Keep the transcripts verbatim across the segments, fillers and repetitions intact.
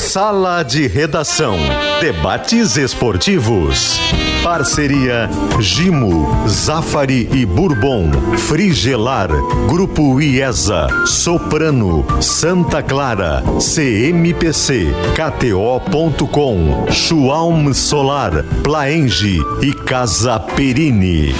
Sala de Redação. Debates esportivos. Parceria Gimo, Zafari e Bourbon, Frigelar, Grupo IESA, Soprano, Santa Clara, C M P C, K T O ponto com, Schwalm Solar, Plaenge e Casa Perini.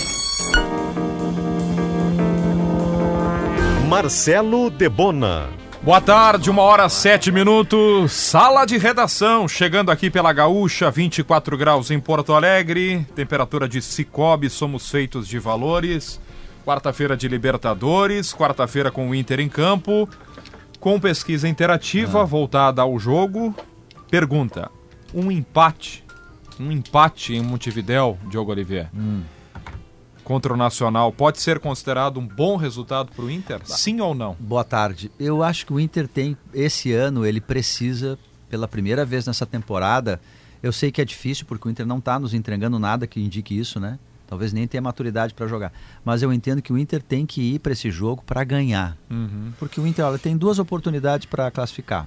Marcelo Debona. Boa tarde, uma hora sete minutos, Sala de Redação, chegando aqui pela Gaúcha, vinte e quatro graus em Porto Alegre, temperatura de Cicobi, somos feitos de valores, quarta-feira de Libertadores, quarta-feira com o Inter em campo, com pesquisa interativa ah. voltada ao jogo. Pergunta, um empate, um empate em Montevidéu, Diogo Olivier, hum. contra o Nacional, pode ser considerado um bom resultado para o Inter? Sim ou não? Boa tarde. Eu acho que o Inter tem, esse ano, ele precisa, pela primeira vez nessa temporada, eu sei que é difícil, porque o Inter não está nos entregando nada que indique isso, né? Talvez nem tenha maturidade para jogar. Mas eu entendo que o Inter tem que ir para esse jogo para ganhar. Uhum. Porque o Inter, olha, tem duas oportunidades para classificar.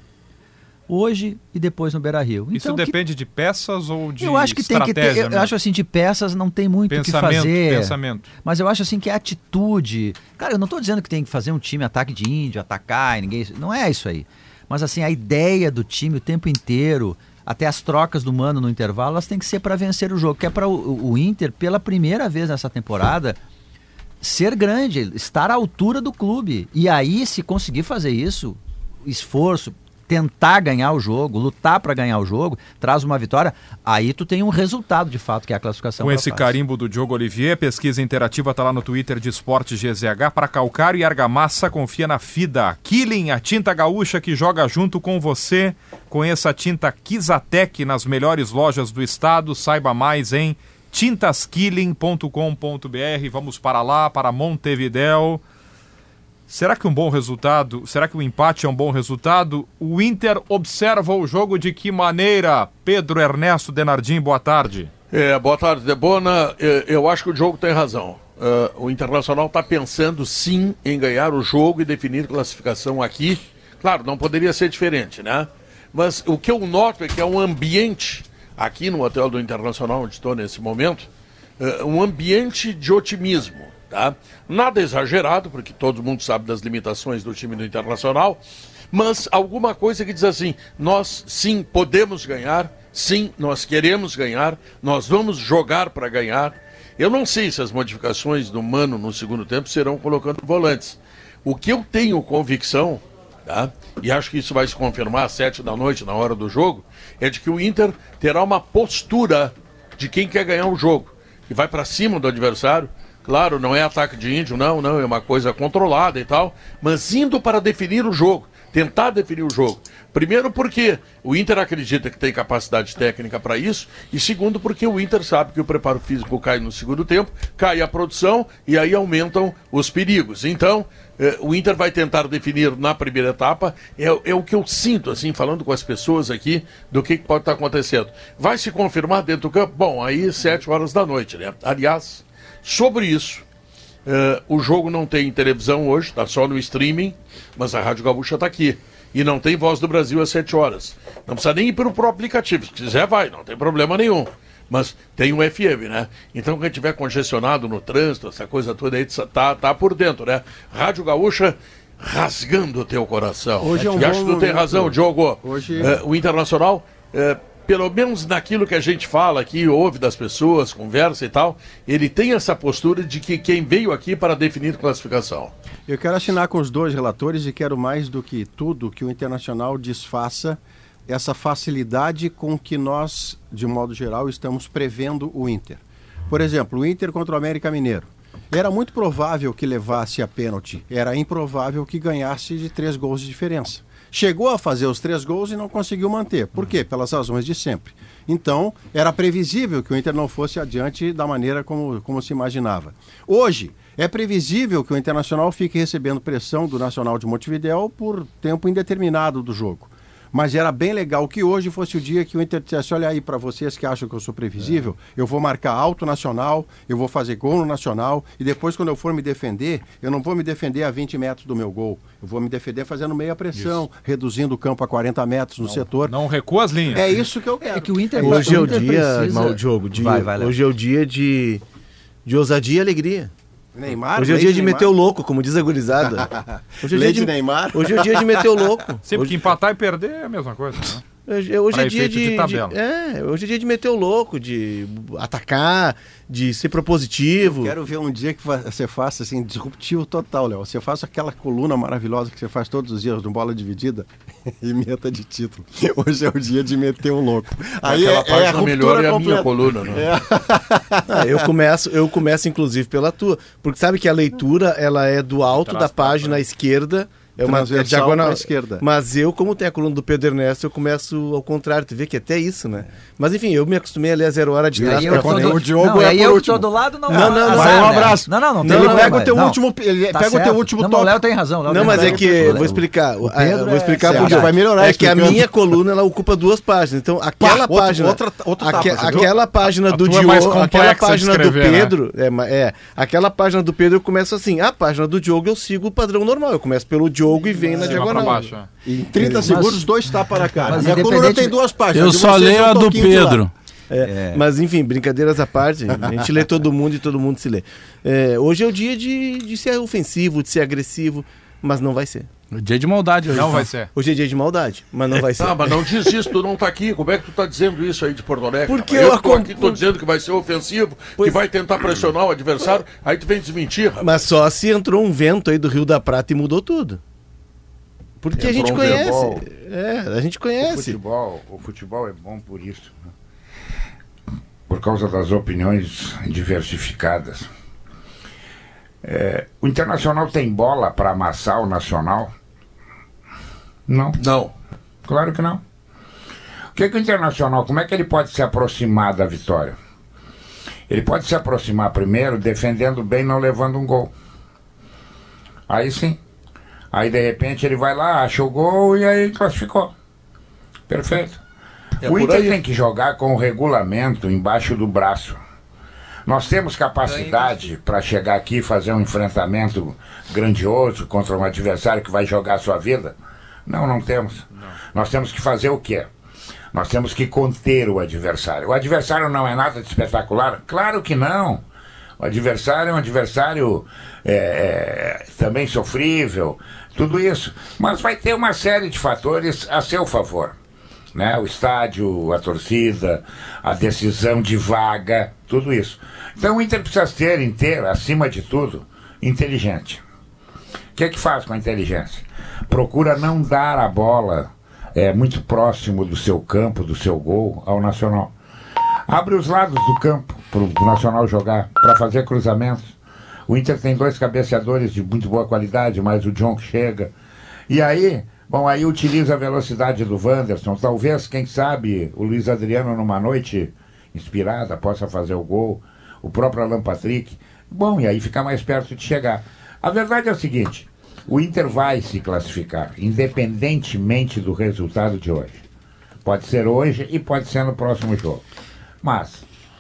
Hoje e depois no Beira-Rio. Então, isso depende que... de peças ou de eu acho que tem que ter, eu, eu acho assim, de peças não tem muito o que fazer. Pensamento. Mas eu acho assim que é atitude. Cara, eu não estou dizendo que tem que fazer um time ataque de índio, atacar e ninguém. Não é isso aí. Mas assim, a ideia do time o tempo inteiro, até as trocas do Mano no intervalo, elas têm que ser para vencer o jogo. Que é para o, o Inter, pela primeira vez nessa temporada, ser grande, estar à altura do clube. E aí, se conseguir fazer isso, esforço, tentar ganhar o jogo, lutar para ganhar o jogo, traz uma vitória, aí tu tem um resultado de fato, que é a classificação. Com esse fase. Carimbo do Diogo Olivier, pesquisa interativa está lá no Twitter de Esporte G Z H. Para calcário e argamassa, confia na Fida. Killing, a tinta gaúcha que joga junto com você. Conheça a tinta Kizatec nas melhores lojas do estado. Saiba mais em tintas killing ponto com ponto b r. Vamos para lá, para Montevidéu. Será que um bom resultado, será que o empate é um bom resultado? O Inter observa o jogo de que maneira? Pedro Ernesto Denardim, boa tarde. É, boa tarde, Debona. Eu acho que o Diogo tem razão. Uh, o Internacional está pensando sim em ganhar o jogo e definir classificação aqui. Claro, não poderia ser diferente, né? Mas o que eu noto é que é um ambiente, aqui no hotel do Internacional, onde estou nesse momento, uh, um ambiente de otimismo. Tá? Nada exagerado, porque todo mundo sabe das limitações do time do Internacional, mas alguma coisa que diz assim, nós sim podemos ganhar, sim, nós queremos ganhar, nós vamos jogar para ganhar. Eu não sei se as modificações do Mano no segundo tempo serão colocando volantes. O que eu tenho convicção, tá? E acho que isso vai se confirmar às sete da noite, na hora do jogo, é de que o Inter terá uma postura de quem quer ganhar o jogo, que vai para cima do adversário. Claro, não é ataque de índio, não, não, é uma coisa controlada e tal, mas indo para definir o jogo, tentar definir o jogo. Primeiro porque o Inter acredita que tem capacidade técnica para isso, e segundo porque o Inter sabe que o preparo físico cai no segundo tempo, cai a produção e aí aumentam os perigos. Então, eh, o Inter vai tentar definir na primeira etapa, é, é o que eu sinto, assim, falando com as pessoas aqui, do que, que pode estar acontecendo. Vai se confirmar dentro do campo? Bom, aí sete horas da noite, né? Aliás, sobre isso, uh, o jogo não tem televisão hoje, está só no streaming, mas a Rádio Gaúcha está aqui. E não tem Voz do Brasil às sete horas. Não precisa nem ir para o aplicativo. Se quiser, vai, não tem problema nenhum. Mas tem o F M, né? Então, quem estiver congestionado no trânsito, essa coisa toda aí, tá, tá por dentro, né? Rádio Gaúcha rasgando o teu coração. Hoje é um e acho que tu tem razão, Diogo. Hoje... Uh, o Internacional... Uh, pelo menos naquilo que a gente fala aqui, ouve das pessoas, conversa e tal, ele tem essa postura de que quem veio aqui para definir classificação. Eu quero assinar com os dois relatores e quero mais do que tudo que o Internacional desfaça essa facilidade com que nós, de modo geral, estamos prevendo o Inter. Por exemplo, o Inter contra o América Mineiro. Era muito provável que levasse a pênalti, era improvável que ganhasse de três gols de diferença. Chegou a fazer os três gols e não conseguiu manter. Por quê? Pelas razões de sempre. Então, era previsível que o Inter não fosse adiante da maneira como, como se imaginava. Hoje, é previsível que o Internacional fique recebendo pressão do Nacional de Montevidéu por tempo indeterminado do jogo. Mas era bem legal que hoje fosse o dia que o Inter dissesse, olha aí, para vocês que acham que eu sou previsível, é. eu vou marcar alto Nacional, eu vou fazer gol no Nacional, e depois quando eu for me defender, eu não vou me defender a vinte metros do meu gol, eu vou me defender fazendo meia pressão, isso. reduzindo o campo a quarenta metros no não, setor. Não recua as linhas. É isso que eu quero. É que o Inter, hoje o é o Inter dia, precisa... mal Diogo, de, vai, vai, hoje é o dia de, de ousadia e alegria. Neymar, hoje é o dia de Neymar. Meter o louco, como diz a gurizada. Hoje é o dia de Neymar. Hoje é o dia de meter o louco. Sempre hoje... que empatar e perder é a mesma coisa, né? Hoje, hoje é dia de, de, de é, hoje é dia de meter o louco, de atacar, de ser propositivo. Eu quero ver um dia que você faça assim, disruptivo total, Léo. Você faça aquela coluna maravilhosa que você faz todos os dias no Bola Dividida e meta de título. Hoje é o dia de meter o louco. Aí aquela é, página é a melhor é a completa. minha coluna, né? É. Ah, eu começo, eu começo inclusive pela tua, porque sabe que a leitura ela é do alto da página à esquerda. É uma é diagonal, esquerda. Mas eu, como tem a coluna do Pedro Ernesto, eu começo ao contrário. Tu vê que até isso, né? Mas enfim, eu me acostumei a ler a zero hora de trás pra frente. Do... O Diogo não, é aí por eu último. que tô do lado, não. Não, não, não. Vai, um abraço. Não, não, não. Não, Tem ele pega o teu não. último, ele Tá pega certo. o teu último não, toque. Não, o Léo tem razão. Léo não, tem mas razão. é que, eu vou explicar. O Pedro vou explicar é pro certo. Vai melhorar É que a explicando. minha coluna, ela ocupa duas páginas. Então, aquela Pá, página... Outra, outra aque, tapa, aquela página A do tua é mais Diogo, complexa aquela página de escrever, do Pedro... Né? É, ma- é, aquela página do Pedro eu começo assim. A página do Diogo eu sigo o padrão normal. Eu começo pelo Diogo e venho na Cima pra diagonal. baixo, é. Em trinta Mas- segundos, dois tapas na cara. mas Minha coluna independente- tem duas páginas. Eu de só vocês leio é um a do toquinho de lá. Pedro. É, É. Mas enfim, brincadeiras à parte, a gente lê todo mundo e todo mundo se lê. É, hoje é o dia de, de ser ofensivo, de ser agressivo, mas não vai ser. Dia de maldade hoje. Não então. vai ser. Hoje é dia de maldade, mas não vai ser. Ah, mas não diz isso, tu não tá aqui. Como é que tu tá dizendo isso aí de Porto Alegre? Porque eu, eu tô acom- aqui, tô dizendo que vai ser ofensivo, Pois- que vai tentar pressionar o adversário, aí tu vem desmentir, rapaz. Mas só se entrou um vento aí do Rio da Prata e mudou tudo. Porque a Entrou gente um conhece. verbal. É, a gente O conhece. futebol, o futebol é bom por isso, né? Por causa das opiniões diversificadas. É, o Internacional tem bola para amassar o Nacional? Não, Não. claro que não. O que, que o Internacional, como é que ele pode se aproximar da vitória? Ele pode se aproximar primeiro defendendo bem, não levando um gol. Aí sim. Aí de repente ele vai lá, acha o gol e aí classificou. Perfeito. É o por Inter aí. tem que jogar com o regulamento embaixo do braço. Nós temos capacidade para chegar aqui e fazer um enfrentamento grandioso contra um adversário que vai jogar a sua vida? Não, não temos. Não. Nós temos que fazer o quê? Nós temos que conter o adversário. O adversário não é nada de espetacular? Claro que não. O adversário é um adversário é, é, também sofrível, tudo isso. Mas vai ter uma série de fatores a seu favor. Né? O estádio, a torcida, a decisão de vaga, tudo isso. Então o Inter precisa ser inteiro, acima de tudo, inteligente. O que é que faz com a inteligência? Procura não dar a bola é, muito próximo do seu campo, do seu gol, ao Nacional. Abre os lados do campo para o Nacional jogar, para fazer cruzamentos. O Inter tem dois cabeceadores de muito boa qualidade, mas o John que chega. E aí, bom, aí utiliza a velocidade do Wanderson. Talvez, quem sabe, o Luiz Adriano numa noite inspirada possa fazer o gol. O próprio Alan Patrick. Bom, e aí fica mais perto de chegar. A verdade é o seguinte, o Inter vai se classificar, independentemente do resultado de hoje. Pode ser hoje e pode ser no próximo jogo. Mas,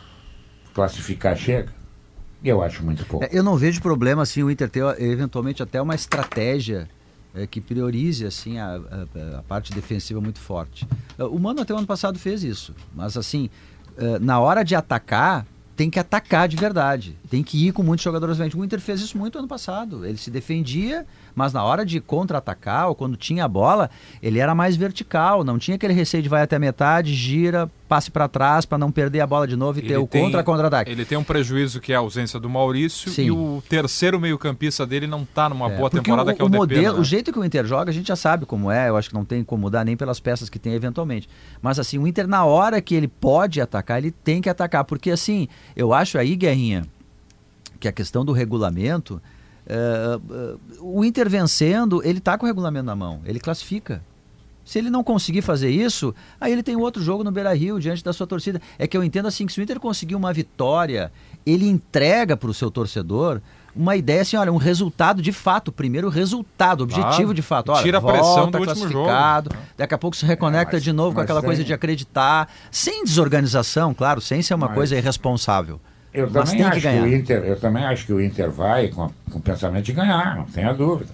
classificar chega? Eu acho muito pouco. É, eu não vejo problema assim o Inter ter eventualmente até uma estratégia é, que priorize assim a, a, a parte defensiva muito forte. O Mano até o ano passado fez isso, mas assim, na hora de atacar, tem que atacar de verdade, tem que ir com muitos jogadores frente. O Inter fez isso muito ano passado, ele se defendia, mas na hora de contra-atacar, ou quando tinha a bola, ele era mais vertical, não tinha aquele receio de vai até a metade, gira, passe para trás para não perder a bola de novo e Ele ter o tem- contra-contra-ataque. Ele tem um prejuízo que é a ausência do Maurício. Sim. E o terceiro meio-campista dele não tá numa É, boa porque temporada, o, que é o, o Depena, modelo, né? o jeito que o Inter joga, a gente já sabe como é, eu acho que não tem como mudar nem pelas peças que tem eventualmente. Mas assim, o Inter na hora que ele pode atacar, ele tem que atacar, porque assim, eu acho aí, Guerrinha, que a questão do regulamento, uh, uh, o Inter vencendo, ele tá com o regulamento na mão, ele classifica. Se ele não conseguir fazer isso, aí ele tem outro jogo no Beira-Rio, diante da sua torcida. É que eu entendo assim, que se o Inter conseguir uma vitória, ele entrega para o seu torcedor uma ideia assim, olha, um resultado de fato, primeiro resultado, objetivo ah, de fato. Olha, tira a volta, pressão do último jogo. Daqui a pouco se reconecta é, mas, de novo com aquela tem... coisa de acreditar, sem desorganização, claro, sem ser uma mas... coisa irresponsável. Eu mas também tem acho que ganhar. que o Inter, eu também acho que o Inter vai com, com o pensamento de ganhar, não tenha dúvida.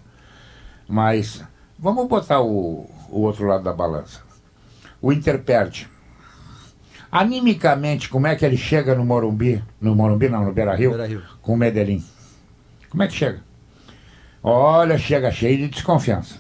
Mas vamos botar o, o outro lado da balança. O Inter perde. Animicamente, como é que ele chega no Morumbi? No Morumbi não, no Beira-Rio, Beira-Rio. com o Medellín. Como é que chega? Olha, chega cheio de desconfiança.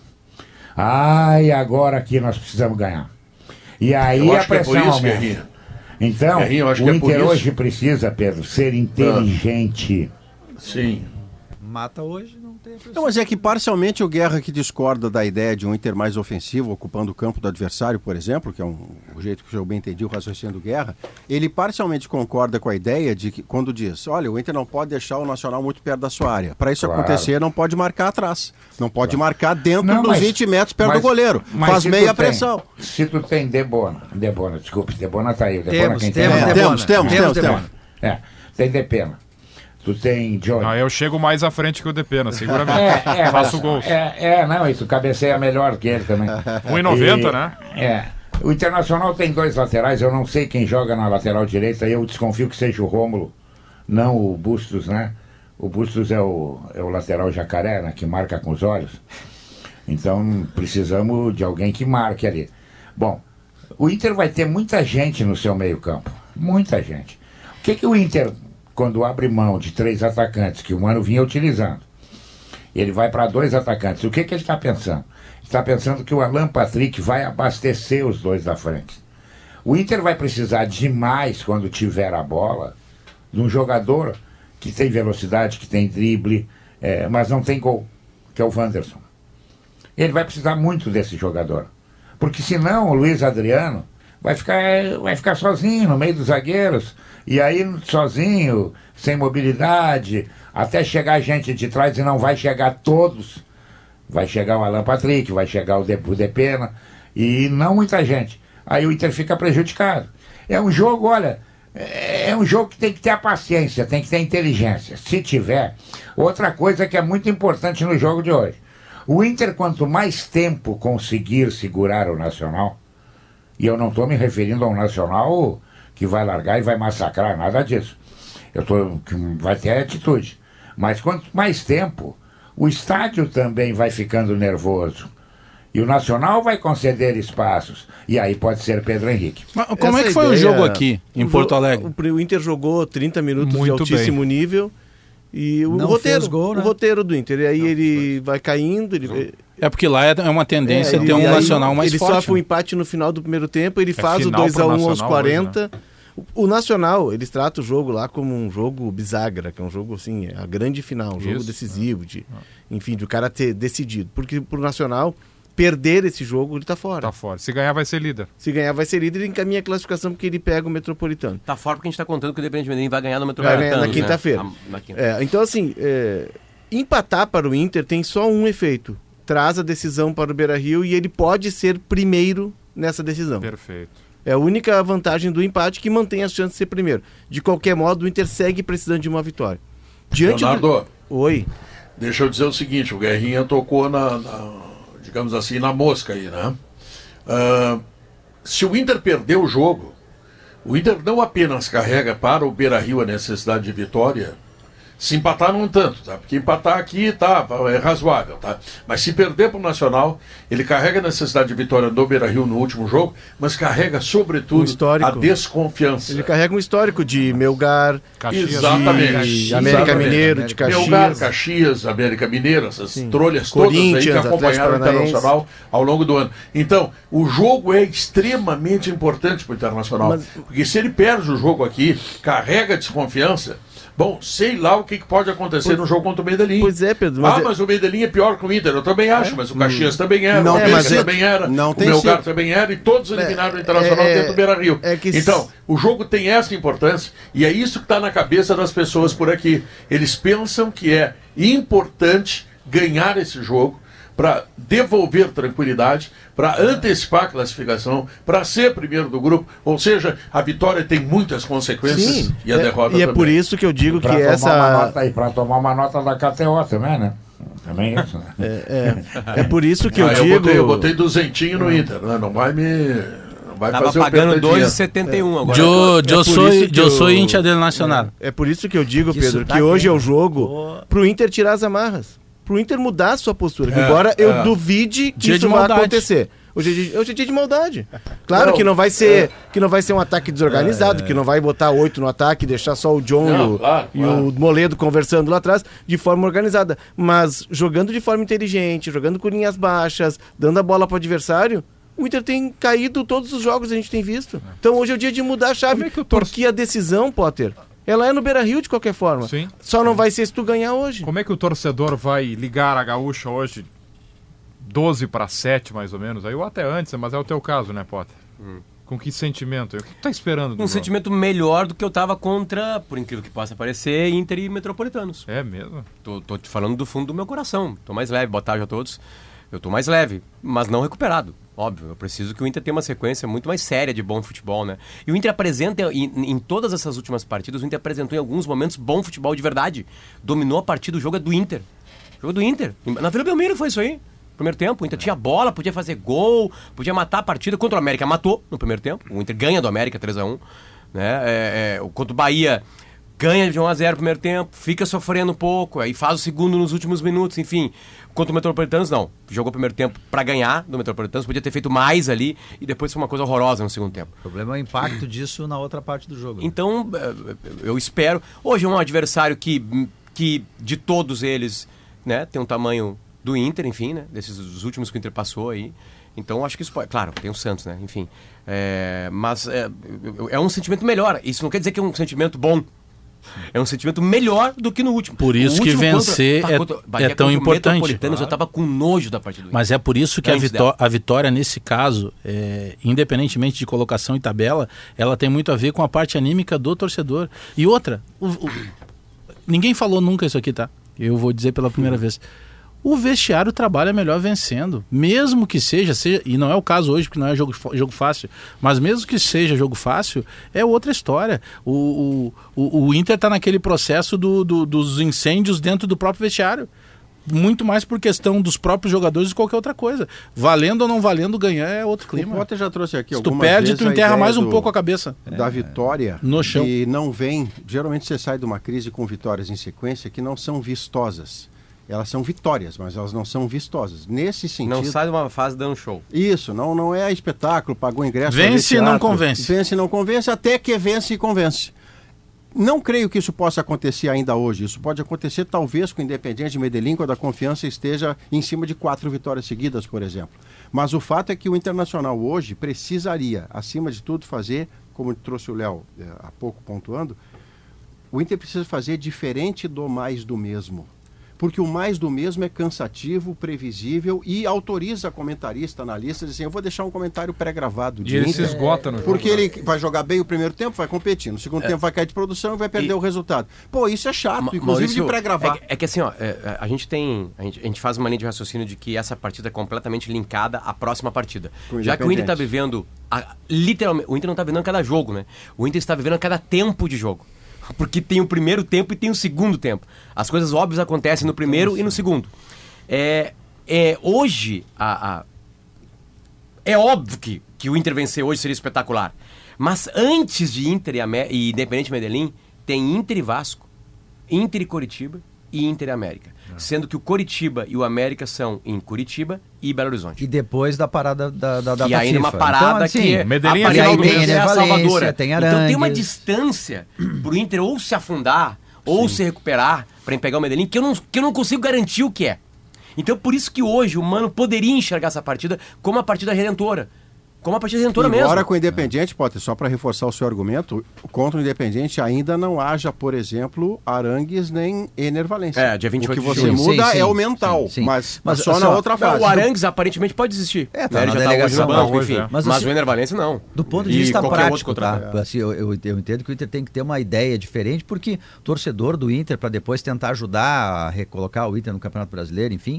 Ai, agora aqui nós precisamos ganhar. E aí eu a acho que é por pressão isso, aumenta. Guerrinha. Então, Guerrinha, eu acho o que é por Inter isso. hoje precisa, Pedro, ser inteligente. Sim. Mata hoje, não tem pressão. Não, mas é que parcialmente o Guerra que discorda da ideia de um Inter mais ofensivo, ocupando o campo do adversário, por exemplo, que é um, o jeito que eu bem entendi o raciocínio do Guerra, ele parcialmente concorda com a ideia de que, quando diz, olha, o Inter não pode deixar o Nacional muito perto da sua área. Para isso Claro. acontecer, não pode marcar atrás. Não pode marcar dentro Não, dos mas- vinte metros perto mas- do goleiro. mas Faz se tu meia tem- pressão. Se tu tem Debona, Debona, desculpe, Debona tá aí. O Debona Temos, quem temos, tem? É, Debona. temos, temos, temos, Debona. É, tem Depena. Tu tem Johnny. Ah, eu chego mais à frente que o Depena, seguramente. É, é, Faço mas- gols. É, é, não, isso cabeceia melhor que ele também. um e noventa, E- né? É. O Internacional tem dois laterais, eu não sei quem joga na lateral direita, eu desconfio que seja o Rômulo, não o Bustos, né? O Bustos é o, é o lateral jacaré, né? Que marca com os olhos. Então precisamos de alguém que marque ali. Bom, o Inter vai ter muita gente no seu meio-campo. Muita gente. O que, que o Inter, quando abre mão de três atacantes que o Mano vinha utilizando, ele vai para dois atacantes. O que, que ele está pensando? Está pensando que o Alan Patrick vai abastecer os dois da frente. O Inter vai precisar demais, quando tiver a bola, de um jogador que tem velocidade, que tem drible, é, mas não tem gol, que é o Wanderson. Ele vai precisar muito desse jogador. Porque senão o Luiz Adriano vai ficar, vai ficar sozinho no meio dos zagueiros. E aí, sozinho, sem mobilidade, até chegar gente de trás, e não vai chegar todos. Vai chegar o Alan Patrick, vai chegar o, de, o Depena, e não muita gente. Aí o Inter fica prejudicado. É um jogo, olha, é um jogo que tem que ter a paciência, tem que ter inteligência. Se tiver, outra coisa que é muito importante no jogo de hoje. O Inter, quanto mais tempo conseguir segurar o Nacional, e eu não estou me referindo ao Nacional que vai largar e vai massacrar, nada disso. Eu tô, que vai ter atitude. Mas quanto mais tempo, o estádio também vai ficando nervoso. E o Nacional vai conceder espaços. E aí pode ser Pedro Henrique. Mas como Essa é que foi o ideia- jogo aqui, em o Porto jo- Alegre? O, o Inter jogou trinta minutos Muito de altíssimo nível. E o Não roteiro, fez gol, né? o roteiro do Inter. E aí ele vai caindo, ele, É porque lá é uma tendência É, ter ele- um e aí Nacional mais ele forte. sofre um né? empate no final do primeiro tempo, ele faz o final dois a pro um aos Nacional quarenta. O, o Nacional, eles tratam o jogo lá como um jogo bisagra, que é um jogo assim, é a grande final, um jogo Isso, decisivo, de, enfim, de o cara ter decidido. Porque pro Nacional, perder esse jogo, ele tá fora. Tá fora. Se ganhar, vai ser líder. Se ganhar, vai ser líder, ele encaminha a classificação porque ele pega o Metropolitano. Tá fora porque a gente tá contando que o Independente Medellín vai ganhar no Vai Metropolitano. ganhar na né? quinta-feira. Na- na quinta. É, então, assim, é, empatar para o Inter tem só um efeito. Traz a decisão para o Beira-Rio e ele pode ser primeiro nessa decisão. Perfeito. É a única vantagem do empate que mantém as chances de ser primeiro. De qualquer modo, o Inter segue precisando de uma vitória. Diante Leonardo, do... Oi. deixa eu dizer o seguinte, o Guerrinha tocou na, na, digamos assim, na mosca aí, né? Ah, se o Inter perder o jogo, o Inter não apenas carrega para o Beira-Rio a necessidade de vitória, se empatar não tanto, tá? Porque empatar aqui tá, é razoável, tá? Mas se perder para o Nacional, ele carrega a necessidade de vitória do Beira-Rio no último jogo, mas carrega Um sobretudo histórico. a desconfiança. Ele carrega um histórico de Melgar, Caxias. Exatamente. de América Exatamente. Mineiro, de Caxias. Melgar, Caxias, América Mineiro, essas Sim. trolhas todas aí que Corinthians, acompanharam o Atlético Paranaense. Internacional ao longo do ano. Então, o jogo é extremamente importante para o Internacional. Mas- Porque se ele perde o jogo aqui, carrega desconfiança, bom, sei lá o que que pode acontecer no jogo contra o Medellín. Pois é, Pedro, mas ah, é- mas o Medellín é pior que o Inter. Eu também acho, mas o Caxias também era, Não o tem América sido. também era, Não o tem Melgar sido. também era, e todos eliminaram o Internacional é- dentro do Beira-Rio. é que- Então, o jogo tem essa importância e é isso que está na cabeça das pessoas por aqui. Eles pensam que é importante ganhar esse jogo para devolver tranquilidade, para antecipar a classificação, para ser primeiro do grupo. Ou seja, a vitória tem muitas consequências. Sim, e a é, derrota e é também. por isso que eu digo Pra que tomar essa... uma nota, e para tomar uma nota da K T O também, né? Também isso, né? É, é, é por isso que eu Ah, digo... eu botei, eu botei duzentinho no Inter, né? Não vai me... Não vai Tava fazer eu pagando perder dois dinheiro. e setenta e um agora. Eu, É eu, por sou, isso que eu eu- sou hincha del Nacional. É por isso que eu digo, Isso Pedro, dá que hoje é o tempo. jogo Boa. pro Inter tirar as amarras. Pro Inter mudar a sua postura. É, Embora eu é. duvide que Dia isso de vai maldade. acontecer. Hoje é, dia, hoje é dia de maldade. Claro Não, que não vai ser que não vai ser um ataque desorganizado, que não vai botar oito no ataque, deixar só o John Não, e, o, claro, e claro. o Moledo conversando lá atrás de forma organizada. Mas jogando de forma inteligente, jogando com linhas baixas, dando a bola pro adversário, o Inter tem caído todos os jogos, a gente tem visto. Então hoje é o dia de mudar a chave. Como é que o torce- Porque a decisão, Potter, ela é no Beira-Rio de qualquer forma. Sim. Só não vai ser se tu ganhar hoje. Como é que o torcedor vai ligar a Gaúcha hoje doze para sete, mais ou menos? Aí ou até antes, mas é o teu caso, né, Potter? Com que sentimento? O que tu tá esperando do Um jogo? sentimento melhor do que eu tava contra, por incrível que possa parecer, Inter e Metropolitanos. É mesmo? Tô, tô te falando do fundo do meu coração. Tô mais leve, boa tarde a todos. Eu tô mais leve, mas não recuperado. Óbvio, eu preciso que o Inter tenha uma sequência muito mais séria de bom futebol, né? E o Inter apresenta, em, em todas essas últimas partidas, o Inter apresentou em alguns momentos bom futebol de verdade. Dominou a partida, o jogo é do Inter. O jogo é do Inter. Na Vila Belmiro foi isso aí. Primeiro tempo, o Inter tinha bola, podia fazer gol, podia matar a partida. Contra o América, matou no primeiro tempo. O Inter ganha do América três a um. Né? É, é, contra o Bahia, ganha de um a zero no primeiro tempo, fica sofrendo um pouco, aí faz o segundo nos últimos minutos, enfim. Contra o Metropolitanos, não. Jogou o primeiro tempo pra ganhar do Metropolitanos, podia ter feito mais ali, e depois foi uma coisa horrorosa no segundo tempo. O problema é o impacto disso na outra parte do jogo. Então, eh, eu espero... Hoje é um adversário que, que de todos eles, né, tem um tamanho do Inter, enfim, né, desses os últimos que o Inter passou aí. Então, acho que isso pode... Claro, tem o Santos, né, enfim. É, mas é, é um sentimento melhor. Isso não quer dizer que é um sentimento bom. É um sentimento melhor do que no último. Por isso O que último vencer é- contra, é tão contra o importante. Metropolitanos, eu tava com nojo da partida do Inter. Mas é por isso que a, Antes vitó- dela. a vitória, nesse caso, é, independentemente de colocação e tabela, ela tem muito a ver com a parte anímica do torcedor. E outra, o- o- ninguém falou nunca isso aqui, tá? Eu vou dizer pela primeira vez. O vestiário trabalha melhor vencendo. Mesmo que seja, seja, e não é o caso hoje, porque não é jogo, fo- jogo fácil, mas mesmo que seja jogo fácil, é outra história. O, o, o, o Inter está naquele processo do, do- dos incêndios dentro do próprio vestiário. Muito mais por questão dos próprios jogadores do que qualquer outra coisa. Valendo ou não valendo, ganhar é outro O clima. Potter já trouxe aqui Se tu algumas perde, vezes tu a enterra ideia mais um do- pouco a cabeça. da vitória No chão. e não vem, geralmente você sai de uma crise com vitórias em sequência que não são vistosas. Elas são vitórias, mas elas não são vistosas. Nesse sentido, Não sai de uma fase dando show. isso, não, não é espetáculo, pagou ingresso. Vence vai ver e não teatro. convence. Vence e não convence, até que vence e convence. Não creio que isso possa acontecer ainda hoje. Isso pode acontecer talvez com o Independiente Medellín, quando a confiança esteja em cima de quatro vitórias seguidas, por exemplo. Mas o fato é que o Internacional hoje precisaria, acima de tudo, fazer, como trouxe o Léo eh, há pouco pontuando, o Inter precisa fazer diferente do mais do mesmo. Porque o mais do mesmo é cansativo, previsível e autoriza comentarista, analista, dizer assim, eu vou deixar um comentário pré-gravado de E ele se Inter, esgota no jogo. porque ele vai jogar bem o primeiro tempo, vai competir. No segundo tempo vai cair de produção e vai perder E- o resultado. Pô, isso é chato, Ma- inclusive Maurício, de pré-gravar. É, que- é que assim, ó, é, a gente tem. A gente, a gente faz uma linha de raciocínio de que essa partida é completamente linkada à próxima partida. Com Já que o Inter está Independente. vivendo. a- literalmente, o Inter não está vivendo a cada jogo, né? O Inter está vivendo a cada tempo de jogo. Porque tem o primeiro tempo e tem o segundo tempo. As coisas óbvias acontecem no primeiro e no segundo. É, é, hoje, a, a- é óbvio que, que o Inter vencer hoje seria espetacular. Mas antes de Inter e, Amé- e Independente Medellín, tem Inter e Vasco, Inter e Coritiba e Inter e América. Sendo que o Coritiba e o América são em Curitiba e Belo Horizonte. E depois da parada da, da, da E ainda FIFA. uma parada Então, assim, que Medellín é aparentemente final do é a mês. salvadora. Tem Então tem uma Arangues. distância pro Inter ou se afundar ou se recuperar para pegar o Medellín que eu, não, que eu não consigo garantir o que é. Então por isso que hoje o Mano poderia enxergar essa partida como uma partida redentora. Como uma partida redentora mesmo. Embora com o Independiente, Potter, só para reforçar o seu argumento, contra o Independiente ainda não haja, por exemplo, Arangues nem Enervalência. É, dia vinte e O que oito de você junho. muda Sim, sim, é o mental, sim, sim. Mas, Mas, só assim, na ó, outra Não, fase. o Arangues aparentemente pode desistir. É, tá Né? na Ele já tá hoje delegação no lá banco, hoje, enfim. é. Mas, Mas, assim, o Ener Valencia não. Do ponto de E vista qualquer prático, outro tá? contra- Assim, eu, eu, eu entendo que o Inter tem que ter uma ideia diferente, porque o torcedor do Inter, para depois tentar ajudar a recolocar o Inter no Campeonato Brasileiro, enfim,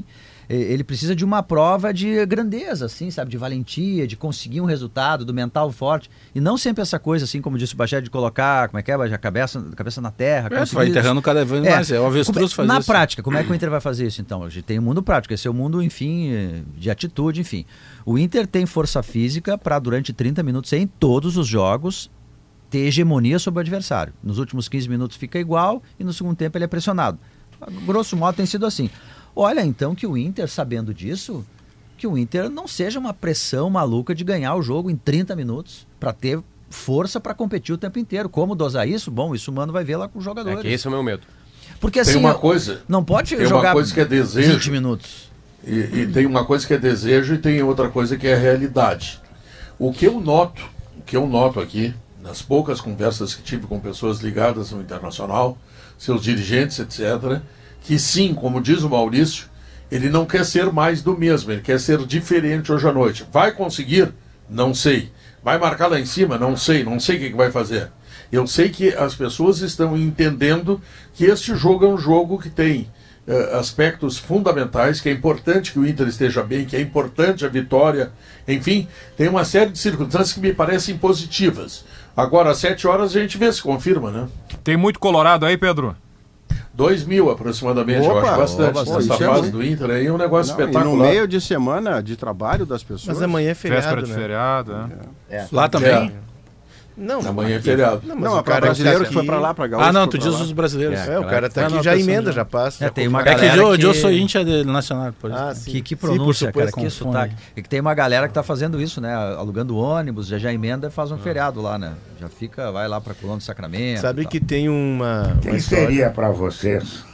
ele precisa de uma prova de grandeza, assim, sabe? De valentia, de conseguir um resultado, do mental forte. E não sempre essa coisa, assim, como disse o Bagé, de colocar, como é que é, a cabeça, a cabeça na terra. É, vai enterrando cada vez mais, é, o avestruz faz na isso. Na prática, como é que o Inter vai fazer isso, então? Hoje tem o mundo prático, esse é o mundo, enfim, de atitude, enfim. O Inter tem força física para, durante trinta minutos, em todos os jogos, ter hegemonia sobre o adversário. Nos últimos quinze minutos fica igual e no segundo tempo ele é pressionado. Grosso modo tem sido assim. Olha, então, que o Inter, sabendo disso, que o Inter não seja uma pressão maluca de ganhar o jogo em trinta minutos para ter força para competir o tempo inteiro. Como dosar isso? Bom, isso o Mano vai ver lá com os jogadores. É que esse é o meu medo. Porque assim, tem uma coisa, não pode tem jogar uma coisa que é desejo, vinte minutos. E, e tem uma coisa que é desejo e tem outra coisa que é realidade. O que eu noto, o que eu noto aqui, nas poucas conversas que tive com pessoas ligadas ao Internacional, seus dirigentes, etcétera, que sim, como diz o Maurício, ele não quer ser mais do mesmo, ele quer ser diferente hoje à noite. Vai conseguir? Não sei. Vai marcar lá em cima? Não sei, não sei o que, que vai fazer. Eu sei que as pessoas estão entendendo que este jogo é um jogo que tem uh, aspectos fundamentais, que é importante que o Inter esteja bem, que é importante a vitória, enfim, tem uma série de circunstâncias que me parecem positivas. Agora, às sete horas, a gente vê se confirma, né? Tem muito colorado aí, Pedro? Dois mil aproximadamente, Opa, eu acho bastante. opa, Nessa isso é fase muito. do Inter aí é um negócio Não, espetacular. E no meio de semana de trabalho das pessoas. Mas amanhã é feriado, Véspera de né? feriado, é. É. Lá também? É. Não, Amanhã é feriado. Não, mas Não, o para cara brasileiro tá que foi aqui- pra lá, pra Gaúcho. Ah, não, foi tu pra diz lá. os brasileiros. É, o cara tá Ah, aqui, não, já tô emenda, pensando- já passa. É, já tem uma confere. É que galera eu, que- eu sou íntia de Nacional, por exemplo. Ah, sim. Que, que Sim, por pronúncia, cara, supuesto. que confunde. sotaque. É que tem uma galera que tá fazendo isso, né? Alugando ônibus, já já emenda e faz um feriado lá, né? Já fica, vai lá pra Colônia do Sacramento. Sabe e tal. que tem uma, uma Quem história... seria para vocês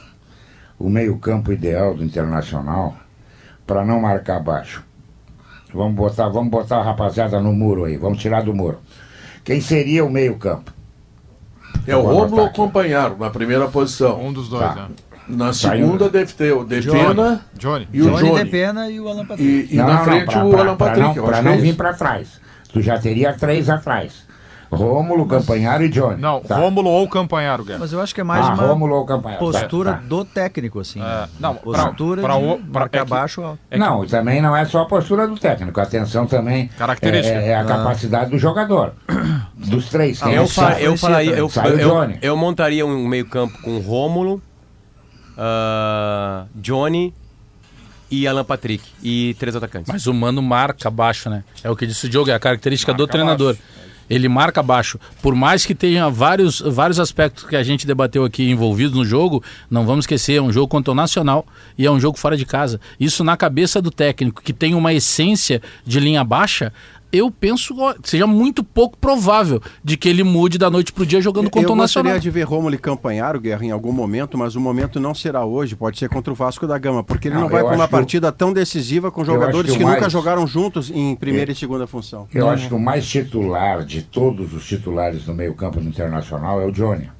o meio-campo ideal do Internacional para não marcar baixo? Vamos botar, vamos botar a rapaziada no muro aí, vamos tirar do muro. Quem seria o meio-campo? É o Vou Rômulo anotar aqui. Companheiro, na primeira posição. Um dos dois, Tá. né? Na Saiu. segunda deve ter o Depena Johnny. e o Johnny, Johnny. Depena e o Alan Patrick. E, e Não, na não, frente pra- o pra- Alan pra Patrick, não, eu pra acho não que é vir isso. para trás. Tu já teria três atrás. Rômulo, Campanharo e Johnny. Não, Tá. Rômulo ou Campanharo, Guerra. Mas eu acho que é mais Ah, uma Rômulo ou Campanharo. postura Tá, tá. do técnico, assim. É, não, pra- postura pra de o- pra- marcar é que- baixo alto. É que- Não, também não é só a postura do técnico. Atenção também. Característica. É, é a capacidade do jogador. Dos três. Quem Eu, é fa que sai? eu falaria, eu, Sai o eu, Johnny. eu montaria um meio-campo com Rômulo, ah, Johnny e Alan Patrick. E três atacantes. Mas o Mano marca baixo, né? É o que disse o Diogo, é a característica do Marca treinador. baixo. Ele marca baixo. Por mais que tenha vários, vários aspectos que a gente debateu aqui envolvidos no jogo, não vamos esquecer, é um jogo contra o Nacional e é um jogo fora de casa. Isso na cabeça do técnico, que tem uma essência de linha baixa, eu penso ó, seja muito pouco provável de que ele mude da noite pro dia jogando contra Eu o Nacional. gostaria de ver Rômulo e Campanharo, Guerra, em algum momento, mas o momento não será hoje, pode ser contra o Vasco da Gama, porque ele Não, não, vai eu para uma acho que o- partida tão decisiva com acho jogadores que que, o nunca mais- jogaram juntos em primeira e segunda função. Eu acho que o mais titular de todos os titulares no meio-campo do Internacional é o Johnny.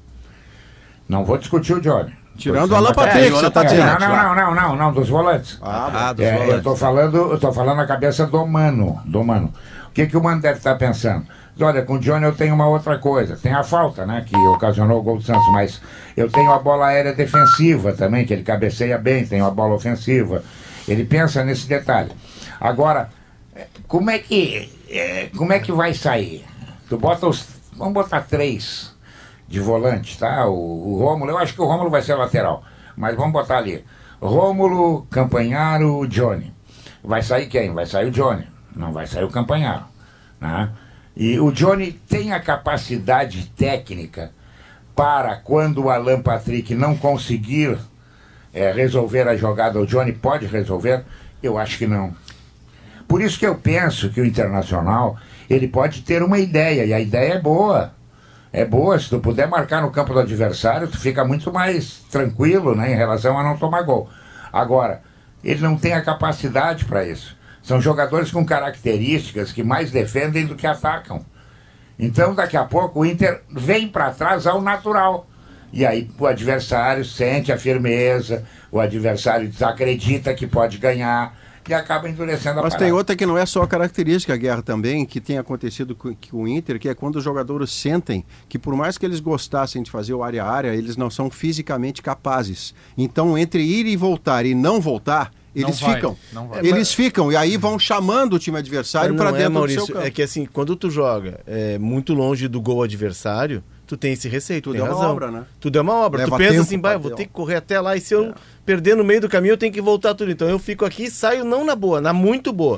Não vou discutir o Johnny. Tirando o Alan Posição da Patrick, cabeça. você tá É, dizendo. Não, não, não, não, não, dos volantes. Ah, dos É, volantes. eu tô falando, eu tô falando a cabeça do Mano, do Mano. O que que o Mano deve estar pensando? Olha, com o Johnny eu tenho uma outra coisa. Tem a falta, né, que ocasionou o gol do Santos, mas eu tenho a bola aérea defensiva também, que ele cabeceia bem, tem a bola ofensiva. Ele pensa nesse detalhe. Agora, eh, como é que, eh, como é que vai sair? Tu bota os, vamos botar três de volante, tá? O, o Rômulo, eu acho que o Rômulo vai ser lateral, mas vamos botar ali. Rômulo, Campanharo, Johnny. Vai sair quem? Vai sair o Johnny. Não vai sair o Campanharo, né? E o Johnny tem a capacidade técnica para, quando o Alan Patrick não conseguir é, resolver a jogada, o Johnny pode resolver? Eu acho que não. Por isso que eu penso que o Internacional, ele pode ter uma ideia, e a ideia é boa. É boa, se tu puder marcar no campo do adversário, tu fica muito mais tranquilo, né, em relação a não tomar gol. Agora, ele não tem a capacidade para isso. São jogadores com características que mais defendem do que atacam. Então, daqui a pouco, o Inter vem para trás ao natural. E aí o adversário sente a firmeza, o adversário desacredita que pode ganhar e acaba endurecendo a Mas parada. tem outra que não é só a característica, Guerra, também, que tem acontecido com, com o Inter, que é quando os jogadores sentem que, por mais que eles gostassem de fazer o área a área, eles não são fisicamente capazes. Então, entre ir e voltar e não voltar, Eles Não vai, ficam. não vai. Eles ficam. E aí vão chamando o time adversário para Não dentro é, Maurício, do seu campo. é que assim, quando tu joga é, muito longe do gol adversário, tu tem esse receio, tu Tudo tem é uma razão. obra, né? Tudo é uma obra. Leva tu pensa tempo assim, pra bah, eu vou ter, ter ó. que correr até lá e se eu perder no meio do caminho eu tenho que voltar tudo. Então eu fico aqui e saio não na boa, na muito boa.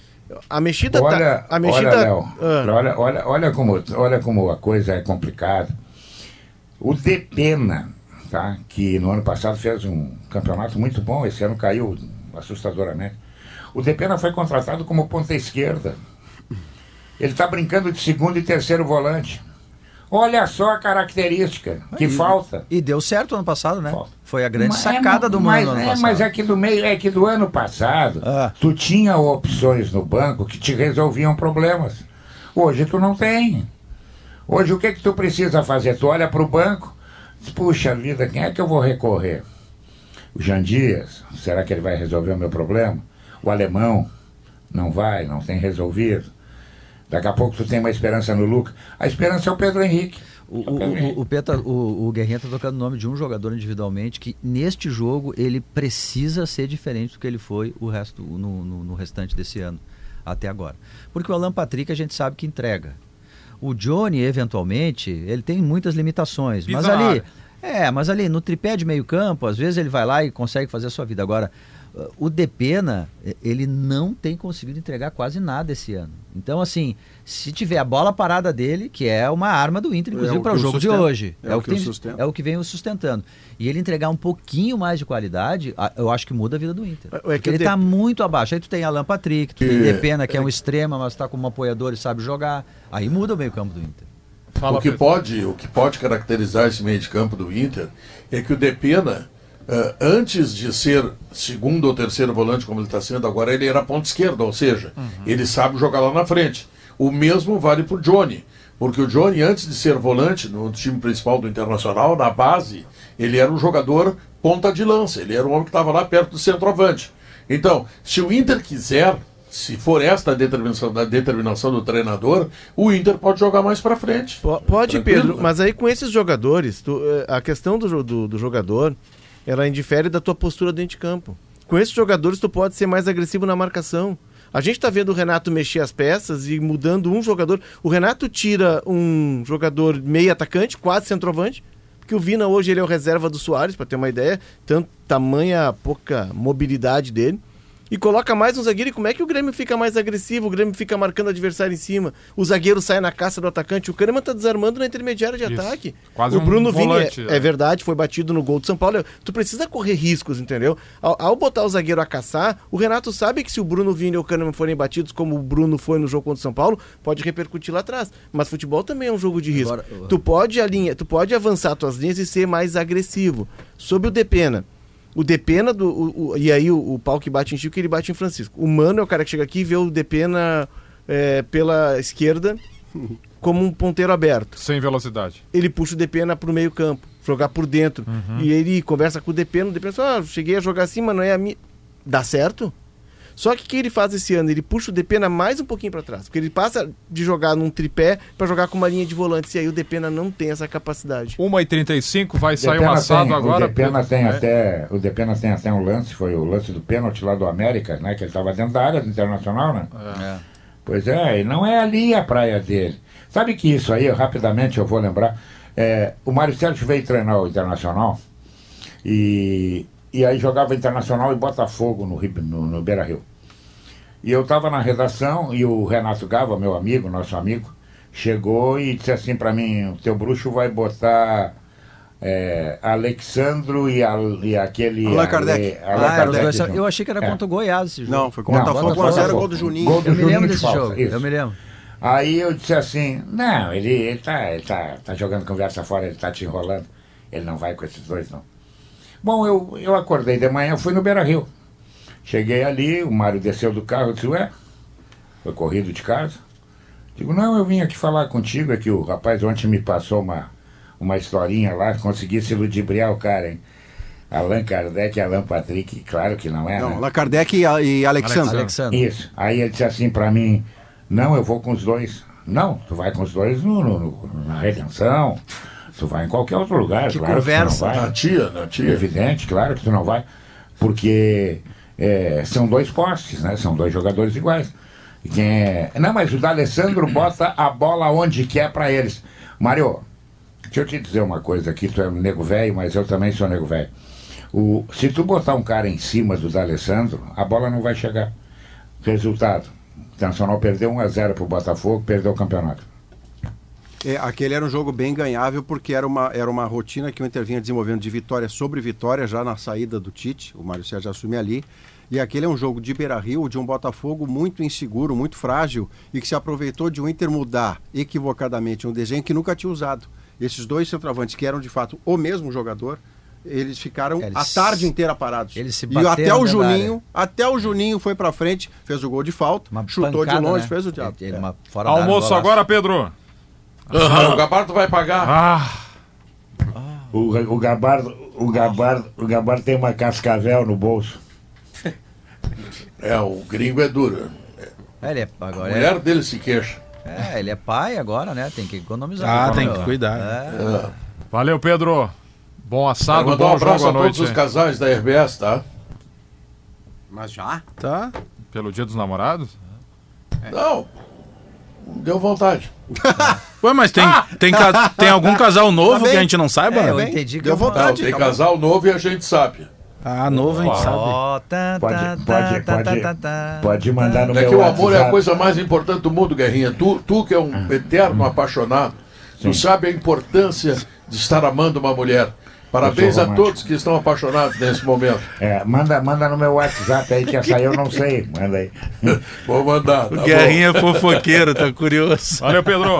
A mexida Olha, tá... A mexida... olha, Léo, Ah. olha, olha, olha, como, olha como a coisa é complicada. O Depena, tá, que no ano passado fez um campeonato muito bom, esse ano caiu assustadoramente. O Depena foi contratado como ponta esquerda. Ele está brincando de segundo e terceiro volante. Olha só a característica que e, falta. E deu certo ano passado, né? Falta. Foi a grande Mas sacada é, do mas, Mano ano é, passado. Mas é que do meio, é que do ano passado, Ah. tu tinha opções no banco que te resolviam problemas. Hoje tu não tem. Hoje o que que tu precisa fazer? Tu olha para o banco, diz, puxa vida, quem é que eu vou recorrer? O Jean Dias, será que ele vai resolver o meu problema? O Alemão, não vai, não tem resolvido. Daqui a pouco tu tem uma esperança no Lucas. A esperança é o Pedro Henrique. O, o, o, o, Petra, o, o Guerrinha está tocando o nome de um jogador individualmente que neste jogo ele precisa ser diferente do que ele foi o resto, no, no, no restante desse ano, até agora. Porque o Alan Patrick a gente sabe que entrega. O Johnny, eventualmente, ele tem muitas limitações. Pisa mas na ali, área. é, mas ali no tripé de meio campo, às vezes ele vai lá e consegue fazer a sua vida. Agora, o Depena, ele não tem conseguido entregar quase nada esse ano. Então, assim, se tiver a bola parada dele, que é uma arma do Inter, inclusive, É o para que o o jogo de sustenta. hoje. É o que o tem- sustenta. é o que vem o sustentando. E ele entregar um pouquinho mais de qualidade, a- eu acho que muda a vida do Inter. É que Porque o ele Dep- está muito abaixo. Aí tu tem Alan Patrick, tu tem E- Depena, que é um extrema, mas está como apoiador e sabe jogar. Aí muda o meio campo do Inter. Fala, o, que Pedro. pode, o que pode caracterizar esse meio de campo do Inter é que o Depena, uh, antes de ser segundo ou terceiro volante, como ele está sendo agora, ele era ponta esquerda, ou seja, Uhum. ele sabe jogar lá na frente. O mesmo vale para o Johnny, porque o Johnny, antes de ser volante no time principal do Internacional, na base, ele era um jogador ponta de lança, ele era um homem que estava lá perto do centroavante. Então, se o Inter quiser, se for esta a determinação, a determinação do treinador, o Inter pode jogar mais para frente. Po- Pode, Tranquilo, Pedro, né? mas aí com esses jogadores, tu, eh, a questão do, jo- do, do jogador, ela indifere da tua postura dentro de campo. Com esses jogadores, tu pode ser mais agressivo na marcação. A gente tá vendo o Renato mexer as peças e mudando um jogador. O Renato tira um jogador meio atacante, quase centroavante, porque o Vina hoje ele é o reserva do Soares, para ter uma ideia, tanto tamanha pouca mobilidade dele. E coloca mais um zagueiro, e como é que o Grêmio fica mais agressivo? O Grêmio fica marcando o adversário em cima, o zagueiro sai na caça do atacante, o Kahneman tá desarmando na intermediária de Isso. ataque. Quase o um Bruno Vini, volante, é, né? é verdade, foi batido no gol do São Paulo. Tu precisa correr riscos, entendeu? Ao, ao botar o zagueiro a caçar, o Renato sabe que se o Bruno Vini ou o Kahneman forem batidos, como o Bruno foi no jogo contra o São Paulo, pode repercutir lá atrás. Mas futebol também é um jogo de risco. Agora, uh, Tu pode alinha, tu pode avançar tuas linhas e ser mais agressivo. Sobre o Depena. O Depena, do, o, o, e aí o, o pau que bate em Chico, ele bate em Francisco. O Mano é o cara que chega aqui e vê o Depena é, pela esquerda como um ponteiro aberto. Sem velocidade. Ele puxa o Depena pro meio campo, jogar por dentro. E ele conversa com o Depena, o Depena fala, ah, cheguei a jogar assim, mas não é a minha... Dá certo? Só que o que ele faz esse ano? Ele puxa o Depena mais um pouquinho para trás. Porque ele passa de jogar num tripé para jogar com uma linha de volantes. E aí o Depena não tem essa capacidade. uma e trinta e cinco, vai sair um Depena assado tem- agora. O Depena tem, É. até, o Depena tem até um lance, foi o lance do pênalti lá do América, né? Que ele estava dentro da área do Internacional, né? É. Pois é, e não é ali a praia dele. Sabe que isso aí, rapidamente eu vou lembrar, é, o Mário Sérgio veio treinar o Internacional e, e aí jogava Internacional e Botafogo no, Rio- no, no Beira-Rio. E eu estava na redação e o Renato Gava, meu amigo, nosso amigo, chegou e disse assim para mim, o teu bruxo vai botar é, Alexandro e, a, e aquele... Allan Kardec. Ale- Allan Ah, eram os Kardec, dois- junto. eu achei que era É. contra o Goiás esse jogo. Não, foi com o Não, Botafogo, Botafogo. um a zero, gol do Juninho. Gol do Eu me Juninho lembro de desse falta, jogo, isso. eu me lembro. Aí eu disse assim, não, ele, ele, tá, ele tá, tá jogando conversa fora, ele tá te enrolando. Ele não vai com esses dois, não. Bom, eu, eu acordei de manhã, fui no Beira-Rio. Cheguei ali, o Mário desceu do carro, eu disse, ué, foi corrido de casa? Digo, não, eu vim aqui falar contigo, é que o rapaz ontem me passou uma, uma historinha lá, consegui se ludibriar o cara, hein? Allan Kardec e Alan Patrick, claro que não é, Não, né? Allan Kardec e, a- e Alexandre. Alexandre. Isso. Aí ele disse assim pra mim, não, eu vou com os dois. Não, tu vai com os dois no, no- no- na Redenção, tu vai em qualquer outro lugar. Que claro conversa. Que tu não vai. Na tia, na tia. Evidente, claro que tu não vai. Porque é, são dois postes, né? São dois jogadores iguais. E quem é... Não, mas o D'Alessandro bota a bola onde quer pra eles. Mário, deixa eu te dizer uma coisa aqui, tu é um nego velho, mas eu também sou nego velho. O... Se tu botar um cara em cima do D'Alessandro, a bola não vai chegar. Resultado, o Internacional perdeu um a zero pro Botafogo, perdeu o campeonato. É, aquele era um jogo bem ganhável porque era uma, era uma rotina que o Inter vinha desenvolvendo de vitória sobre vitória já na saída do Tite, o Mário Sérgio assume ali, e aquele é um jogo de Beira-Rio, de um Botafogo muito inseguro, muito frágil, e que se aproveitou de o Inter mudar equivocadamente um desenho que nunca tinha usado. Esses dois centroavantes que eram de fato o mesmo jogador, eles ficaram eles, a tarde inteira parados. Eles se e até o Juninho, área. até o Juninho foi pra frente, fez o gol de falta, uma chutou pancada, de longe, né? Fez o diabo. Ele, ele, uma fora Almoço agora, Pedro. Uhum. O Gabardo vai pagar. Ah. O, o, Gabardo, o, Gabardo, o Gabardo tem uma cascavel no bolso. É, o gringo é duro. É, ele é, agora a mulher é... dele se queixa. É, ele é pai agora, né? Tem que economizar. Ah, agora, tem meu. que cuidar. É. É. Valeu, Pedro. Bom assado, Quero mandar bom um abraço jogo a à noite. todos os casais da R B S, tá? Mas já? Tá. Pelo Dia dos Namorados? É. Não. Deu vontade. Ué, mas tem, ah, tem, ca, tem algum casal novo tá que a gente não saiba? É, eu entendi que deu vontade. Não, tem casal novo e a gente sabe. Ah, novo a gente sabe. Oh, tá, Pode, tá, pode, tá, pode, tá, tá, pode mandar no É meu que o amor WhatsApp. é a coisa mais importante do mundo, Guerrinha. Tu, tu que é um eterno apaixonado, tu sabe a importância de estar amando uma mulher. Parabéns a todos que estão apaixonados nesse momento. É, manda, manda no meu WhatsApp aí, que essa aí eu não sei. Manda aí. Vou mandar. Tá o Guerrinha é fofoqueiro, tá curioso. Valeu, Pedro.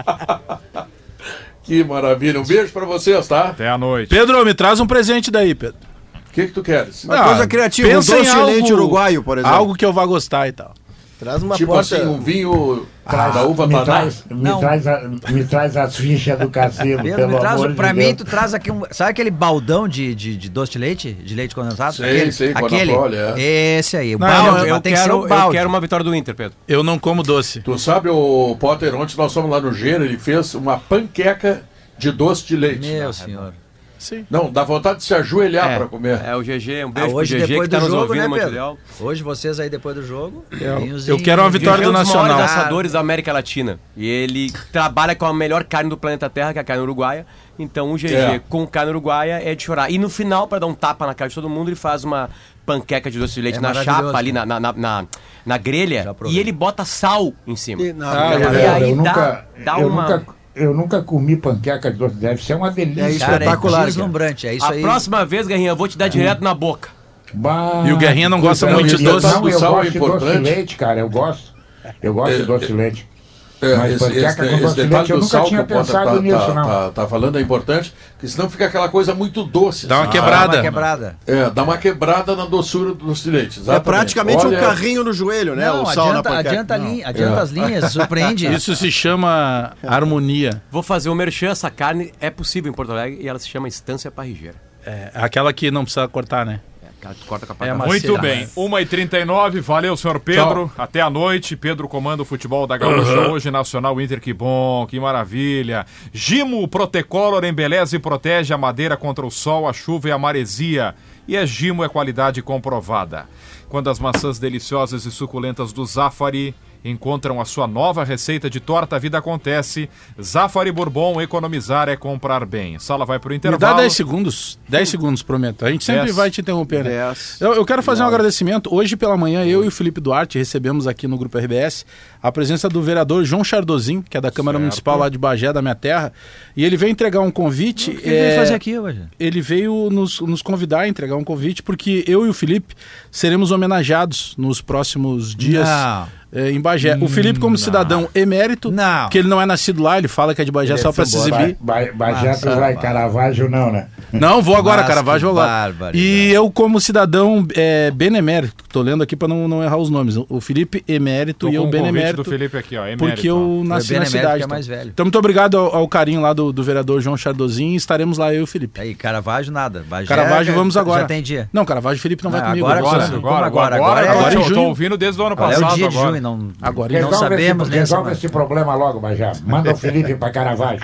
Que maravilha. Um beijo pra vocês, tá? Até a noite. Pedro, me traz um presente daí, Pedro. O que que tu queres? Uma ah, coisa criativa, um doce de leite uruguaio, por exemplo. Algo que eu vá gostar e tal. Traz uma tipo porta... assim, um vinho ah, da uva me taná. Traz, me, traz a, me traz as fichas do cassino, Pedro, pelo me traz, amor de pra Deus. mim, tu traz aqui um... Sabe aquele baldão de, de, de doce de leite? De leite condensado? Sei, aquele, sei, aquele. Conaprole, é. Esse aí, o Não, balde. Eu, eu, tem que ser quero, o balde. eu quero uma vitória do Inter, Pedro. Eu não como doce. Tu sabe, o Potter, ontem nós fomos lá no Gênero, ele fez uma panqueca de doce de leite. Meu senhor. Sim. Não, dá vontade de se ajoelhar É, pra comer. É o G G, um Ah, beijo hoje, pro G G depois que tá do nos jogo, ouvindo, né, muito Pedro? legal. Hoje vocês aí depois do jogo. Eu, vinhozinho. eu quero uma O G G vitória é do um dos maiores Nacional. assadores da América Latina. E ele trabalha com a melhor carne do planeta Terra, que é a carne uruguaia. Então o G G É. com carne uruguaia é de chorar. E no final, pra dar um tapa na cara de todo mundo, ele faz uma panqueca de doce de leite É na maravilhoso, chapa, ali na, na, na, na, na grelha. Já provei. E ele bota sal em cima. E, não, Ah, é, E eu, aí eu dá, nunca, dá eu uma... nunca eu nunca comi panqueca de doce, deve ser uma delícia. É isso. Cara, espetacular, é deslumbrante, é isso A aí. próxima vez, Guerrinha, eu vou te dar direto na boca. Bah, E o Guerrinha não gosta Não, muito de e doce. detalhe- Não, eu O sal gosto é de doce de importante. leite, cara, eu gosto. Eu gosto de doce de leite. É, Mas esse, panqueca esse, com esse doce de detalhe leite, eu do nunca sal tinha que o Potter pensado tá, nisso, tá, não. Tá, tá falando é importante, porque senão fica aquela coisa muito doce. Dá uma assim. quebrada. Dá uma quebrada. É, dá uma quebrada na doçura do doce de leite. é Exatamente. praticamente Olha, um carrinho no joelho, né? Não, o sal adianta, na panqueca. adianta, a linha, adianta É. as linhas, surpreende. Isso se chama harmonia. Vou fazer o merchan, essa carne é possível em Porto Alegre e ela se chama Estância Parrigeira. É aquela que não precisa cortar, né? É, aquela que corta com a É pata. uma- Muito Será? bem, uma e trinta e nove, valeu, senhor Pedro. Até a noite. Pedro comanda o futebol da Gaúcha hoje, Nacional Inter, que bom, que maravilha. Gimo Protecolor embeleza e protege a madeira contra o sol, a chuva e a maresia. E a Gimo é qualidade comprovada. Quando as maçãs deliciosas e suculentas do Zafari encontram a sua nova receita de torta, a vida acontece. Zafari Bourbon, economizar é comprar bem. Sala vai pro Me intervalo. dá dez segundos. dez segundos, prometo. A gente sempre dez. vai te interromper, né? Dez. Eu, eu quero fazer um agradecimento. Hoje pela manhã, eu e o Felipe Duarte recebemos aqui no Grupo R B S a presença do vereador João Chardozin, que é da Câmara Certo. Municipal lá de Bagé, da minha terra. E ele veio entregar um convite. O que ele veio é, fazer aqui hoje? Ele veio nos, nos convidar a entregar um convite, porque eu e o Felipe seremos homenageados nos próximos dias. Não. É, em Bagé. O Felipe, como cidadão emérito, Não. que ele não é nascido lá, ele fala que é de Bagé Ele é só pra se famoso. exibir. Ba- ba- Bagé, Nossa, tu vai, ba- Caravaggio não, né? Não, vou agora, Mas Caravaggio, que vou lá. barbaridade. E eu, como cidadão é, benemérito, tô lendo aqui pra não, não errar os nomes. O Felipe emérito Tô e com eu o convite benemérito. do Felipe aqui, ó, emérito, porque eu ó. nasci Foi na benemérito cidade. que é então. mais velho. Então, muito obrigado ao, ao carinho lá do, do vereador João Chardozin. Estaremos lá, eu e o Felipe. Aí, Caravaggio nada. Bagé, Caravaggio, já- vamos agora. Já tem dia. Não, Caravaggio, o Felipe não vai Ah, comigo. agora eu vou Agora, Como sozinho. agora, agora? agora, Agora é- agora, agora eu em tô junho. ouvindo desde o ano Agora é passado. o dia de agora. junho, não, Agora não em Resolve sabemos esse, nem resolve essa- esse problema logo, Bagé. Manda o Felipe pra Caravaggio.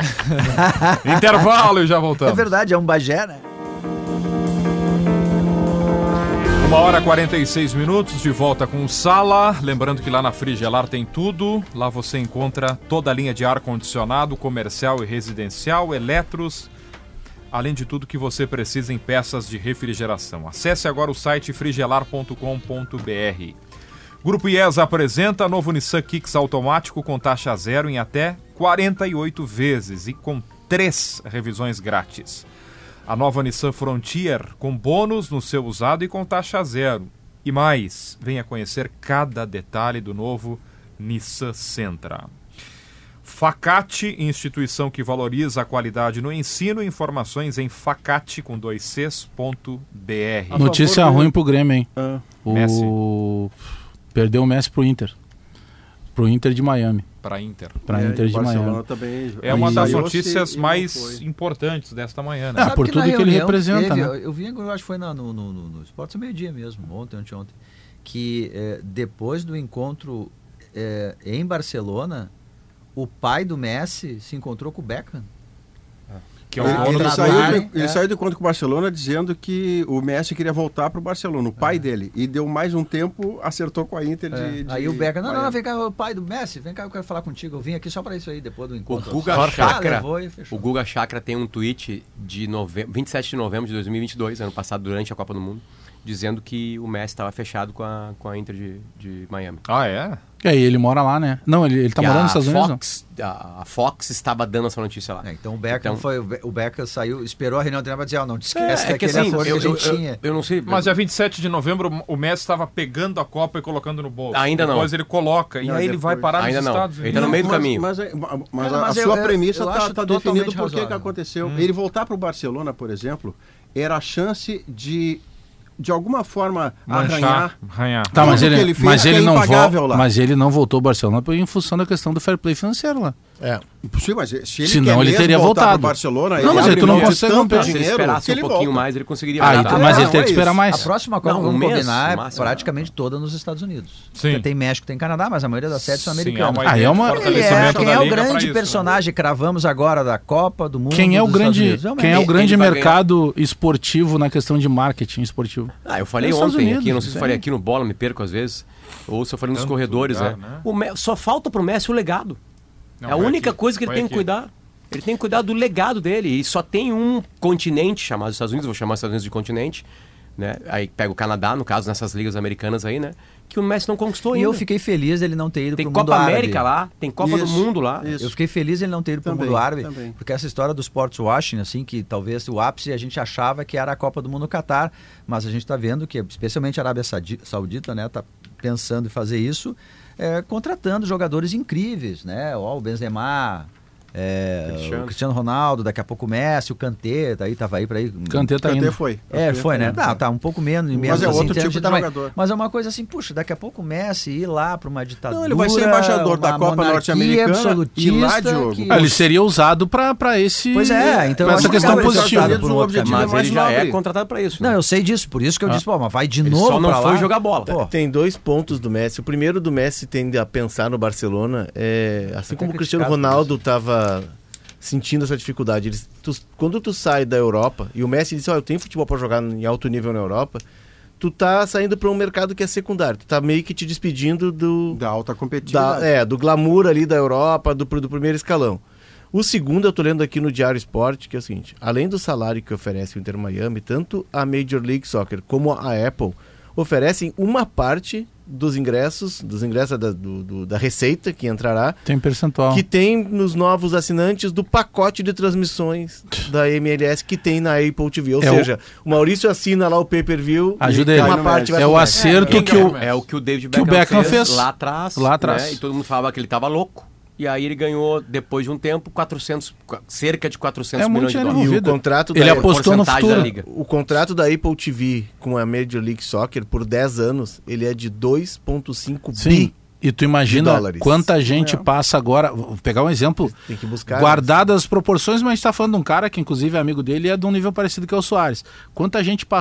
Intervalo e já É voltamos. verdade, é um Bagé, né? Uma hora e quarenta e seis minutos, de volta com o Sala. Lembrando que lá na Frigelar tem tudo. Lá você encontra toda a linha de ar-condicionado, comercial e residencial, eletros, além de tudo que você precisa em peças de refrigeração. Acesse agora o site frigelar ponto com ponto b r. Grupo I E S apresenta novo Nissan Kicks automático com taxa zero em até quarenta e oito vezes e com três revisões grátis. A nova Nissan Frontier com bônus no seu usado e com taxa zero. E mais, venha conhecer cada detalhe do novo Nissan Sentra. Facate, instituição que valoriza a qualidade no ensino. Informações em facate com dois cs ponto b r. Notícia favor, ruim pro Grêmio, hein? Ah. O... Messi. Perdeu o Messi pro Inter. Pro Inter de Miami. Para Inter. Pra É, Inter de Barcelona Miami. também. É uma Aí das saiu-se notícias e não mais foi. importantes desta manhã, né? Ah, Sabe por que tudo na que ele reunião representa, teve, né? Eu vi, eu acho que foi na, no, no, no, no Esportes ao meio-dia mesmo, ontem, anteontem, que eh, depois do encontro eh, em Barcelona, o pai do Messi se encontrou com o Beckham. Que é o Ah, dono Ele, do tá saiu lá, do, hein? ele É. saiu do encontro com o Barcelona dizendo que o Messi queria voltar para o Barcelona, o pai dele. E deu mais um tempo, acertou com a Inter de, É. de Aí o Beckham, não, não, não, Miami. vem cá, o pai do Messi, vem cá, eu quero falar contigo. Eu vim aqui só para isso aí, depois do O encontro. Guga Ah, Chakra, levou e fechou. o Guga Chakra tem um tweet de nove... vinte e sete de novembro de dois mil e vinte e dois, ano passado, durante a Copa do Mundo, dizendo que o Messi estava fechado com a, com a Inter de, de Miami. Ah, é? E aí, ele mora lá, né? Não, ele, ele tá E morando a nos Estados Unidos, não? Fox, a, a Fox estava dando essa notícia lá. É, então o Beckham Então- foi, o Be- o Beckham saiu, esperou a reunião do treinador para dizer, ó, não te esquece É, é que daquele assim, acordo eu, que a eu, gente eu, tinha. eu não sei... Mas dia vinte e sete de novembro o Messi estava pegando a Copa e colocando no bolso. Ainda não. Depois ele coloca. E Não, aí ele depois- vai parar Ainda nos não. Estados Ele Unidos. tá no meio do mas, caminho. Mas, é- mas Cara, a, mas a eu- sua eu- premissa eu está acho tá definindo totalmente por que que razoável. aconteceu. Hum. Ele voltar para o Barcelona, por exemplo, era a chance de, de alguma forma, Manchar, arranhar. arranhar. Tá, mas Tudo ele, que ele fez mas é ele não impagável volta, lá. mas ele não voltou ao Barcelona por- em função da questão do fair play financeiro lá. É. Sim, mas se ele Senão quer ele mesmo teria voltar voltado. pro Barcelona, Não, ele mas aí abre tu não mão de consegue tanto comprar. Se ele dinheiro esperasse que um ele pouquinho volta. mais, ele conseguiria... Ah, voltar. então- mas não, ele tem é que esperar isso. mais. A próxima Copa, Não, um vamos mês, combinar, no é máximo. praticamente toda nos Estados Unidos. Sim. Porque tem México, tem Canadá, mas a maioria das sedes são Sim, americanas. há uma Ah, ideia é de uma- Ele é, fortalecimento quem da é o liga pra grande isso, né? personagem, cravamos agora da Copa do Mundo. Quem é o dos Estados grande, Unidos? É o quem é o Messi. grande Ele vai mercado esportivo na questão de marketing esportivo? Ah, eu falei Nos Estados ontem Unidos, aqui, não sei se eu falei sim. aqui no Bola, me perco às vezes, ou se eu falei nos Tanto corredores, lugar, né? né? O Me- Só falta pro Messi o legado. Não, é a foi única aqui, coisa que ele foi tem aqui. que cuidar. Ele tem que cuidar do legado dele. E só tem um continente chamado Estados Unidos, vou chamar os Estados Unidos de continente, né? Aí pega o Canadá, no caso, nessas ligas americanas aí, né? Que o Messi não conquistou E ainda. eu fiquei feliz dele não ter ido Tem pro Copa mundo árabe. América lá, tem Copa do Isso, Mundo lá. isso. Eu fiquei feliz ele não ter ido pro Também, mundo árabe, também. porque essa história do sports washing, assim, que talvez o ápice a gente achava que era a Copa do Mundo no Catar, mas a gente está vendo que, especialmente a Arábia Saudi- Saudita, né, tá pensando em fazer isso, é, contratando jogadores incríveis, né, ó, o Benzema, é, Cristiano. o Cristiano Ronaldo, daqui a pouco o Messi, o Kanté, daí tava aí para ir. Kanté tá Kanté indo. foi. É, Kanté foi, né? indo. Tá, tá um pouco menos, menos é assim, outro em termos tipo de tamanho. jogador. Mas é uma coisa assim, puxa, daqui a pouco o Messi ir lá para uma ditadura. Não, ele vai ser embaixador da uma Copa monarquia Norte-Americana absolutista e lá, Diogo, que- Ah, ele seria usado pra pra esse. Pois é, então pra eu essa acho questão que ele positiva. foi por um outro objetivo caminho. Mas é ele mais já é nobre. contratado pra isso. Não, né? eu sei disso, por isso que eu disse, pô, mas vai de Ele novo só não pra foi lá. jogar bola. Pô, Tem dois pontos do Messi. O primeiro do Messi tende a pensar no Barcelona, é, assim até como o Cristiano criticado por Ronaldo estava sentindo essa dificuldade. Eles, tu- quando tu sai da Europa, e o Messi disse, ó, eu tenho futebol para jogar em alto nível na Europa, tu tá saindo para um mercado que é secundário. Tu tá meio que te despedindo do, Da alta competitividade. da, é, do glamour ali da Europa, do, do primeiro escalão. O segundo, eu tô lendo aqui no Diário Esporte, que é o seguinte, além do salário que oferece o Inter Miami, tanto a Major League Soccer como a Apple oferecem uma parte dos ingressos, dos ingressos da, do, do- da receita que entrará, Tem percentual. que tem nos novos assinantes do pacote de transmissões da M L S que tem na Apple T V. Ou É o- seja, o Maurício assina lá o pay-per-view Ajuda e ele. uma no parte Messi. vai É pro o Messi. acerto É, que o. É o que o David que o Beckham, Beckham fez, fez lá atrás. lá atrás. né? E todo mundo falava que ele tava louco. E aí ele ganhou, depois de um tempo, quatrocentos, qua- cerca de quatrocentos É muito milhões de dinheiro dólares. E o envolvido. contrato Ele da apostou no porcentagem da futuro. liga. O contrato da Apple T V com a Major League Soccer por dez anos, ele é de dois vírgula cinco Sim. bi. E tu imagina de dólares. quanta gente É. passa agora. Vou pegar um exemplo. Tem que buscar. Guardadas as proporções, mas a gente tá falando de um cara que, inclusive, é amigo dele e é de um nível parecido que é o Soares. Quanta gente passou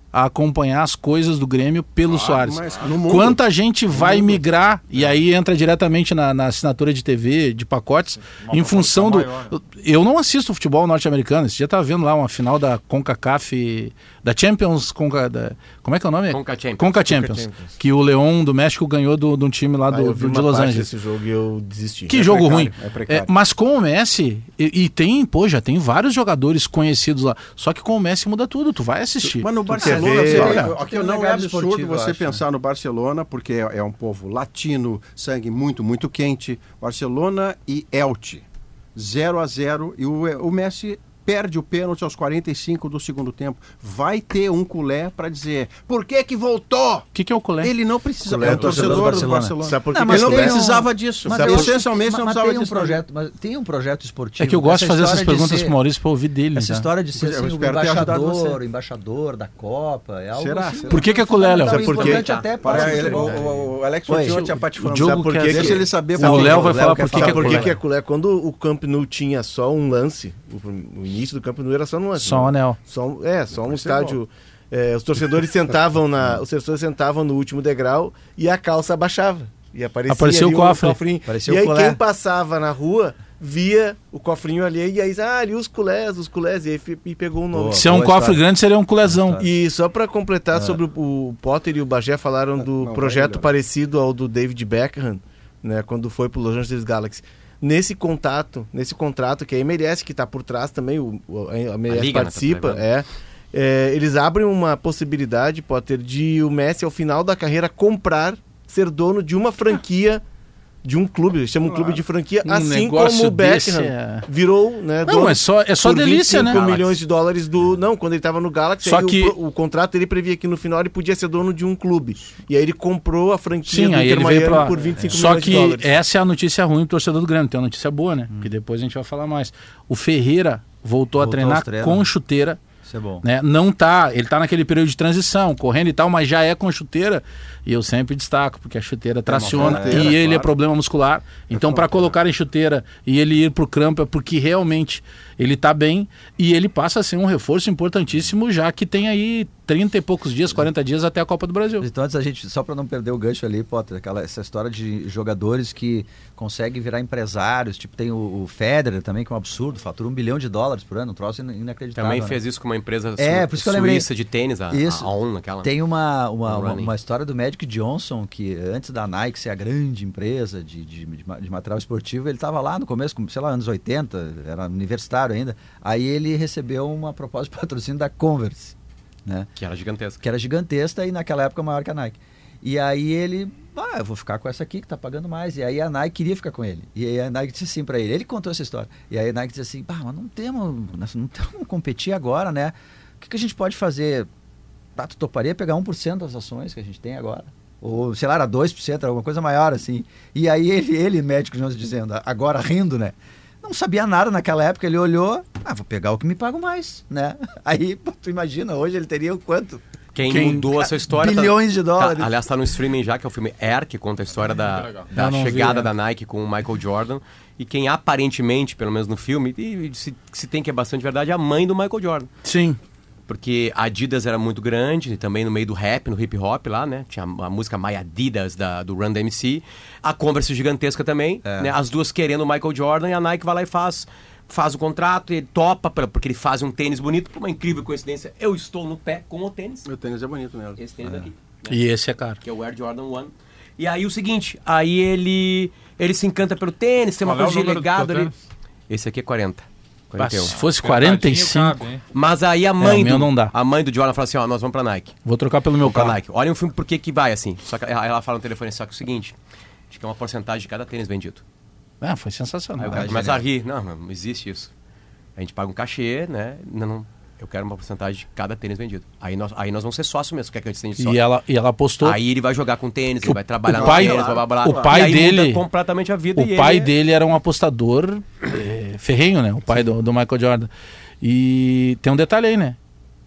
a acompanhar as coisas do Grêmio pelo Ah, Soares. mas no mundo. Quanta gente vai migrar, e aí entra diretamente na, na assinatura de T V, de pacotes, em função do... maior. Eu não assisto futebol norte-americano, esse dia estava vendo lá uma final da CONCACAF, da Champions, Conca, da, como é que é o nome? Conca Champions. Conca Champions, Champions. que o Leão do México ganhou do- de um time lá Ah, do, eu vi do- de uma Los parte Angeles. desse jogo e eu desisti. Que É jogo precário, ruim. É precário. É, mas com o Messi, e, e tem, pô, já tem vários jogadores conhecidos lá. Só que com o Messi muda tudo, tu vai assistir. Mas no quer Barcelona, ver- você- Olha, aqui tem um não é legado absurdo esportivo, eu você acho, pensar no Barcelona, porque é, é um povo latino, sangue muito, muito quente. Barcelona e Elche, zero a zero, e o, o Messi perde o pênalti aos quarenta e cinco do segundo tempo. Vai ter um culé para dizer, por que que voltou? O que, que é o colé? Ele não precisa, Culé é é o torcedor do Barcelona. Barcelona. Sabe por que Não, que mas Ele não é tem um- precisava disso. Mas Sabe tem- por- Essencialmente não mas precisava tem um disso. projeto, mas tem um projeto esportivo. É que eu gosto de Essa fazer essas história de perguntas ser- pro Maurício pra ouvir dele. Essa né? história de ser Pois é, eu assim, o espero ter ajudado embaixador, você. o embaixador da Copa, é algo Será? assim. Por que que é colé, Léo? Sabe por quê? importante até para Para o ele, futebol. o, o- o Alex Oi. ontem tinha patifando. O Diogo Sabe por quer- quê? Deixa ele saber. O por quê. Léo vai falar quer por que que Sabe é por que colé. que é culé? Quando o Camp Nou tinha só um lance, o, o início do Camp Nou era só um lance. Só um né? anel. Só um- é, só um Vai ser estádio. É, os torcedores sentavam na, os torcedores sentavam no último degrau e a calça abaixava. E aparecia Aparecia ali o cofre. cofrinho. Aparecia e o aí colé. quem passava na rua via o cofrinho ali e aí, ah, ali os culés, os culés, e aí fi- e pegou o nome. Boa. Se é um Boa cofre história. grande, seria um culézão. E só para completar sobre o, o Potter e o Bagé falaram do não, projeto vai, Léo. parecido ao do David Beckham, né, quando foi pro Los Angeles Galaxy. Nesse contato, nesse contrato que é a M L S que está por trás também, o, o- a M L S A Liga, né, participa, tá é, é, eles abrem uma possibilidade, Potter, de o Messi ao final da carreira comprar, ser dono de uma franquia, de um clube, eles chamam um clube de franquia, Um assim negócio como o desse Beckham é- virou, né, Não, dono é só, é só por delícia, né? vinte e cinco milhões de dólares do... Não, quando ele estava no Galaxy, Só aí que- o, pro- o contrato ele previa que no final ele podia ser dono de um clube. E aí ele comprou a franquia Sim, do aí Inter ele veio Miami pra lá. por vinte e cinco Só milhões que de dólares. essa é a notícia ruim pro torcedor do Grêmio. Tem uma notícia boa, né? Que depois a gente vai falar mais. O Ferreira voltou, a Voltou treinar aos treinos, com né? chuteira. Isso é bom. Né? Não tá, ele tá naquele período de transição, correndo e tal, mas já é com chuteira. E eu sempre destaco, porque a chuteira traciona fronteira, e ele claro. é problema muscular. Então, para colocar em chuteira e ele ir pro campo é porque realmente ele tá bem e ele passa a ser um reforço importantíssimo, já que tem aí trinta e poucos dias, quarenta dias até a Copa do Brasil. Então, antes a gente, só para não perder o gancho ali, Potter, aquela, essa história de jogadores que conseguem virar empresários, tipo tem o, o Federer também, que é um absurdo, fatura um bilhão de dólares por ano, um troço in- inacreditável. Também né? fez isso com uma empresa É, su- por isso que eu lembrei. suíça de tênis, a, Isso. a On, aquela. Tem uma, uma, On uma, Running. uma história do Magic Johnson, que antes da Nike ser a grande empresa de, de, de ma- de material esportivo, ele estava lá no começo, com, sei lá, anos oitenta, era universitário ainda, aí ele recebeu uma proposta de patrocínio da Converse, né? Que era gigantesca. Que era gigantesca e naquela época maior que a Nike. E aí ele, ah, eu vou ficar com essa aqui que tá pagando mais. E aí a Nike queria ficar com ele. E aí a Nike disse assim pra ele, ele contou essa história. E aí a Nike disse assim, pá, mas não temos, nós não temos como competir agora, né? O que, que a gente pode fazer? Tá, tu toparia pegar um por cento das ações que a gente tem agora? Ou, sei lá, era dois por cento, era alguma coisa maior assim. E aí ele, ele médico, Jones, dizendo, agora rindo, né? Não sabia nada naquela época, ele olhou, ah, vou pegar o que me pago mais, né? Aí, pô, tu imagina, hoje ele teria o quanto? Quem, Quem- mudou essa história... tá- Bilhões de dólares. tá- aliás, tá no streaming já, que é o filme Air, que conta a história da, da Eu não vi, chegada né? da Nike com o Michael Jordan. E quem aparentemente, pelo menos no filme, e se, se tem que é bastante verdade, é a mãe do Michael Jordan. Sim. Porque a Adidas era muito grande, e também no meio do rap, no hip hop lá, né? Tinha a música My Adidas da, do Run D M C. A Converse gigantesca também, É. né? As duas querendo o Michael Jordan e a Nike vai lá e faz, faz o contrato, e ele topa, pra- porque ele faz um tênis bonito. Por uma incrível coincidência, eu estou no pé com o tênis. Meu tênis é bonito mesmo. Esse tênis aqui. Né? E esse é caro. Que é o Air Jordan um. E aí o seguinte, aí ele ele se encanta pelo tênis, tem uma Qual é o coisa de número do legado teu ali. tênis? Esse aqui é quarenta. Bah, quarenta e um. se fosse quarenta e cinco, Apertadinho cabe, hein? Mas aí a mãe É, o meu do não dá. a mãe do Jordan fala assim, ó, nós vamos pra Nike. vou trocar pelo meu Vamos pra carro. Nike. Olha um filme por que que vai assim. Só que ela, ela fala no telefone só que é o seguinte, acho que é uma porcentagem de cada tênis vendido. Ah, foi Aí sensacional. o cara Ah, começa a genial. rir. Não, não existe isso. A gente paga um cachê, né? Não, não, eu quero uma porcentagem de cada tênis vendido. Aí nós, aí nós vamos ser sócios mesmo. Quer que a gente seja sócio? E ela, e ela apostou. Aí ele vai jogar com tênis, ele O- vai trabalhar o no pai- tênis, blá, blá, blá. o pai E aí dele- muda completamente a vida. e O pai ele- dele era um apostador eh, ferrenho, né? O pai do, do Michael Jordan. E tem um detalhe aí, né?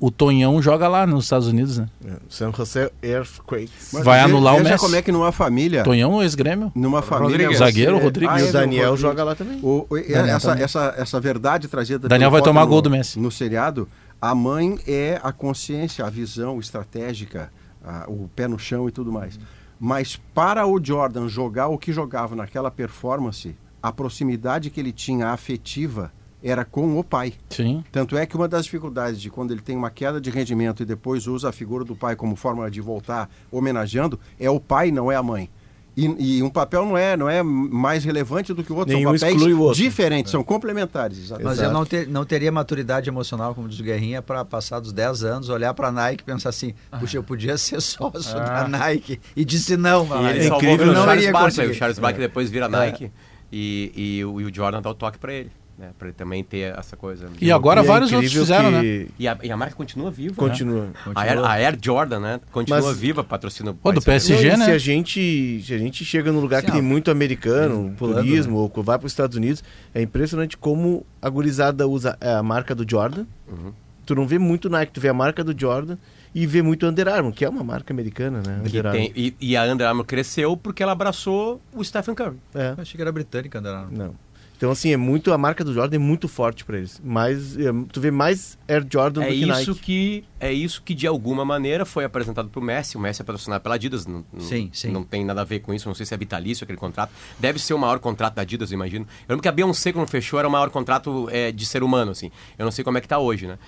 O Tonhão joga lá nos Estados Unidos, né? É, San Jose Earthquakes. Mas Vai veja- anular o veja Messi. como é que numa família... Tonhão, ex-grêmio. Numa família... Rodrigues. você- Zagueiro, Rodrigues. Ah, E é, o Daniel Rodrigues. joga lá também. O, o- Daniel essa, também. essa, essa verdade trazida Daniel pelo vai Potter tomar no- gol do Messi. No seriado, a mãe é a consciência, a visão estratégica, a- o pé no chão e tudo mais. Mas para o Jordan jogar o que jogava naquela performance, a proximidade que ele tinha afetiva era com o pai. Sim. Tanto é que uma das dificuldades de quando ele tem uma queda de rendimento e depois usa a figura do pai como forma de voltar homenageando, é o pai, não é a mãe. E, e um papel não é, não é mais relevante do que o outro, Nenhum são papéis exclui o outro. diferentes, são complementares. Exatamente. Mas eu não, ter, não teria maturidade emocional, como diz o Guerrinha, para passar dos dez anos, olhar para a Nike e pensar assim, puxa, eu podia ser sócio da Nike. E disse não. E ele É salvou incrível, o não Charles iria Barkley. conseguir. O Charles Barkley depois vira Nike e, e, o, e o Jordan dá o toque pra ele, né? Pra ele também ter essa coisa. E agora E é vários outros incrível fizeram, né? que E a, e a marca continua viva. Continua. Né? A, Air, a Air Jordan, né? Continua Mas- viva, patrocina o Pô, do país. P S G, Não, e né? Se a, gente, se a gente chega num lugar Sim, que tem ó, muito americano, pulando, turismo, ou vai para os Estados Unidos, é impressionante como a gurizada usa a marca do Jordan. Uhum. Tu não vê muito Nike, tu vê a marca do Jordan e vê muito Under Armour, que é uma marca americana, né? Que Under Armour. tem- e, e a Under Armour cresceu porque ela abraçou o Stephen Curry. É, Eu achei que era britânica, André. não. Então, assim, é muito, a marca do Jordan é muito forte para eles. Mas, é, tu vê mais Air Jordan É do que isso Nike. que é isso que de alguma maneira foi apresentado pro Messi. O Messi é patrocinado pela Adidas, não, não- Sim, sim. não tem nada a ver com isso. Não sei se é vitalício aquele contrato. Deve ser o maior contrato da Adidas, eu imagino. Eu lembro que a Beyoncé quando fechou era o maior contrato é, de ser humano, assim. Eu não sei como é que tá hoje, né?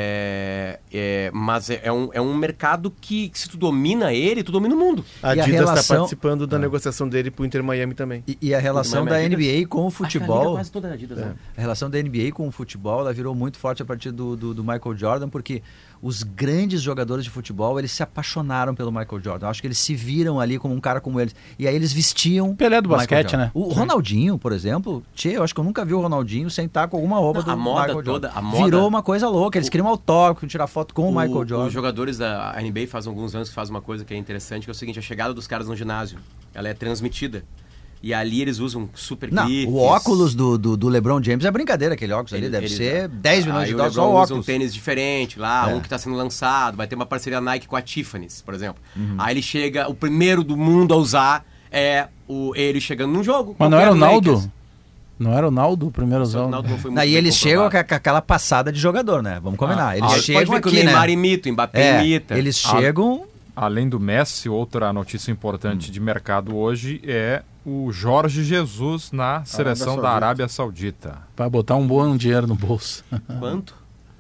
É, é, mas é, é um, é um mercado que, que se tu domina ele, tu domina o mundo. A E a Adidas está relação- participando da negociação dele pro Inter Miami também. E, e a relação Miami da Adidas? N B A com o Acho que a liga futebol... quase toda é Adidas, né? A relação da N B A com o futebol, ela virou muito forte a partir do, do, do Michael Jordan, porque os grandes jogadores de futebol, eles se apaixonaram pelo Michael Jordan. Eu acho que eles se viram ali como um cara como eles. E aí eles vestiam... Pelé do Michael basquete, Jordan. né? O Ronaldinho, por exemplo, tchê, eu acho que eu nunca vi o Ronaldinho sem estar com alguma roupa Não, do a moda Michael toda- Jordan. a moda- Virou uma coisa louca. Eles queriam autógrafo, tirar foto com o, O- Michael Jordan. Os jogadores da N B A fazem alguns anos que fazem uma coisa que é interessante, que é o seguinte, a chegada dos caras no ginásio, ela é transmitida. E ali eles usam super Não, grifes. o óculos do, do, do LeBron James é brincadeira, aquele óculos ali. Ele- Deve ele- ser dez milhões Aí de o dólares só LeBron o usa um óculos. tênis diferente lá, É. um que está sendo lançado, vai ter uma parceria Nike com a Tiffany's, por exemplo. Uhum. Aí ele chega, o primeiro do mundo a usar é o, ele chegando num jogo. Mas não qualquer era o do Naldo? Lakers. Não era o Naldo o primeiro Só que o zão? Naldo não foi muito Aí bem eles chegam comprovado. com, a- com aquela passada de jogador, né? Vamos combinar. Ah, eles Ah, chegam pode ver que o aqui, Neymar né? imita, o Mbappé É, imita. eles Ah, chegam... Além do Messi, outra notícia importante Hum. de mercado hoje é o Jorge Jesus na seleção da Arábia Saudita. Pra botar um bom dinheiro no bolso. Quanto?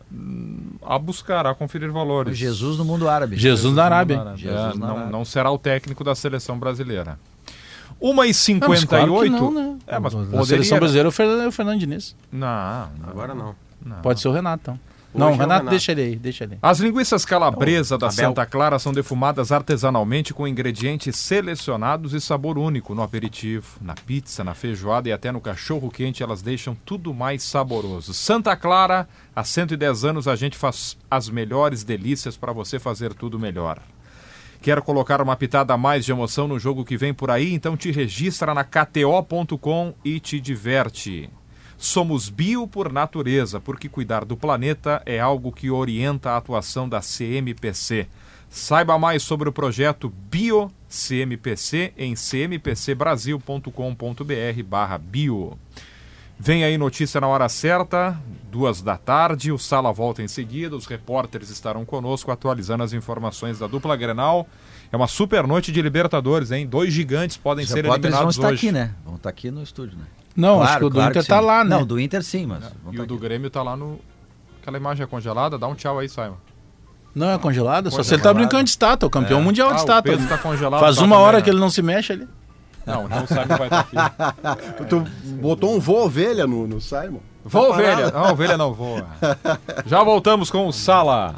A buscar, a conferir valores. Jesus no mundo árabe. Jesus na Arábia. É, Jesus na não, Arábia. não será o técnico da seleção brasileira. uma e Não, mas cinquenta e claro que oito. não, né? É, mas Na poderia... seleção brasileira é o Fernando, é o Fernando Diniz. Não, não. Agora não. não. Pode ser o Renato, então. Hoje não, é o Renato, Renato. deixa ele aí, deixa ele aí. As linguiças calabresa da Abel. Santa Clara são defumadas artesanalmente com ingredientes selecionados e sabor único no aperitivo, na pizza, na feijoada e até no cachorro quente. Elas deixam tudo mais saboroso. Santa Clara, há cento e dez anos a gente faz as melhores delícias para você fazer tudo melhor. Quer colocar uma pitada a mais de emoção no jogo que vem por aí? Então te registra na K T O ponto com e te diverte. Somos bio por natureza, porque cuidar do planeta é algo que orienta a atuação da C M P C. Saiba mais sobre o projeto Bio C M P C em c m p c brasil ponto com ponto b r barra bio. Vem aí notícia na hora certa, duas da tarde, o Sala volta em seguida, os repórteres estarão conosco atualizando as informações da dupla Grenal. É uma super noite de Libertadores, hein? Dois gigantes podem Os ser repórteres vão eliminados estar hoje. aqui, né? Vão estar aqui no estúdio, né? Não, Claro, acho que o do claro Inter que tá sim. lá, né? Não, do Inter sim, mas... vão E tá o do aqui. Grêmio tá lá no... Aquela imagem é congelada, dá um tchau aí, Simon. Não é congelado? Só Congelado. se ele tá brincando de estátua, o campeão É. mundial de Ah, o estátua. Pedro tá congelado. Faz tá uma também, hora né? que ele não se mexe ali. Não, então o Simon vai estar aqui. Tu botou um voo ovelha no, no Simon? Vou, Tá ovelha. parado. Não, ovelha não voa. Já voltamos com o Sala.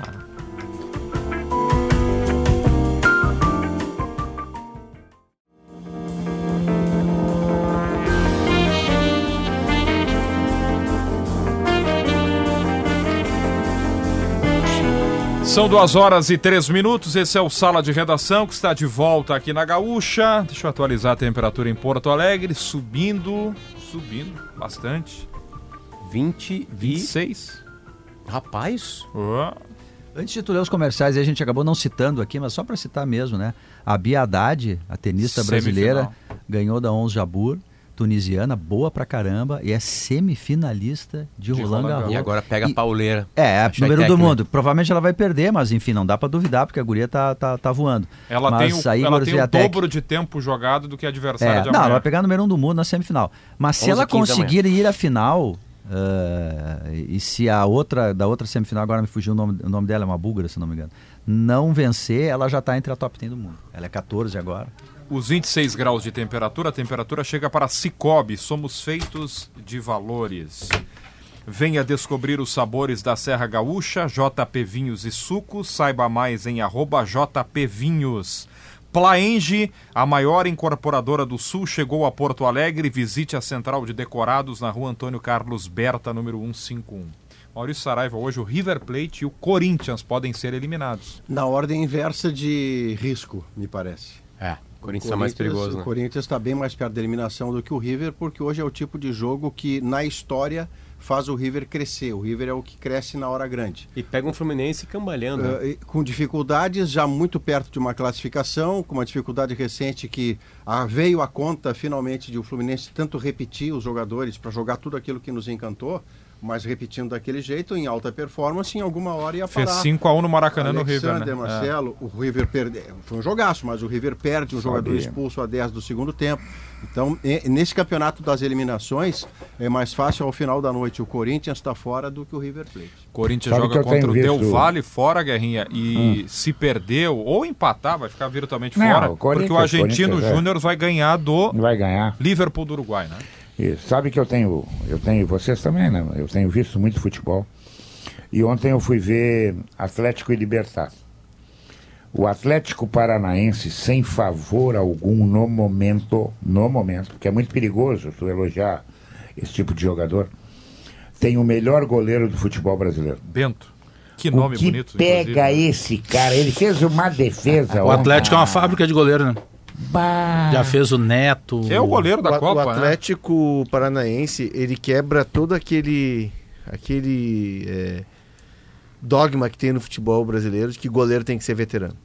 São duas horas e três minutos, esse é o Sala de Redação, que está de volta aqui na Gaúcha. Deixa eu atualizar a temperatura em Porto Alegre, subindo, subindo bastante. vinte vinte e e... seis. Rapaz, Ó. Antes de tu ler os comerciais, a gente acabou não citando aqui, mas só para citar mesmo, né? A Bia Haddad, a tenista brasileira, ganhou da Ons Jabeur, tunisiana, boa pra caramba, e é semifinalista de, de Roland Garros. E agora pega a pauleira. É, é número do mundo. Provavelmente ela vai perder, mas enfim, não dá pra duvidar, porque a guria tá, tá, tá voando. Ela mas tem o, aí, ela tem o até... dobro de tempo jogado do que a adversária é, de não, amanhã. ela vai pegar o número um do mundo na semifinal. Mas se ela conseguir ir à final... Uh, e se a outra, da outra semifinal, agora me fugiu o nome, o nome dela, é uma búlgara, se não me engano, não vencer, ela já está entre a top dez do mundo. Ela é quatorze agora. Os vinte e seis graus de temperatura, a temperatura chega para Cicobi, somos feitos de valores. Venha descobrir os sabores da Serra Gaúcha, J P Vinhos e Sucos, saiba mais em arroba J P Vinhos. Plaenge, a maior incorporadora do Sul, chegou a Porto Alegre. Visite a Central de Decorados na rua Antônio Carlos Berta, número cento e cinquenta e um. Maurício Saraiva, hoje o River Plate e o Corinthians podem ser eliminados. Na ordem inversa de risco, me parece. É, o Corinthians está mais perigoso, né? O Corinthians está bem mais perto da eliminação do que o River, porque hoje é o tipo de jogo que, na história, faz o River crescer. O River é o que cresce na hora grande. E pega um Fluminense cambaleando. Uh, com dificuldades, já muito perto de uma classificação, com uma dificuldade recente que ah, veio à conta, finalmente, de o Fluminense tanto repetir os jogadores para jogar tudo aquilo que nos encantou, mas repetindo daquele jeito, em alta performance, em alguma hora ia parar. Fez cinco a um no Maracanã no River, né? Alexander, Marcelo, é. o River perde... Foi um jogaço, mas o River perde um Sabia. jogador expulso a dez do segundo tempo. Então, nesse campeonato das eliminações, é mais fácil ao final da noite o Corinthians estar fora do que o River Plate. Corinthians Sabe joga contra o visto... Del Valle fora, Guerrinha, e hum. se perdeu ou empatar, vai ficar virtualmente Não, fora, o porque o Argentino Júnior é. vai ganhar do vai ganhar. Liverpool do Uruguai, né? Isso. Sabe que eu tenho, eu tenho, vocês também, né? Eu tenho visto muito futebol. E ontem eu fui ver Atlético e Libertad. O Atlético Paranaense, sem favor algum no momento, no momento, porque é muito perigoso tu elogiar esse tipo de jogador, tem o melhor goleiro do futebol brasileiro. Bento. Que nome o que bonito. Pega esse cara, ele fez uma defesa. O Atlético ah. é uma fábrica de goleiro, né? Bah. Já fez o Neto. É o goleiro da o, Copa, o Atlético né? Paranaense, ele quebra todo aquele aquele é, dogma que tem no futebol brasileiro de que goleiro tem que ser veterano.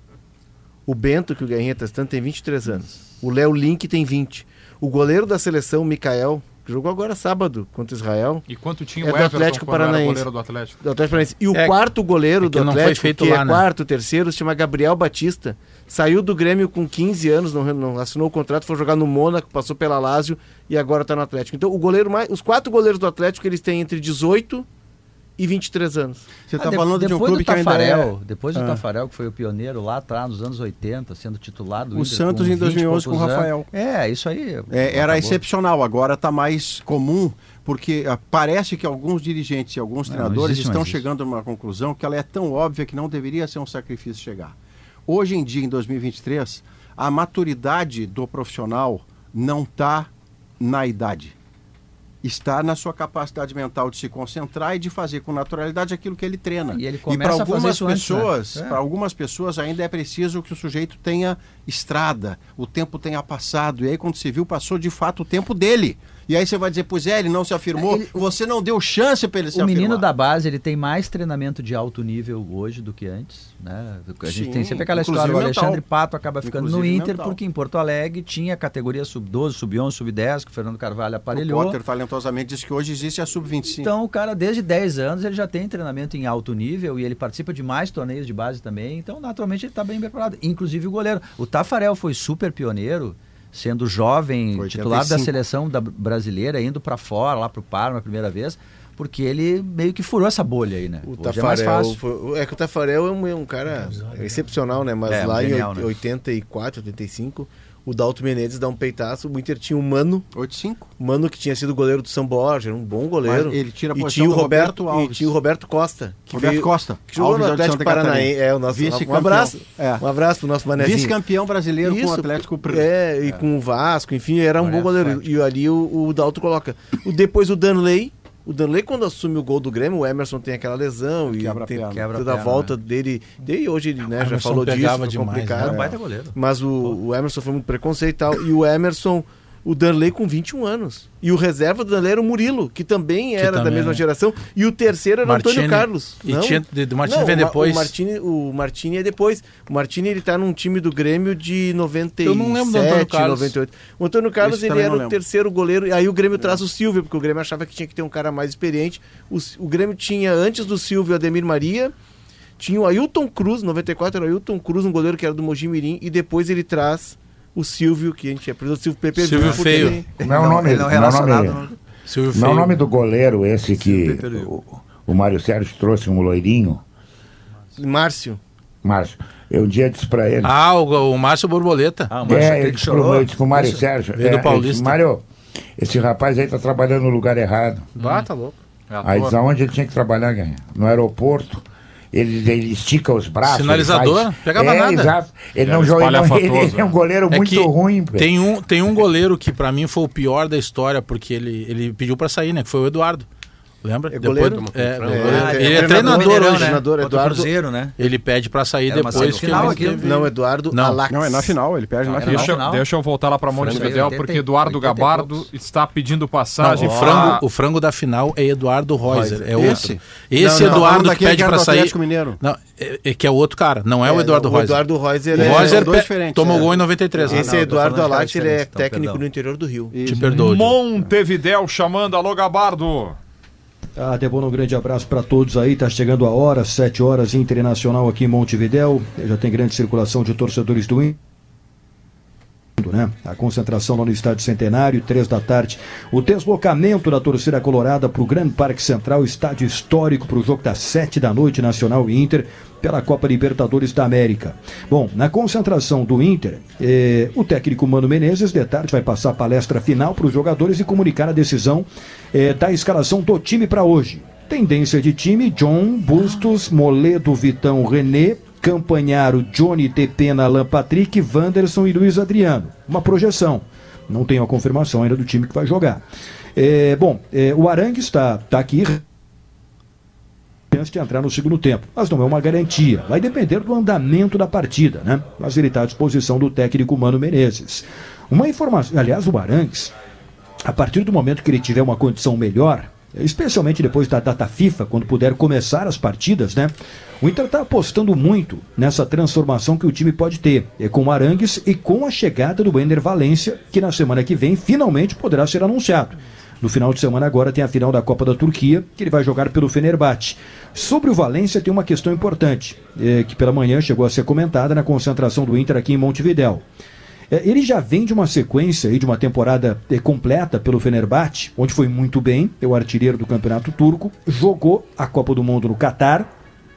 O Bento, que o Guerrinha está citando, tem vinte e três anos. O Léo Link tem vinte. O goleiro da seleção, Mikael, que jogou agora sábado contra Israel. E quanto tinha é o Everton, Atlético Paranaense. goleiro do Atlético? do Atlético Paranaense. E o é, quarto goleiro é do não Atlético, foi feito que lá, é né? quarto, terceiro, se chama Gabriel Batista. Saiu do Grêmio com quinze anos, não, não assinou o contrato, foi jogar no Mônaco, passou pela Lazio e agora está no Atlético. Então, o goleiro mais, os quatro goleiros do Atlético, eles têm entre dezoito e vinte e três anos. Você está ah, de, falando de um clube que ainda Tafarel, é... Depois do ah. Tafarel, que foi o pioneiro lá atrás, nos anos oitenta, sendo titular do O Inter, Santos com em dois mil e onze com o Rafael. É, isso aí. É, era acabou. excepcional, agora está mais comum, porque ah, parece que alguns dirigentes e alguns não, treinadores não estão chegando a uma conclusão que ela é tão óbvia que não deveria ser um sacrifício chegar. Hoje em dia, em dois mil e vinte e três, a maturidade do profissional não está na idade. Está na sua capacidade mental de se concentrar e de fazer com naturalidade aquilo que ele treina. E ele e começa para a fazer algumas isso antes, pessoas, né? É. para algumas pessoas ainda é preciso que o sujeito tenha estrada, o tempo tenha passado. E aí quando se viu, passou de fato o tempo dele. E aí você vai dizer, pois é, ele não se afirmou, ele, você não deu chance para ele se o afirmar. O menino da base, ele tem mais treinamento de alto nível hoje do que antes, né? A gente Sim, tem sempre aquela história, o Alexandre mental. Pato acaba ficando Inclusive no Inter, mental. porque em Porto Alegre tinha a categoria sub doze, sub onze, sub dez, que o Fernando Carvalho aparelhou. O Potter talentosamente disse que hoje existe a sub vinte e cinco. Então o cara, desde dez anos, ele já tem treinamento em alto nível e ele participa de mais torneios de base também, então naturalmente ele está bem preparado. Inclusive o goleiro. O Tafarel foi super pioneiro, sendo jovem, foi, titular da seleção da brasileira, indo para fora, lá para o Parma a primeira vez, porque ele meio que furou essa bolha aí, né? O Hoje Tafarel, é mais fácil. Foi, é que o Tafarel é um, é um cara excepcional, né? Mas é, lá um genial, em né? oitenta e quatro, oitenta e cinco, o Dalton Menezes dá um peitaço, o Inter tinha o Mano, oito cinco. Mano que tinha sido goleiro do São Borja, era um bom goleiro. Mas ele tira a e posição tinha o do Roberto, Roberto Alves. E tinha o Roberto Costa. Que Roberto veio, Costa. Que jogou Alves no Atlético Paranaense. É, o nosso, um abraço. É. Um abraço pro nosso manezinho. Vice-campeão brasileiro Isso, com o Atlético. É, e é. com o Vasco, enfim, era um Olha, bom goleiro. Forte. E ali o, o Dalton coloca. O, depois o Danley. O Danley, quando assume o gol do Grêmio, o Emerson tem aquela lesão e quebra tem a perna, toda a volta né? dele. E hoje ele né, já falou disso, foi demais, complicado. Era um baita goleiro. Mas o, o Emerson foi muito preconceitual. E o Emerson, o Danley com vinte e um anos. E o reserva do Danley era o Murilo, que também era também da mesma é. geração. E o terceiro era o Martini, Antônio Carlos. e Não, tinha- de- do Martini não, vem o Ma- depois. O Martini, o Martini é depois. O Martini, ele tá num time do Grêmio de noventa e sete, Eu não lembro do Antônio Carlos. noventa e oito. O Antônio Carlos, Esse ele também era não o lembro. terceiro goleiro. E aí o Grêmio traz o Silvio, porque o Grêmio achava que tinha que ter um cara mais experiente. O, o Grêmio tinha, antes do Silvio, Ademir Maria. Tinha o Ailton Cruz, noventa e quatro era o Ailton Cruz, um goleiro que era do Mogi Mirim. E depois ele traz o Silvio, que a gente apresentou, o Silvio Pepe. Silvio Feio. Meu nome, ele não é meu relacionado, nome, não. Silvio meu Feio. nome do goleiro, esse que o, o Mário Sérgio trouxe, um loirinho, Márcio. Márcio, eu um dia disse pra ele. Ah, o, o Márcio Borboleta. Ah, mas é, aquele eu que disse chorou. pro, eu disse pro Mário Isso. Sérgio. Veio é, do eu Paulista. disse, Mário, esse rapaz aí tá trabalhando no lugar errado. Vá, tá louco. É ator. Aí diz aonde ele tinha que trabalhar, ganha? No aeroporto. Ele, ele estica os braços. Sinalizador, ele faz- pegava é, nada. Exato. Ele Era não joga. Ele, não- espalhafatoso, ele é um né? goleiro É muito que ruim. velho. Tem um, tem um goleiro que pra mim foi o pior da história, porque ele, ele pediu pra sair, né? Que foi o Eduardo. Lembra? É Depois, goleiro? é, É, goleiro. é, ele é é treinador treinador, hoje. treinador, Contra o Eduardo- Cruzeiro, né? Ele pede pra sair Era uma depois que semifinal ele aquilo. teve- Não, Eduardo Não. Alax. Não, é na final, ele perde na Era final. Deixa, final. deixa eu voltar lá para Montevidéu, oitenta, porque Eduardo oitenta e Gabardo poucos. está pedindo Não, passagem o, para... frango, o frango da final é Eduardo Reuser. É outro. Esse? Esse Não, não, Eduardo falando que daquele pede que era pra do sair. Atlético Mineiro. Não, é, é que é outro cara, não é, o É, Eduardo o Reuser. Eduardo Reuser O é... Reuser são dois pe- diferentes, tomou é. gol em noventa e três. Esse não, é tô falando Eduardo de cara Alax, ele é diferente, então, técnico perdão. no interior do Rio. Te perdoa. Diogo. Montevidéu chamando, alô Gabardo. Ah, Debona, um grande abraço para todos aí. Tá chegando a hora, sete horas, Internacional aqui em Montevidéu. Já tem grande circulação de torcedores do Inter. Né? A concentração lá no Estádio Centenário, três da tarde. O deslocamento da torcida colorada para o Grande Parque Central, estádio histórico para o jogo das sete da noite, Nacional e Inter, pela Copa Libertadores da América. Bom, na concentração do Inter, eh, o técnico Mano Menezes, de tarde, vai passar a palestra final para os jogadores e comunicar a decisão eh, da escalação do time para hoje. Tendência de time: John, Bustos, Moledo, Vitão, René, Campanharo, Johnny, Tepena, Alan Patrick, Wanderson e Luiz Adriano. Uma projeção. Não tenho a confirmação ainda do time que vai jogar. É, bom, é, o Arangues está tá aqui chance de entrar no segundo tempo, mas não é uma garantia. Vai depender do andamento da partida, né? Mas ele está à disposição do técnico Mano Menezes. Uma informação, aliás, o Arangues, a partir do momento que ele tiver uma condição melhor, especialmente depois da data FIFA, quando puder começar as partidas, né? O Inter está apostando muito nessa transformação que o time pode ter, é com o Arangues e com a chegada do Ener Valencia, que na semana que vem finalmente poderá ser anunciado. No final de semana agora tem a final da Copa da Turquia, que ele vai jogar pelo Fenerbahçe. Sobre o Valencia tem uma questão importante, é, que pela manhã chegou a ser comentada na concentração do Inter aqui em Montevidéu. Ele já vem de uma sequência aí, de uma temporada completa pelo Fenerbahçe, onde foi muito bem, é o artilheiro do Campeonato Turco, jogou a Copa do Mundo no Catar,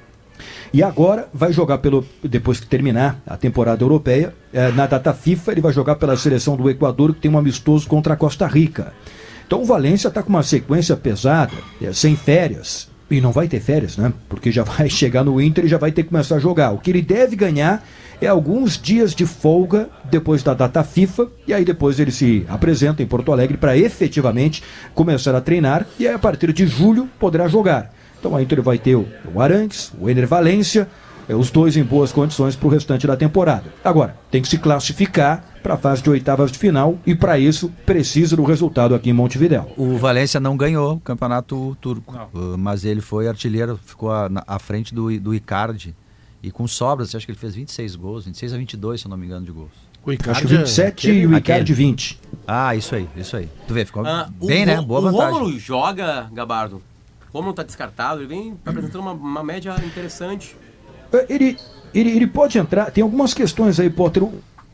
e agora vai jogar pelo, depois que terminar a temporada europeia, na data FIFA ele vai jogar pela seleção do Equador, que tem um amistoso contra a Costa Rica. Então o Valencia está com uma sequência pesada, sem férias, e não vai ter férias, né? Porque já vai chegar no Inter e já vai ter que começar a jogar. O que ele deve ganhar é alguns dias de folga depois da data FIFA, e aí depois ele se apresenta em Porto Alegre para efetivamente começar a treinar, e aí a partir de julho poderá jogar. Então a Inter vai ter o, o Arangues, o Ener Valencia, é, os dois em boas condições para o restante da temporada. Agora, tem que se classificar para a fase de oitavas de final, e para isso precisa do resultado aqui em Montevidéu. O Valencia não ganhou o campeonato turco, uh, mas ele foi artilheiro, ficou à, na- à frente do, do Icardi. E com sobras, acho que ele fez vinte e seis gols, vinte e seis a vinte e dois, se eu não me engano, de gols. O Icardi, Acho que vinte e sete e o Icardi vinte. Ah, isso aí, isso aí. Tu vê, ficou Ah, o bem, né? Rô- Boa o vantagem. Rômulo joga, Gabardo. O Rômulo tá descartado, ele vem apresentando uma, uma média interessante. Ele, ele, ele pode entrar, tem algumas questões aí, Potter.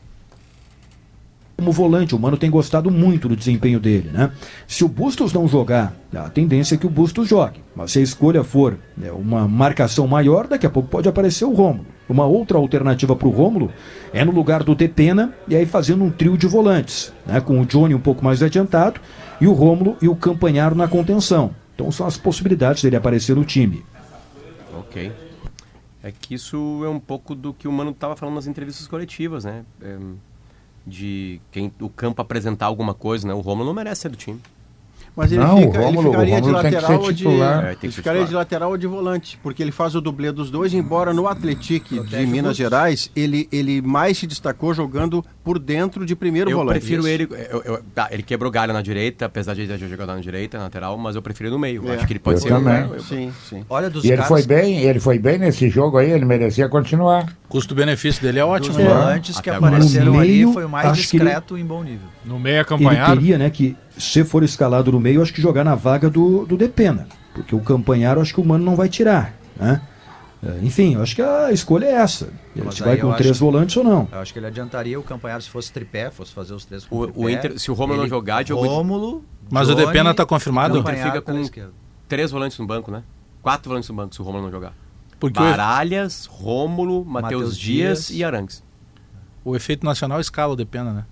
Como volante, o Mano tem gostado muito do desempenho dele, né? Se o Bustos não jogar, a tendência é que o Bustos jogue. Mas se a escolha for, né, uma marcação maior, daqui a pouco pode aparecer o Rômulo. Uma outra alternativa para o Rômulo é no lugar do Tepena, e aí fazendo um trio de volantes, né? Com o Johnny um pouco mais adiantado, e o Rômulo e o Campanharo na contenção. Então são as possibilidades dele aparecer no time. Ok. É que isso é um pouco do que o Mano estava falando nas entrevistas coletivas, né? É, de quem o campo apresentar alguma coisa, né? O Rômulo não merece ser do time. Mas ele, Não, fica, o Rômulo- ele ficaria o de Rômulo tem que lateral ser ou de. titular. É, tem que ele ser ficaria titular. de lateral ou de volante, porque ele faz o dublê dos dois, embora no Atlético de Minas Gerais ele, ele mais se destacou jogando por dentro de primeiro Eu volante. prefiro Isso. ele. Eu, eu- tá, ele quebrou galho na direita, apesar de ele ter jogado na direita, na lateral, mas eu prefiro ele no meio. É. Acho que ele pode Eu ser. também. um- eu- Sim, sim. Olha, dos E ele caras foi bem, ele foi bem nesse jogo aí, ele merecia continuar. Custo-benefício dele é dos ótimo. né? volantes que Até agora. apareceram No ali meio, foi o mais acho que ele- discreto em bom nível. No meio Ele acompanhado. teria, né, que se for escalado no meio, acho que jogar na vaga do, do Depena. Porque o Campanharo, acho que o Mano não vai tirar, né? É, enfim, eu acho que a escolha é essa. Mas Se aí vai eu com três acho- volantes ou não. Eu acho que ele adiantaria o Campanharo se fosse tripé, fosse fazer os três com O- tripé. o Inter- se o Rômulo não Ele- jogar, Diogo- Rômulo, Mas o Johnny, Depena tá confirmado? O Inter Campanharo fica pela com esquerda. três volantes no banco, né? Quatro volantes no banco se o Rômulo não jogar. Porque o, Baralhas, Rômulo, Matheus Matheus Dias, Dias. e Arangues. o efeito nacional escala o Depena, né?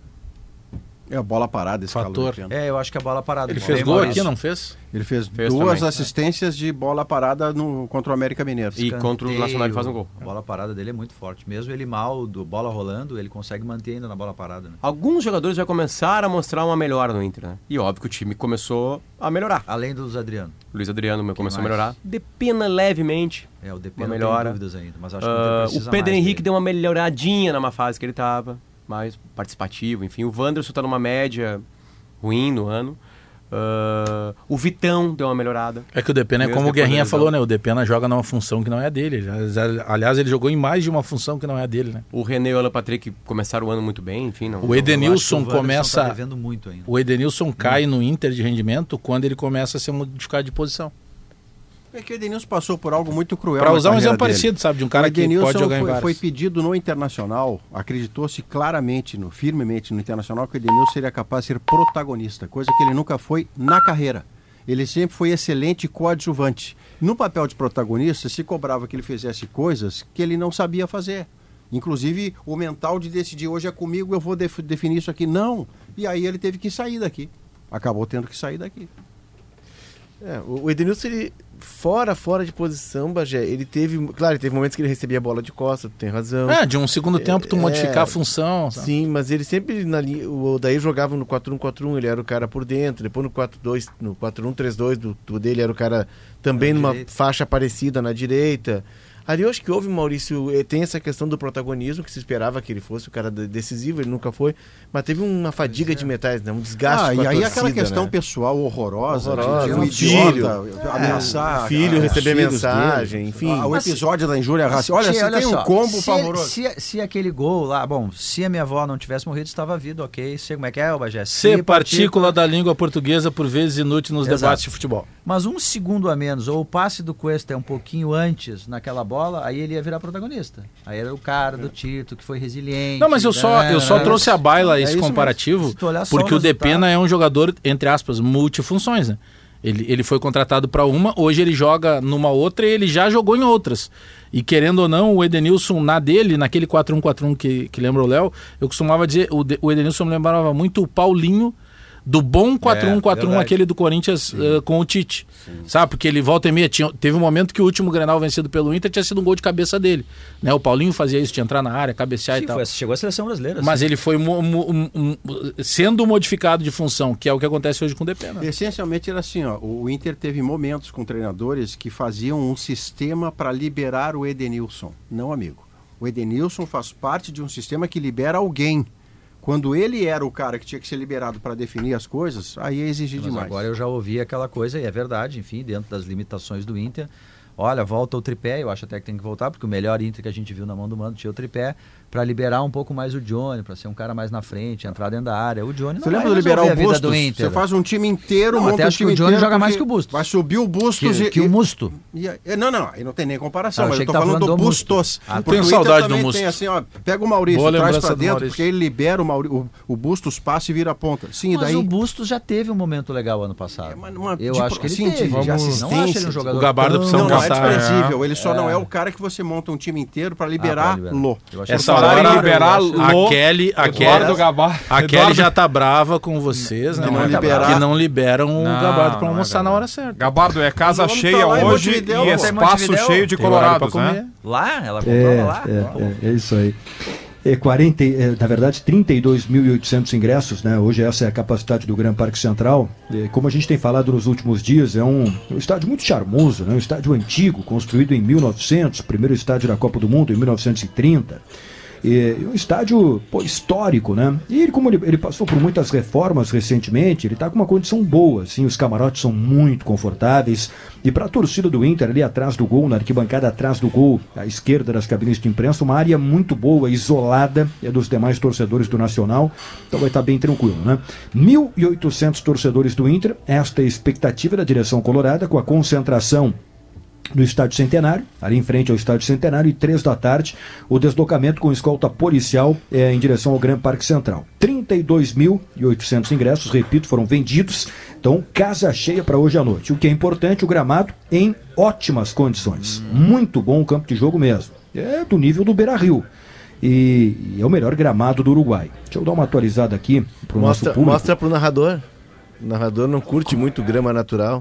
É a bola parada esse Fator. calor. É, eu acho que a bola parada. Ele Bem, fez gol Maurício. aqui, não fez? Ele fez, Fez duas também. assistências de bola parada no, contra o América Mineiro. E contra o Nacional ele faz um gol. A bola parada dele é muito forte. Mesmo ele mal, do bola rolando, ele consegue manter ainda na bola parada. Né? Alguns jogadores já começaram a mostrar uma melhora no Inter, né? E óbvio que o time começou a melhorar. Além dos Adriano. O Luiz Adriano começou a mais? melhorar. Depena levemente. É, o DP Uma não melhora. tem dúvidas ainda, mas acho que o Inter Ah, precisa o Pedro mais Henrique dele. deu uma melhoradinha numa fase que ele tava. Mais participativo, enfim. O Wanderson tá numa média ruim no ano. Ah, o Vitão deu uma melhorada. É que o Depena é Mesmo como o depois da Guerrinha lesão. falou, né? O Depena joga numa função que não é a dele. Já- Aliás, ele jogou em mais de uma função que não é a dele, né? O René e o Alan Patrick começaram o ano muito bem, enfim. Não, O Eu acho que Edenilson o Wanderson começa. Tá devendo muito ainda. O Edenilson cai no Inter de rendimento quando ele começa a ser modificado de posição. É que o Edenilson passou por algo muito cruel. Pra na usar um carreira exemplo dele. parecido, sabe? De um cara O que Edenilson pode jogar em foi, vários. foi pedido no Internacional, acreditou-se claramente, no, firmemente no Internacional, que o Edenilson seria capaz de ser protagonista, coisa que ele nunca foi na carreira. Ele sempre foi excelente coadjuvante. No papel de protagonista, se cobrava que ele fizesse coisas que ele não sabia fazer. Inclusive, o mental de decidir hoje é comigo, eu vou def- definir isso aqui. Não. E aí ele teve que sair daqui. Acabou tendo que sair daqui. É, o o Edenilson, ele, fora, fora de posição, Bagé, ele teve, claro, ele teve momentos que ele recebia a bola de costa, tu tem razão. É, de um segundo tempo tu É, modificar a função. sabe? Sim, mas ele sempre, na linha, o Odair jogava no quatro um quatro um, ele era o cara por dentro, depois no quatro dois, no quatro um três dois do, do dele era o cara também Na numa direita. faixa parecida na direita. Ali eu acho que houve, Maurício, eh, tem essa questão do protagonismo, que se esperava que ele fosse o cara de- decisivo, ele nunca foi, mas teve uma fadiga de metais, né? Um desgaste Ah, com e a aí torcida, aquela questão né? pessoal horrorosa, Horrorosa, de um um idiota filho. ameaçar o filho ah, receber os filhos mensagem, dele. enfim. Ah, o Mas- episódio da injúria racial. Olha, Tia, você tem um só, combo se, pavoroso. Se, se aquele gol lá, bom, se a minha avó não tivesse morrido, estava vindo, ok. Sei como é que é, Bagé. Ser partícula da língua portuguesa por vezes inútil nos Exato. debates de futebol. Mas um segundo a menos, ou o passe do Cuesta é um pouquinho antes naquela bola, aí ele ia virar protagonista. Aí era o cara do Tito, que foi resiliente. Não, mas eu só, eu só né? trouxe a baila É esse isso comparativo mesmo. Se tu olhar só porque o o Depena resultado- é um jogador, entre aspas, multifunções, né? Ele, ele foi contratado para uma, hoje ele joga numa outra e ele já jogou em outras. E querendo ou não, o Edenilson na dele, naquele quatro um quatro um que, que lembra o Léo, eu costumava dizer, o, De- o Edenilson me lembrava muito o Paulinho do bom quatro um quatro um, verdade. aquele do Corinthians uh, com o Tite. Sabe? Porque ele volta e meia. Tinha, teve um momento que o último Grenal vencido pelo Inter tinha sido um gol de cabeça dele. Né? O Paulinho fazia isso, de entrar na área, cabecear Sim, e tal. foi, chegou a seleção brasileira. Mas sim. ele foi mo- mo- um- um- sendo modificado de função, que é o que acontece hoje com o Depena. Essencialmente era assim, ó, o Inter teve momentos com treinadores que faziam um sistema para liberar o Edenilson. Não, amigo. O Edenilson faz parte de um sistema que libera alguém. Quando ele era o cara que tinha que ser liberado para definir as coisas, aí é exigir Mas demais. agora eu já ouvi aquela coisa, e é verdade, enfim, dentro das limitações do Inter. Olha, volta o tripé, eu acho até que tem que voltar, porque o melhor Inter que a gente viu na mão do Mano tinha o tripé, para liberar um pouco mais o Johnny, para ser um cara mais na frente, entrar dentro da área. O Johnny não Você vai lembra do liberar resolver o a vida do Bustos? Inter. Você faz um time inteiro, Não, monta até um acho que time o Johnny inteiro joga mais porque que o Bustos. Vai subir o Bustos que, e... que o Musto. E, e- não, não, aí não tem nem comparação, Ah, mas achei eu tô que tava falando do falando do Musto. Bustos. Ah, Porque tenho o Inter saudade do também Musto. tem assim, ó, pega o Maurício, Boa traz lembrança pra do dentro, Maurício. porque ele libera o, Mauri, o, o Bustos, passa e vira a ponta. Sim, e Mas daí... o Bustos já teve um momento legal ano passado. É, mas uma- eu de- acho que ele assim, de- teve. de Não acho assistência, ele um jogador o Gabardo tão- precisa Não, não é cansar, desprezível. Ele só É. não é o cara que você monta um time inteiro para Ah, pra liberar-lo. liberar. Eu acho que Essa ele Falar hora, em liberar eu acho- Lô, a Kelly, a Eduardo Kelly, Gabar. a Kelly Eduardo já tá brava com vocês, né? Que não Que liberar. não liberam o Não, Gabardo pra não é almoçar na Gabardo. hora certa. Gabardo, é casa Nós vamos cheia tá lá em hoje Montevidéu, e pô. espaço Montevidéu. cheio de Tem horário colorados, pra né? comer. Lá? Ela É, comprou lá? é, é, é isso aí. É, quarenta, é, na verdade, trinta e dois mil e oitocentos ingressos, né? Hoje essa é a capacidade do Gran Parque Central. É, como a gente tem falado nos últimos dias, é um, um estádio muito charmoso, né? Um estádio antigo, construído em mil e novecentos, primeiro estádio da Copa do Mundo em mil novecentos e trinta. É um estádio, pô, histórico, né? E ele, como ele, ele passou por muitas reformas recentemente, ele está com uma condição boa, assim, os camarotes são muito confortáveis. E para a torcida do Inter, ali atrás do gol, na arquibancada atrás do gol, à esquerda das cabines de imprensa, uma área muito boa, isolada, é dos demais torcedores do Nacional, então vai estar bem tranquilo, né? mil e oitocentos torcedores do Inter, esta é a expectativa da direção colorada, com a concentração no Estádio Centenário, ali em frente ao Estádio Centenário, e três da tarde, o deslocamento com escolta policial é, em direção ao Gran Parque Central. trinta e dois mil e oitocentos ingressos, repito, foram vendidos, então casa cheia para hoje à noite. O que é importante, o gramado em ótimas condições. Muito bom o campo de jogo mesmo. É do nível do Beira-Rio. E, e é o melhor gramado do Uruguai. Deixa eu dar uma atualizada aqui para o nosso público. Mostra para o narrador. O narrador não curte muito grama natural.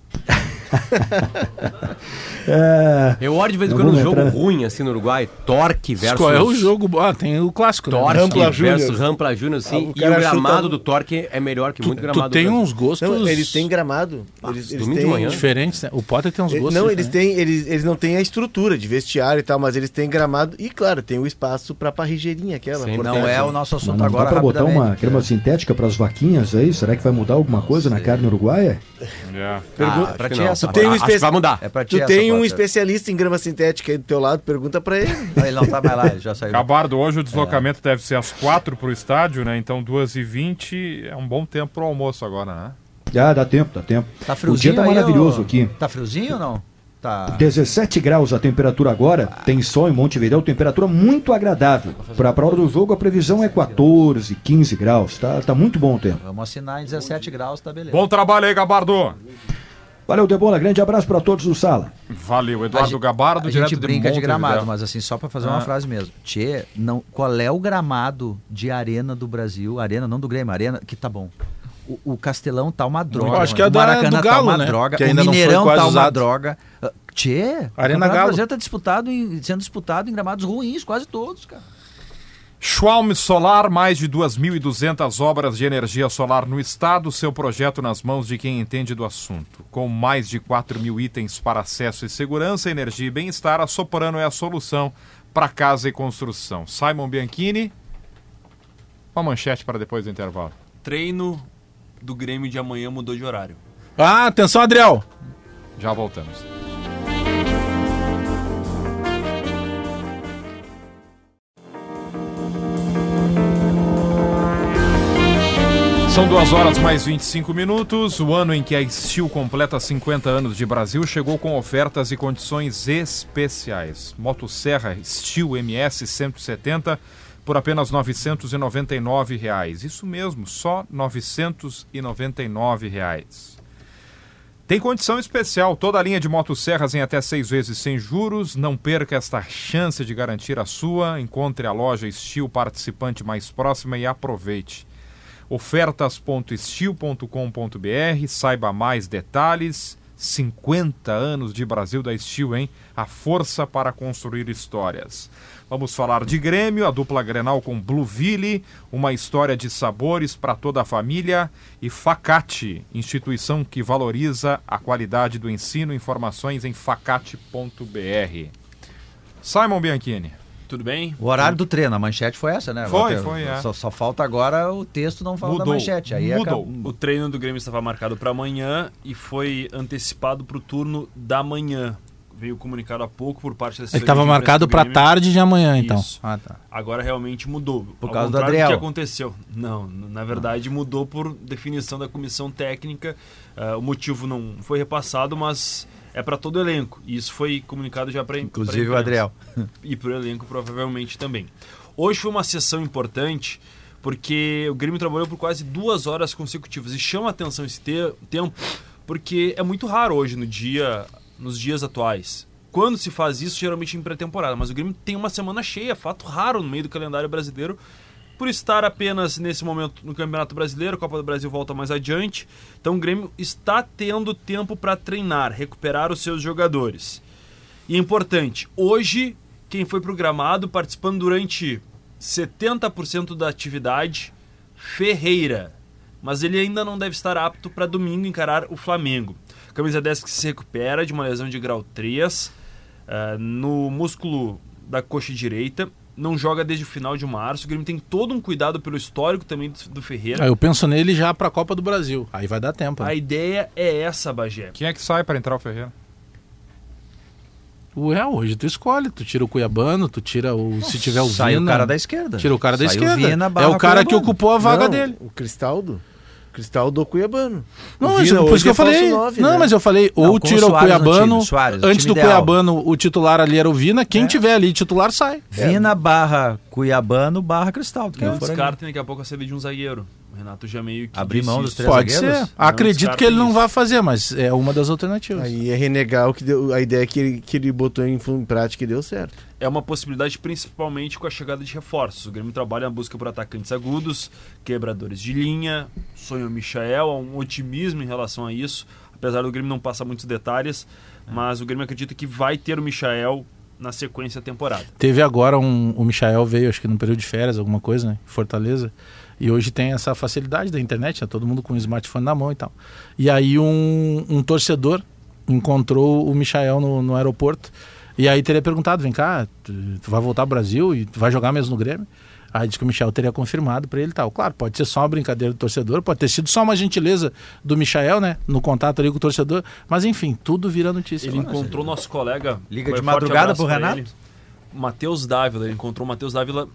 É, eu olho de vez em quando um jogo entrar... ruim assim no Uruguai, Torque versus... Qual é o jogo? Ah, tem o clássico, né? Torque Rampla versus Júnior. Rampla Júnior, sim. Ah, o e o gramado chuta... do Torque é melhor que tu, muito gramado tu tem do uns gostos... Não, eles têm gramado. Ah, eles, eles domingo têm... de manhã? diferentes, né? O Potter tem uns gostos Não, eles, diferentes. têm, eles, eles não têm a estrutura de vestiário e tal, mas eles têm gramado e, claro, tem o espaço para parrigeirinha aquela. Sim, Não é o nosso assunto Não, não agora, dá para botar uma rapidamente. crema sintética para as vaquinhas aí? Será que vai mudar alguma coisa na carne uruguaia? Yeah. Pergunta- Ah, pra que ti não. essa, Tu tem um Acho que espe- vai mudar. É pra ti Tu essa, tem um Potter. especialista em grama sintética aí do teu lado, pergunta para ele. Não, ele não tá mais lá, ele já saiu. Gabardo, hoje o deslocamento deve ser às quatro pro estádio, né? Então duas e vinte é um bom tempo pro almoço agora, né? Ah, dá tempo, dá tempo. Tá O friozinho dia tá aí, maravilhoso ô? aqui. Tá friozinho ou não? Tá. dezessete graus a temperatura agora, tem sol em Montevidéu, temperatura muito agradável. Para a hora do jogo a previsão é quatorze, quinze graus, tá, tá muito bom o tempo. Vamos assinar em dezessete graus, tá beleza. Bom trabalho aí, Gabardo. Valeu, Debola, grande abraço para todos do Sala. Valeu, A Eduardo gente- Gabardo, A direto gente brinca de, Montevidéu. gramado, mas assim, só pra fazer Ah. uma frase mesmo. Tchê, não, qual é o gramado de arena do Brasil? Arena, não do Grêmio, arena que tá bom. O, o Castelão tá uma droga. Eu acho que é o da- Maracanã do Galo, tá uma né? droga. Que O ainda não foi Mineirão quase tá uma usado. droga. Ah, Tchê, o Arena Campeonato Galo. Brasileiro tá disputado em, sendo disputado em gramados ruins, quase todos, cara. Schwalm Solar, mais de duas mil e duzentas obras de energia solar no estado, seu projeto nas mãos de quem entende do assunto. Com mais de quatro mil itens para acesso e segurança, energia e bem-estar, a Soprano é a solução para casa e construção. Simon Bianchini, uma manchete para depois do intervalo. Treino do Grêmio de amanhã mudou de horário. Ah, atenção, Adriel. Já voltamos. São duas horas mais vinte e cinco minutos. O ano em que a Steel completa cinquenta anos de Brasil chegou com ofertas e condições especiais. Motosserra Steel M S cento e setenta por apenas novecentos e noventa e nove reais. Isso mesmo, só novecentos e noventa e nove reais. Tem condição especial, toda a linha de motosserras em até seis vezes sem juros. Não perca esta chance de garantir a sua. Encontre a loja Steel participante mais próxima e aproveite. ofertas ponto steel ponto com ponto br, saiba mais detalhes. cinquenta anos de Brasil da Steel, hein? A força para construir histórias. Vamos falar de Grêmio, a dupla Grenal com Blueville, uma história de sabores para toda a família, e Facate, instituição que valoriza a qualidade do ensino. Informações em facate ponto br. Simon Bianchini. Tudo bem? O horário do treino, a manchete foi essa, né? Foi, Walter? foi, é. Só, só falta agora o texto não falar da Mudou, manchete. Aí mudou. acaba- O treino do Grêmio estava marcado para amanhã e foi antecipado para o turno da manhã. Veio comunicado há pouco por parte da Ele assessoria estava de imprensa marcado do para Grêmio. tarde de amanhã, então. Isso. Ah, tá. Agora realmente mudou. Por Ao causa do contrário Adriel. que aconteceu. Não, n- na verdade mudou por definição da comissão técnica. Ah, o motivo não foi repassado, mas é para todo o elenco. E isso foi comunicado já para Inclusive o Adriel. E para o elenco provavelmente também. Hoje foi uma sessão importante porque o Grêmio trabalhou por quase duas horas consecutivas. E chama a atenção esse te- tempo porque é muito raro hoje no dia, nos dias atuais. Quando se faz isso, geralmente em pré-temporada. Mas o Grêmio tem uma semana cheia, fato raro no meio do calendário brasileiro, por estar apenas nesse momento no Campeonato Brasileiro. A Copa do Brasil volta mais adiante. Então o Grêmio está tendo tempo para treinar, recuperar os seus jogadores. E é importante, hoje, quem foi pro gramado participando durante setenta por cento da atividade, Ferreira. Mas ele ainda não deve estar apto para domingo encarar o Flamengo. Camisa dez que se recupera de uma lesão de grau três uh, no músculo da coxa direita. Não joga desde o final de março. O Grêmio tem todo um cuidado pelo histórico também do, do Ferreira. Ah, eu penso nele já para a Copa do Brasil. Aí vai dar tempo. Né? A ideia é essa, Bagé. Quem é que sai para entrar o Ferreira? Ué, hoje tu escolhe, tu tira o Cuiabano, tu tira o. Se tiver o Sai Vina, o cara da esquerda. Tira o cara da Sai o esquerda. Vina é barra o cara que Cuiabano. ocupou a vaga Não, dele. O Cristaldo. Cristaldo ou Cuiabano. Não, O mas Vina por hoje isso que é eu falei. falso nove, não, né? mas eu falei, Não, ou com tira o o Soares no Cuiabano. time, Soares, o antes time do ideal. Cuiabano, o titular ali era o Vina. Quem É. tiver ali titular sai. Vina barra Cuiabano barra Cristaldo. Quem Não for ali. descartem daqui a pouco a saída de um zagueiro. O Renato já meio que Abrir disse mão dos isso. três Pode zagueiros? ser. Acredito descartem que ele não isso. vai fazer, mas é uma das alternativas. Aí é renegar o que deu, a ideia que ele, que ele botou em, em prática e deu certo. É uma possibilidade principalmente com a chegada de reforços. O Grêmio trabalha na busca por atacantes agudos, quebradores de linha, sonho o Michael, há um otimismo em relação a isso, apesar do Grêmio não passar muitos detalhes, mas o Grêmio acredita que vai ter o Michael na sequência da temporada. Teve agora um. O Michael veio, acho que num período de férias, alguma coisa, né? Em Fortaleza. E hoje tem essa facilidade da internet, né? Todo mundo com o smartphone na mão e tal. E aí um, um torcedor encontrou o Michael no, no aeroporto. E aí teria perguntado: vem cá, tu, tu vai voltar ao Brasil e tu vai jogar mesmo no Grêmio? Aí disse que o Michael teria confirmado para ele e tal. Claro, pode ser só uma brincadeira do torcedor, pode ter sido só uma gentileza do Michael, né? No contato ali com o torcedor. Mas enfim, tudo vira notícia. Ele agora. encontrou nosso colega. Liga um de forte madrugada abraço pro pra Renato? ele, Matheus Dávila. Ele encontrou o Matheus Dávila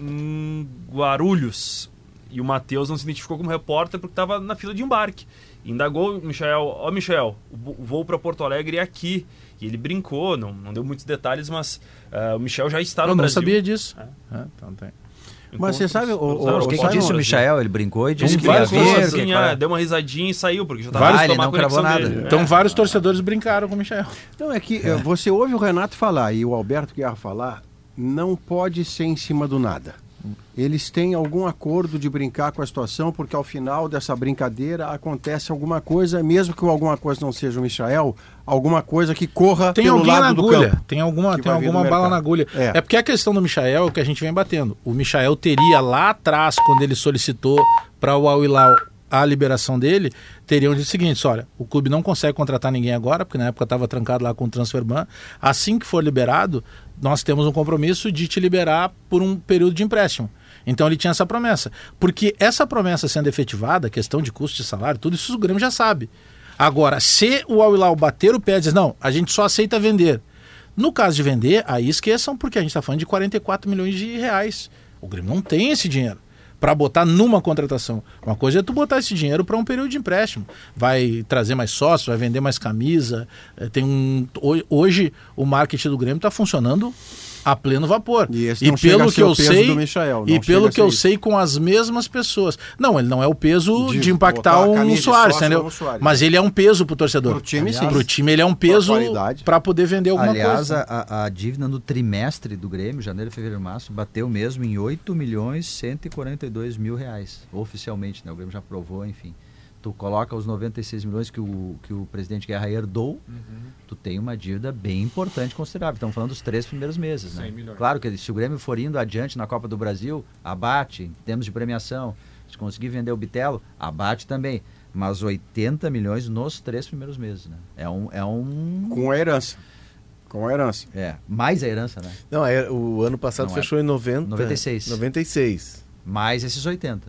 em Guarulhos. E o Matheus não se identificou como repórter porque estava na fila de embarque. Indagou o Michael: ó, Michael, o voo para Porto Alegre é aqui. E ele brincou, não, não deu muitos detalhes, mas uh, o Michael já está no Eu não Brasil. sabia disso. É. É, então tem. Mas você sabe, o, o, O que, que disse o Michael? Ele brincou e disse Ele que ia vários vir. falou que- assim, qual é? ah, deu uma risadinha e saiu, porque já estava Vários- Ah, ele não cravou nada. Então É. vários torcedores brincaram com o Michael. Não, é que eh, você ouve o Renato falar e o Alberto Guerra falar, não pode ser em cima do nada. Eles têm algum acordo de brincar com a situação, porque ao final dessa brincadeira acontece alguma coisa, mesmo que alguma coisa não seja o Michael, alguma coisa que corra Tem pelo alguém lado na do agulha, campo. tem alguma, que tem vai vir alguma do bala mercado. na agulha. É. É. porque a questão do Michael é o que a gente vem batendo. O Michael teria lá atrás, quando ele solicitou para o Al Hilal a liberação dele, teriam dito o seguinte: olha, o clube não consegue contratar ninguém agora, porque na época estava trancado lá com o Transferban. Assim que for liberado, nós temos um compromisso de te liberar por um período de empréstimo. Então ele tinha essa promessa. Porque essa promessa sendo efetivada, questão de custo de salário, tudo isso o Grêmio já sabe. Agora, se o Al Hilal bater o pé e dizer: não, a gente só aceita vender. No caso de vender, aí esqueçam, porque a gente está falando de quarenta e quatro milhões de reais. O Grêmio não tem esse dinheiro para botar numa contratação. Uma coisa é tu botar esse dinheiro para um período de empréstimo. Vai trazer mais sócios, vai vender mais camisa. eh, Tem um... Hoje o marketing do Grêmio está funcionando a pleno vapor. E esse E não chega pelo a que ser eu o peso sei, do Michael, e não pelo chega a que eu ser sei, com as mesmas pessoas. Não, ele não é o peso De de, impactar botar a um camisa de Soares, sócio entendeu? como Soares. Mas ele é um peso pro torcedor. Pro time, Aliás, sim. Pro time ele é um peso qualidade. para poder vender alguma Aliás, coisa. a, a dívida no trimestre do Grêmio, janeiro, fevereiro e março, bateu mesmo em oito milhões cento e quarenta e dois mil reais, oficialmente, né? O Grêmio já provou, enfim. Tu coloca os noventa e seis milhões que o, que o presidente Guerra herdou, tu tem uma dívida bem importante, considerável. Estamos falando dos três primeiros meses, né? cem milhões. Claro que se o Grêmio for indo adiante na Copa do Brasil, abate, em termos de premiação. Se conseguir vender o Bitelo, abate também. Mas oitenta milhões nos três primeiros meses, né? É um... É um... Com a herança. Com a herança. É, mais a herança, né? Não, é, o ano passado Não é. fechou em noventa, noventa e seis. noventa e seis. Mais esses oitenta.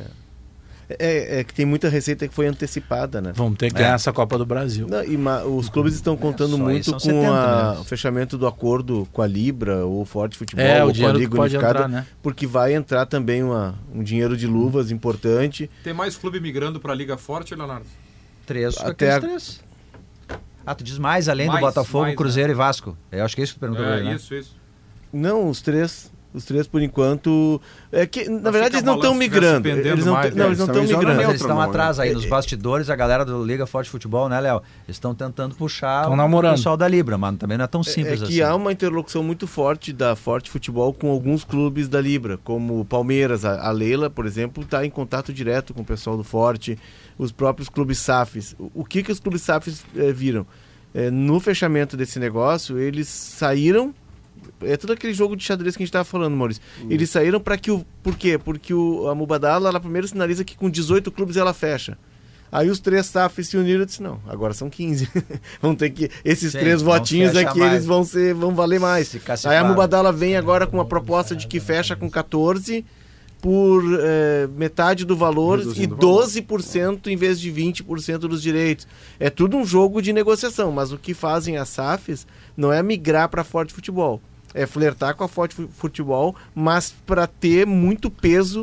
É, é que tem muita receita que foi antecipada, né? Vamos ter que É. ganhar essa Copa do Brasil. Não, e ma- os clubes estão contando só aí muito são com setenta a- milhões. o fechamento do acordo com a Libra ou Forte Futebol É, ou o com a dinheiro que Liga pode Unificada, entrar, né? porque vai entrar também uma, um dinheiro de luvas importante. Tem mais clube migrando para a Liga Forte, Leonardo? Três, Até aqueles a- três. Ah, tu diz mais, além Mais, do Botafogo, mais, Cruzeiro e Vasco. Eu acho que é isso que tu perguntou pra É, ele, né? isso, isso. Não, os três, os três por enquanto, é que na Achei verdade que eles a não estão balança estivesse migrando. pendendo Eles não, mais, tão- não, né? eles não Eles estão estão em zona Mas migrando. eles estão Neutro, atrás aí, É, nos é. bastidores, a galera do Liga Forte Futebol, né, Léo? Eles estão tentando puxar Tão o namorando. pessoal da Libra, mas também não é tão É simples que assim. há uma interlocução muito forte da Forte Futebol com alguns clubes da Libra, como o Palmeiras. A, a Leila, por exemplo, está em contato direto com o pessoal do Forte, os próprios clubes S A Fs. O, o que, que os clubes S A Fs eh, viram? Eh, no fechamento desse negócio, eles saíram É tudo aquele jogo de xadrez que a gente tava falando, Maurício. Hum. Eles saíram para que o... Por quê? Porque o, a Mubadala, ela primeiro sinaliza que com dezoito clubes ela fecha. Aí os três S A Fs se uniram e disse, não, agora são quinze. Vão ter que... Esses Sim, três votinhos aqui, mais. eles vão, ser, vão valer mais. Aí a Mubadala vem agora com uma proposta de que fecha com catorze por eh, metade do valor Reduzindo e doze por cento em vez de vinte por cento dos direitos. É tudo um jogo de negociação, mas o que fazem as S A Fs não é migrar para Forte Futebol. É flertar com a Forte Futebol, mas para ter muito peso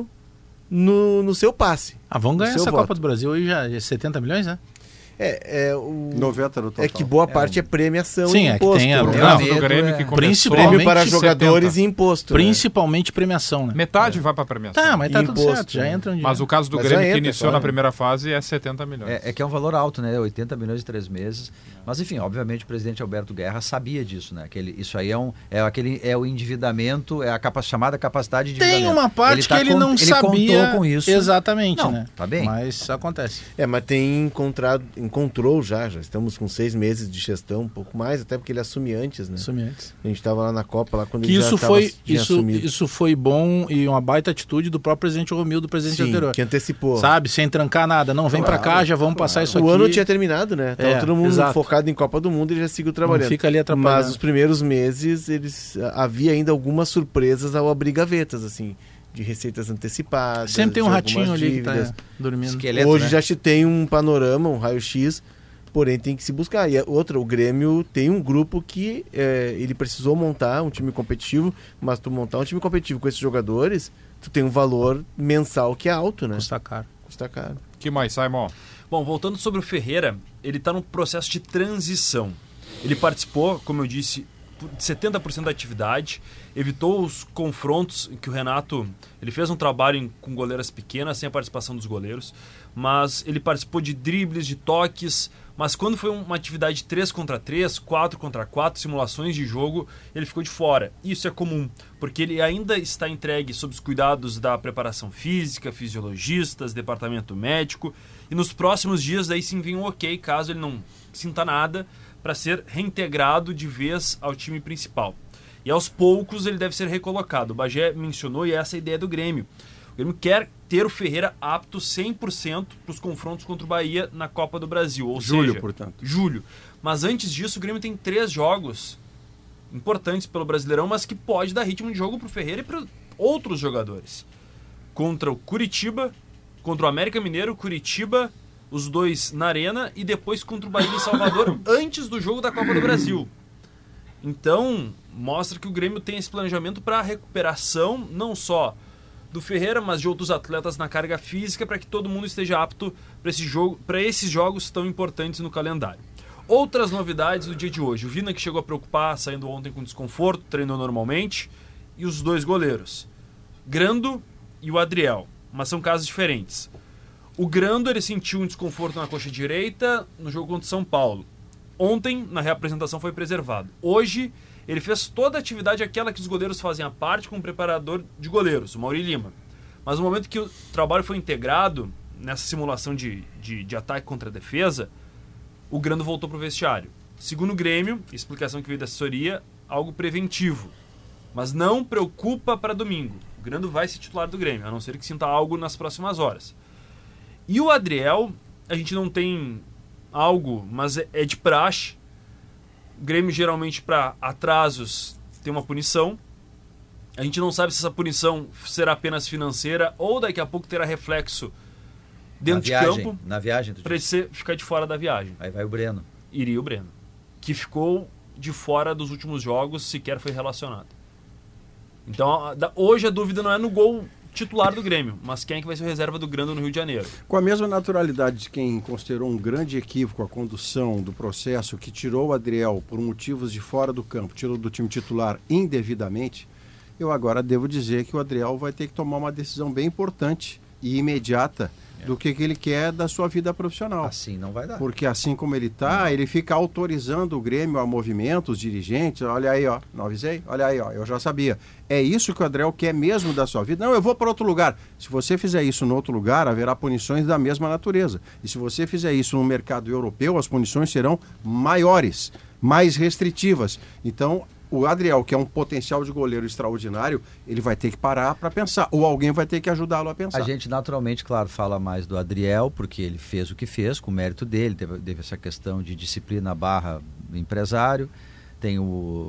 no, no seu passe. Ah, vão ganhar essa voto. Copa do Brasil hoje já é setenta milhões, né? É, é o... noventa no total. É que boa parte é, é premiação Sim, e imposto. É que tem a... O caso do Grêmio que começou... Prêmio para jogadores setenta. E imposto. Principalmente né? premiação, né? Metade é. vai para premiação. Tá, mas tá imposto, tudo certo, já entra um Mas o caso do mas Grêmio entra, que iniciou claro. na primeira fase é setenta milhões. É, é que é um valor alto, né? oitenta milhões em três meses. Mas enfim, obviamente o presidente Alberto Guerra sabia disso, né? Que ele, isso aí é, um, é, aquele, é o endividamento, é a capa, chamada capacidade de endividamento. Tem uma parte ele tá que ele não ele sabia contou com isso. Exatamente, não, né? Tá bem. Mas acontece. É, mas tem encontrado, encontrou já, já estamos com seis meses de gestão, um pouco mais, até porque ele assume antes, né? Assume antes. A gente estava lá na Copa, lá quando que ele isso já foi tava, tinha isso, assumido. isso foi bom e uma baita atitude do próprio presidente Romildo, do presidente Sim, anterior. que antecipou. Sabe, sem trancar nada. Não, vem claro, pra cá, já vamos claro. passar isso o aqui. O ano tinha terminado, né? Tava É, todo mundo exato. focado em Copa do Mundo e já seguiu trabalhando. Não fica ali atrapalhando. Mas os primeiros meses, eles havia ainda algumas surpresas ao abrir gavetas, assim, de receitas antecipadas. Sempre tem um ratinho ali dívidas. que tá dormindo. Esqueleto, Hoje né? já te tem um panorama, um raio-x, porém tem que se buscar. E a outra, o Grêmio tem um grupo que é, ele precisou montar um time competitivo, mas tu montar um time competitivo com esses jogadores, tu tem um valor mensal que é alto, né? Custa caro. Custa caro. Que mais, Simon? Bom, voltando sobre o Ferreira, ele está num processo de transição. Ele participou, como eu disse, de setenta por cento da atividade, evitou os confrontos que o Renato... Ele fez um trabalho em, com goleiras pequenas, sem a participação dos goleiros, mas ele participou de dribles, de toques, mas quando foi uma atividade três contra três, quatro contra quatro, simulações de jogo, ele ficou de fora. Isso é comum, porque ele ainda está entregue sob os cuidados da preparação física, fisiologistas, departamento médico, e nos próximos dias daí sim vem um ok, caso ele não sinta nada, para ser reintegrado de vez ao time principal. E aos poucos ele deve ser recolocado. O Bagé mencionou e essa é a ideia do Grêmio. O Grêmio quer ter o Ferreira apto cem por cento para os confrontos contra o Bahia na Copa do Brasil. Ou Julho, seja, portanto. Julho. Mas antes disso o Grêmio tem três jogos importantes pelo Brasileirão, mas que pode dar ritmo de jogo para o Ferreira e para outros jogadores. Contra o Curitiba, contra o América Mineiro, Curitiba, os dois na Arena e depois contra o Bahia em Salvador antes do jogo da Copa do Brasil. Então, mostra que o Grêmio tem esse planejamento para a recuperação, não só do Ferreira, mas de outros atletas na carga física, para que todo mundo esteja apto para esse jogo, para esses jogos tão importantes no calendário. Outras novidades do dia de hoje. O Vina, que chegou a preocupar, saindo ontem com desconforto, treinou normalmente, e os dois goleiros, Grando e o Adriel, mas são casos diferentes. O Grando, ele sentiu um desconforto na coxa direita no jogo contra o São Paulo. Ontem, na reapresentação, foi preservado. Hoje, ele fez toda a atividade, aquela que os goleiros fazem a parte, com o preparador de goleiros, o Mauri Lima. Mas no momento que o trabalho foi integrado, nessa simulação de, de, de ataque contra a defesa, o Grando voltou para o vestiário. Segundo o Grêmio, explicação que veio da assessoria, algo preventivo. Mas não preocupa para domingo. O Grando vai ser titular do Grêmio, a não ser que sinta algo nas próximas horas. E o Adriel, a gente não tem algo, mas é de praxe. O Grêmio geralmente para atrasos tem uma punição. A gente não sabe se essa punição será apenas financeira ou daqui a pouco terá reflexo dentro de viagem, campo. Na viagem, para ele ficar de fora da viagem. Aí vai o Breno. Iria o Breno, que ficou de fora dos últimos jogos, sequer foi relacionado. Então, hoje a dúvida não é no gol titular do Grêmio, mas quem é que vai ser o reserva do Grando no Rio de Janeiro. Com a mesma naturalidade de quem considerou um grande equívoco a condução do processo, que tirou o Adriel por motivos de fora do campo, tirou do time titular indevidamente, eu agora devo dizer que o Adriel vai ter que tomar uma decisão bem importante e imediata é. do que, que ele quer da sua vida profissional. Assim não vai dar. Porque assim como ele está, ele fica autorizando o Grêmio a movimentos, os dirigentes, olha aí, ó, não avisei? Olha aí, ó, eu já sabia. É isso que o Adriel quer mesmo da sua vida? Não, eu vou para outro lugar. Se você fizer isso no outro lugar, haverá punições da mesma natureza. E se você fizer isso no mercado europeu, as punições serão maiores, mais restritivas. Então, o Adriel, que é um potencial de goleiro extraordinário, ele vai ter que parar para pensar, ou alguém vai ter que ajudá-lo a pensar. A gente naturalmente, claro, fala mais do Adriel, porque ele fez o que fez, com o mérito dele, teve, teve essa questão de disciplina barra empresário, tem o,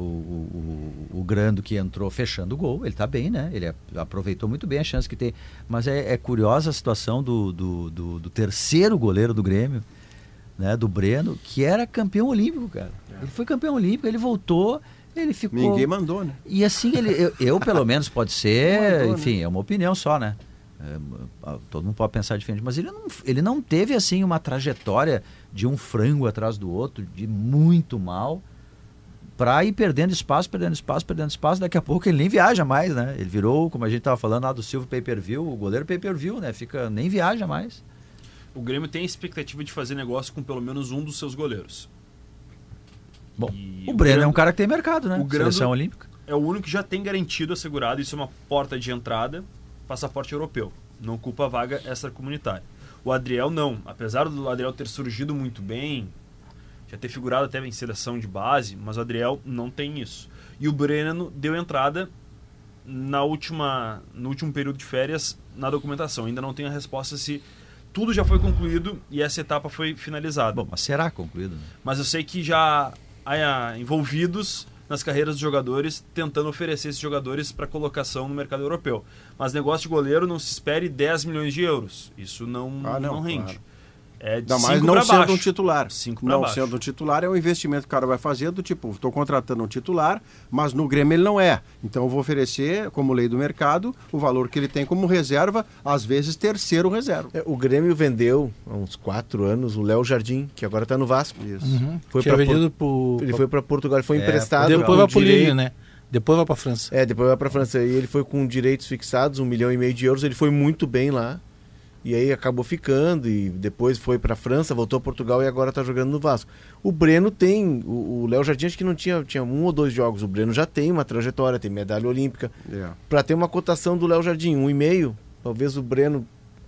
o, o, o Grando que entrou fechando o gol, ele está bem, né? Ele aproveitou muito bem a chance que tem, mas é, é curiosa a situação do, do, do, do terceiro goleiro do Grêmio, né? Do Breno, que era campeão olímpico, cara. É. Ele foi campeão olímpico, ele voltou... Ele ficou... Ninguém mandou, né? E assim, ele, eu, eu pelo menos, pode ser, mandou, enfim, né? É uma opinião só, né? É, todo mundo pode pensar diferente, mas ele não, ele não teve, assim, uma trajetória de um frango atrás do outro, de muito mal, para ir perdendo espaço, perdendo espaço, perdendo espaço, daqui a pouco ele nem viaja mais, né? Ele virou, como a gente estava falando lá do Silvio Pay-Per-View, o goleiro Pay-Per-View, né? Fica, nem viaja mais. O Grêmio tem a expectativa de fazer negócio com pelo menos um dos seus goleiros. Bom, e o, o Breno é um cara que tem mercado, né? O Grando Seleção olímpica. É o único que já tem garantido, assegurado, isso é uma porta de entrada, passaporte europeu. Não ocupa a vaga extracomunitária. O Adriel não. Apesar do Adriel ter surgido muito bem, já ter figurado até em seleção de base, mas o Adriel não tem isso. E o Breno deu entrada na última, no último período de férias na documentação. Ainda não tenho a resposta se tudo já foi concluído e essa etapa foi finalizada. Bom, mas será concluído? Né? Mas eu sei que já há envolvidos nas carreiras dos jogadores, tentando oferecer esses jogadores para colocação no mercado europeu. Mas negócio de goleiro não se espere dez milhões de euros. Isso não, ah, não, não rende. Claro. É de não, mas não sendo baixo. um titular. Cinco não baixo. sendo um titular é o investimento que o cara vai fazer do tipo, estou contratando um titular, mas no Grêmio ele não é. Então eu vou oferecer, como lei do mercado, o valor que ele tem como reserva, às vezes terceiro reserva. É, o Grêmio vendeu há uns quatro anos o Léo Jardim, que agora está no Vasco. Isso. Uhum. Foi Tinha pra vendido Por... pro... Ele foi para Portugal, ele foi é, emprestado. Depois vai pro Lille, né? Depois vai para França. É, depois vai para França. E ele foi com direitos fixados, um milhão e meio de euros. Ele foi muito bem lá. E aí acabou ficando e depois foi para a França, voltou a Portugal e agora está jogando no Vasco. O Breno tem, o Léo Jardim acho que não tinha, tinha um ou dois jogos, o Breno já tem uma trajetória, tem medalha olímpica. Yeah. Para ter uma cotação do Léo Jardim, um e meio, talvez o Breno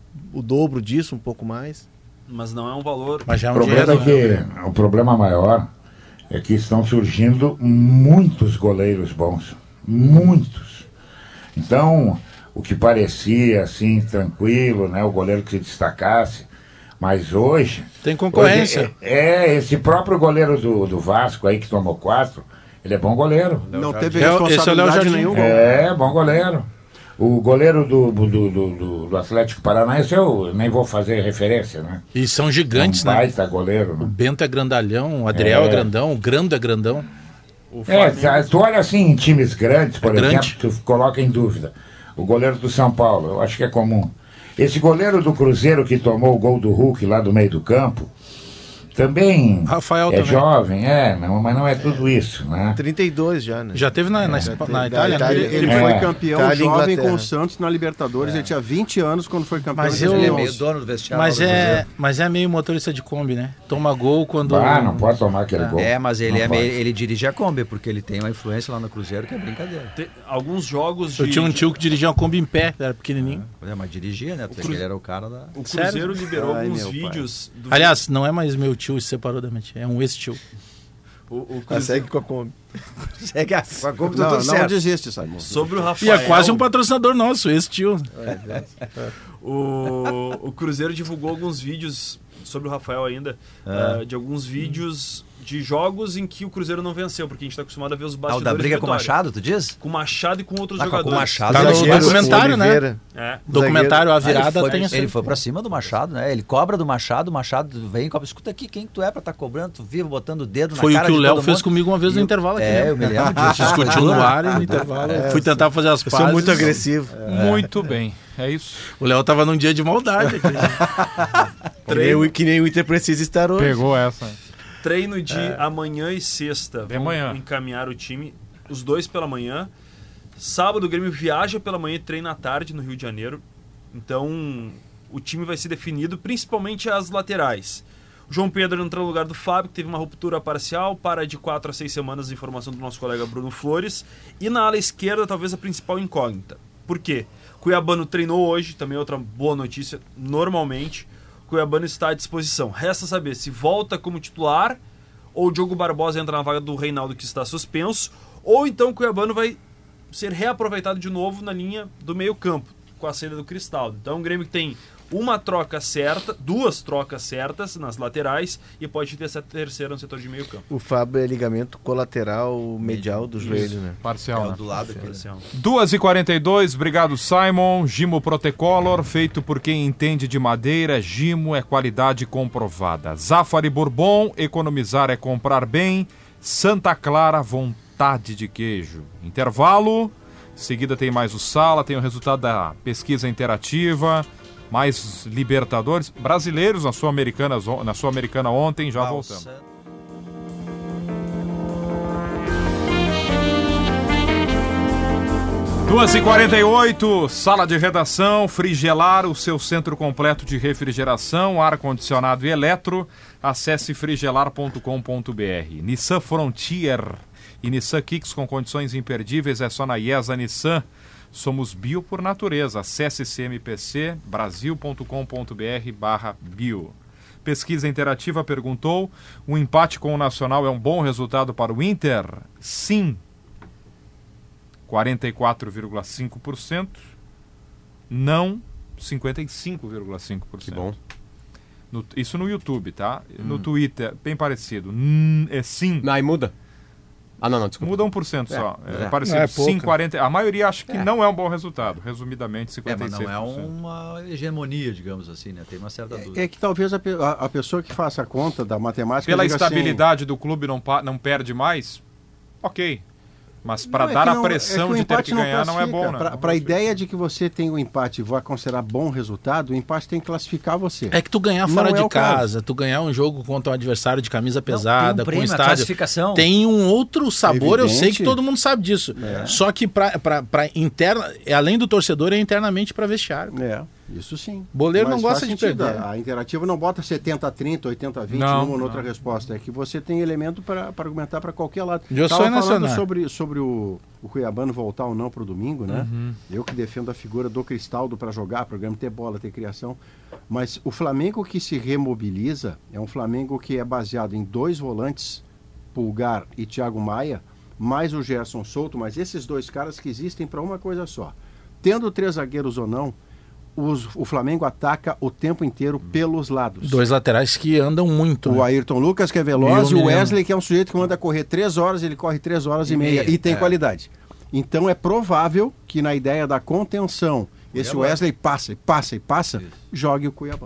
o dobro disso, um pouco mais. Mas não é um valor... Mas já é um o problema dinheiro, é que, o problema maior é que estão surgindo muitos goleiros bons, muitos. Então... o que parecia assim tranquilo, né, o goleiro que se destacasse, mas hoje tem concorrência. Hoje, é, é esse próprio goleiro do, do Vasco aí que tomou quatro, ele é bom goleiro. Não teve responsabilidade é, nenhuma. É bom goleiro. O goleiro do, do, do, do, do Atlético Paranaense eu nem vou fazer referência, né? E são gigantes, é um baita né? goleiro. Né? O Bento é grandalhão, o Adriel é, é grandão, o Grando é grandão. O é, tu olha assim em times grandes, por é exemplo, grande. tu coloca em dúvida. O goleiro do São Paulo, eu acho que é comum. Esse goleiro do Cruzeiro que tomou o gol do Hulk lá do meio do campo, também Rafael é também. jovem, é, não, mas não é tudo isso, né? trinta e dois já, né? Já teve na, na, é, na, teve, na Itália, da, né? Ele, ele é. foi campeão Itália, jovem Inglaterra. com o Santos na Libertadores, é. Ele tinha vinte anos quando foi campeão. Mas em eu- Ele é dois mil e meio onze. dono do vestiário. Mas do é, Cruzeiro. mas é meio motorista de Kombi, né? Toma gol quando... Ah, não pode tomar aquele gol. É, mas ele, Não é pode. meio, ele dirige a Kombi, porque ele tem uma influência lá no Cruzeiro que é brincadeira. Tem alguns jogos de... Eu tinha um tio que dirigia uma Kombi em pé, era pequenininho. É, mas dirigia, né? Porque Cruze- ele era o cara da... O Cruzeiro Sério? liberou Ai, alguns meu pai. vídeos... Do... Aliás, não é mais meu tio, se separou da minha tia, é um ex-tio. o, o Ah, Cruzeiro... segue com a Kombi. Segue a... Com a Kombi tá Não, tudo não certo. desiste, Simon. Sobre o E Rafael... é quase um patrocinador nosso, ex-tio. O, o Cruzeiro divulgou alguns vídeos sobre o Rafael ainda, Ah. uh, de alguns vídeos de jogos em que o Cruzeiro não venceu, porque a gente está acostumado a ver os Ah, o bastidores da briga de com o vitória. Machado, tu diz? Com o Machado e com outros Ah, com o jogadores. Machado. Tá no Zagueiro, documentário, né? Oliveira. É. Documentário A Ah, ele Virada foi, tem isso. ele foi pra cima do Machado, né? Ele cobra do Machado, o Machado vem e cobra. Escuta aqui, quem tu é pra estar tá cobrando? Tu vive botando o dedo Foi na o cara que o de Léo todo fez mundo. comigo uma vez no E- intervalo aqui. É, né? eu me lembro disso. A gente discutiu no ar e no intervalo. É, Fui tentar fazer as Eu sou pazes. muito agressivo. Muito bem, é isso. O Léo tava num dia de maldade aqui. Que nem, o, que nem o Inter precisa estar hoje. Pegou essa. Treino de amanhã e sexta. De Vão manhã. encaminhar o time, os dois pela manhã. Sábado o Grêmio viaja pela manhã e treina à tarde no Rio de Janeiro. Então o time vai ser definido principalmente as laterais. O João Pedro entrou no lugar do Fábio, que teve uma ruptura parcial, para de quatro a seis semanas, informação do nosso colega Bruno Flores. E na ala esquerda, talvez a principal incógnita. Por quê? Cuiabano treinou hoje, também outra boa notícia, normalmente. Cuiabano está à disposição. Resta saber se volta como titular ou o Diogo Barbosa entra na vaga do Reinaldo, que está suspenso, ou então o Cuiabano vai ser reaproveitado de novo na linha do meio campo, com a saída do Cristaldo. Então o Grêmio tem uma troca certa, duas trocas certas nas laterais e pode ter essa terceira no setor de meio campo. O Fábio é ligamento colateral medial do joelho, né? Parcial, É, né? do lado aqui. Parcial. duas e quarenta e dois, obrigado Simon. Gimo Protecolor, feito por quem entende de madeira. Gimo é qualidade comprovada. Zafari Bourbon, economizar é comprar bem. Santa Clara, vontade de queijo. Intervalo, em seguida tem mais o Sala, tem o resultado da pesquisa interativa, mais Libertadores. Brasileiros na Sul-Americana, na Sul-Americana ontem, já voltamos. duas e quarenta e oito, sala de redação, Frigelar, o seu centro completo de refrigeração, ar-condicionado e eletro. Acesse frigelar ponto com ponto b r. Nissan Frontier e Nissan Kicks com condições imperdíveis é só na IESA Nissan. Somos bio por natureza. Acesse c m p c brasil ponto com ponto b r barra bio. Pesquisa interativa perguntou: o empate com o Nacional é um bom resultado para o Inter? Sim. quarenta e quatro vírgula cinco por cento. Não, cinquenta e cinco vírgula cinco por cento. Que bom. No, isso no YouTube, tá? Hum. No Twitter, bem parecido. Hum, é sim. Aí muda. Ah, não, não, desculpa. Muda um por cento só. É, É. é parecido. É sim, quarenta. A maioria acha que É. não é um bom resultado. Resumidamente, É, cinquenta e mas seis por cento. não é uma hegemonia, digamos assim, né? Tem uma certa dúvida. É que talvez a, pe- a- a pessoa que faça a conta da matemática Pela diga estabilidade do clube não, pa- não perde mais, ok. Mas para Não, é dar que a não- pressão é que o de ter empate que ganhar não é classifica. bom, né? Pra- Não Para a classifica. ideia de que você tem o empate e vai considerar bom resultado, o empate tem que classificar você. É que tu ganhar Não fora é de o caso. casa, tu ganhar um jogo contra um adversário de camisa Não, tem pesada, um prêmio, com a estádio, classificação. tem um outro sabor, eu sei Evidente. que todo mundo sabe disso. Só que pra, pra, pra interna, além do torcedor, é internamente para vestiário. É, isso sim. Boleiro Mas não gosta faz de sentido. perder. A, a interativa não bota setenta a trinta, oitenta a vinte Não, numa ou não. outra resposta. É que você tem elemento para argumentar para qualquer lado. Eu Tava sou falando nacional. sobre, sobre o, o Cuiabano voltar ou não para o domingo, né? Eu que defendo a figura do Cristaldo para jogar, programa ter bola, ter criação. Mas o Flamengo que se remobiliza é um Flamengo que é baseado em dois volantes, Pulgar e Thiago Maia, mais o Gerson Souto, mas esses dois caras que existem para uma coisa só. Tendo três zagueiros ou não, os- o Flamengo ataca o tempo inteiro pelos lados. Dois laterais que andam muito. O né? Ayrton Lucas, que é veloz, E e o o menino. Wesley, que é um sujeito que manda correr três horas, ele corre três horas e, E meia, meia, e tem é. qualidade. Então é provável que na ideia da contenção, esse Cuiabá. Wesley passa e passa e passa, Isso. jogue o Cuiabá.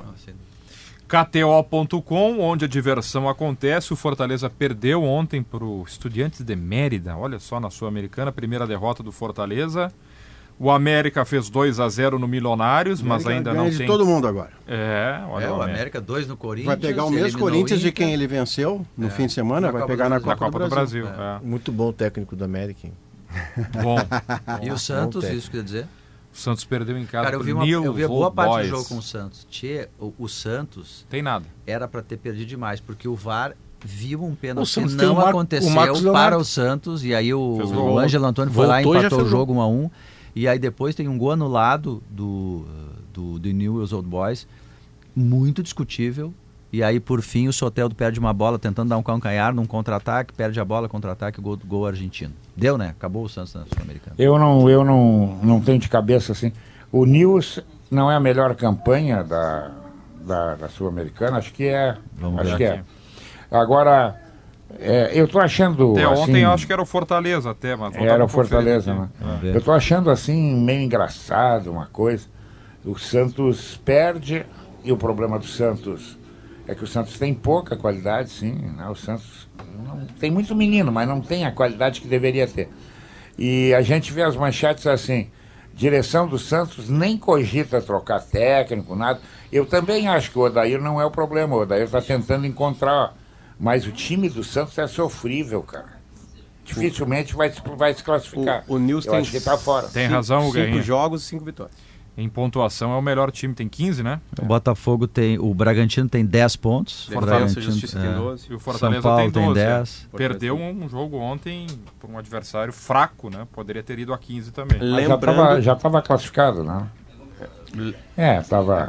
K T O ponto com, onde a diversão acontece. O Fortaleza perdeu ontem para o Estudiantes de Mérida. Olha só, na Sul-Americana, primeira derrota do Fortaleza. O América fez dois a zero no Milionários, mas Ganha- ainda ganha não de tem... todo mundo agora. É, olha É, o o América. América dois no Corinthians. Vai pegar o mesmo eliminou Corinthians de Inter. quem ele venceu no É. fim de semana, Na vai Copa pegar do na Brasil. Na Copa, Copa do Brasil. É. é. Muito bom o técnico do América, hein? Bom, E o Santos, técnico. isso quer dizer? o Santos perdeu em casa Cara, eu pro vi, uma, Newell's eu vi a boa Old parte Boys. do jogo com o Santos. Tchê, o, o Santos Tem nada. era para ter perdido demais, porque o V A R viu um O pênalti que Santos tem não o Mar- o aconteceu Marcos para Leonardo. o Santos, e aí o, Fez o gol. Ângelo Antônio foi lá e Voltou e já empatou o fez jogo um a um. E aí depois tem um gol anulado do, do, do Newell's Old Boys, muito discutível. E aí, por fim, o Soteldo perde uma bola tentando dar um calcanhar num contra-ataque, perde a bola, contra-ataque, gol, gol argentino. Deu, né? Acabou o Santos na Sul-Americana. Eu não, eu não, não tenho de cabeça assim. O Nils não é a melhor campanha da, da, da Sul-Americana, acho que é. Vamos acho ver que aqui. é. Agora, é, eu tô achando. Até assim, ontem eu acho que era o Fortaleza até, mas voltamos Era a o Fortaleza, conferir né? aqui. Vamos ver. Eu tô achando assim meio engraçado uma coisa. O Santos perde e o problema do Santos é que o Santos tem pouca qualidade, sim. Né? O Santos não, tem muito menino, mas não tem a qualidade que deveria ter. E a gente vê as manchetes assim: direção do Santos nem cogita trocar técnico, nada. Eu também acho que o Odair não é o problema. O Odair está tentando encontrar. Mas o time do Santos é sofrível, cara. Dificilmente vai, se- vai se classificar. O, o Nils Eu tem acho que tá fora. Tem cinco- razão, o cinco Guerrinha. jogos e cinco vitórias. Em pontuação é o melhor time, tem quinze, né? O Botafogo tem. O Bragantino tem dez pontos. Fortaleza o Bragantino, e Justiça tem doze. E o Fortaleza São Paulo tem tem doze. é. dez. Perdeu um jogo ontem por um adversário fraco, né? Poderia ter ido a quinze também. Mas já Lembrando- estava já tava classificado, né? É, estava.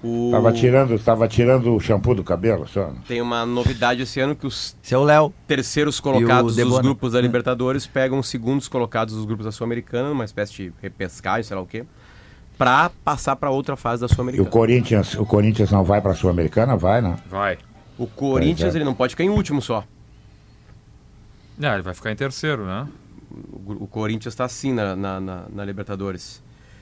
O... Tava tirando, tava tirando o shampoo do cabelo, só. Tem uma novidade esse ano que os Esse é o Léo. terceiros colocados dos Debona. grupos da Libertadores pegam os segundos colocados dos grupos da Sul-Americana, numa espécie de repescagem, sei lá o quê, pra passar pra outra fase da E o Sul-Americana. Corinthians, o Corinthians não vai pra Sul-Americana? Vai, né? Vai. O Corinthians, Pois é. ele não pode ficar em último só. É, ele vai ficar em terceiro, né? O, o Corinthians tá assim na, na, na, na Libertadores.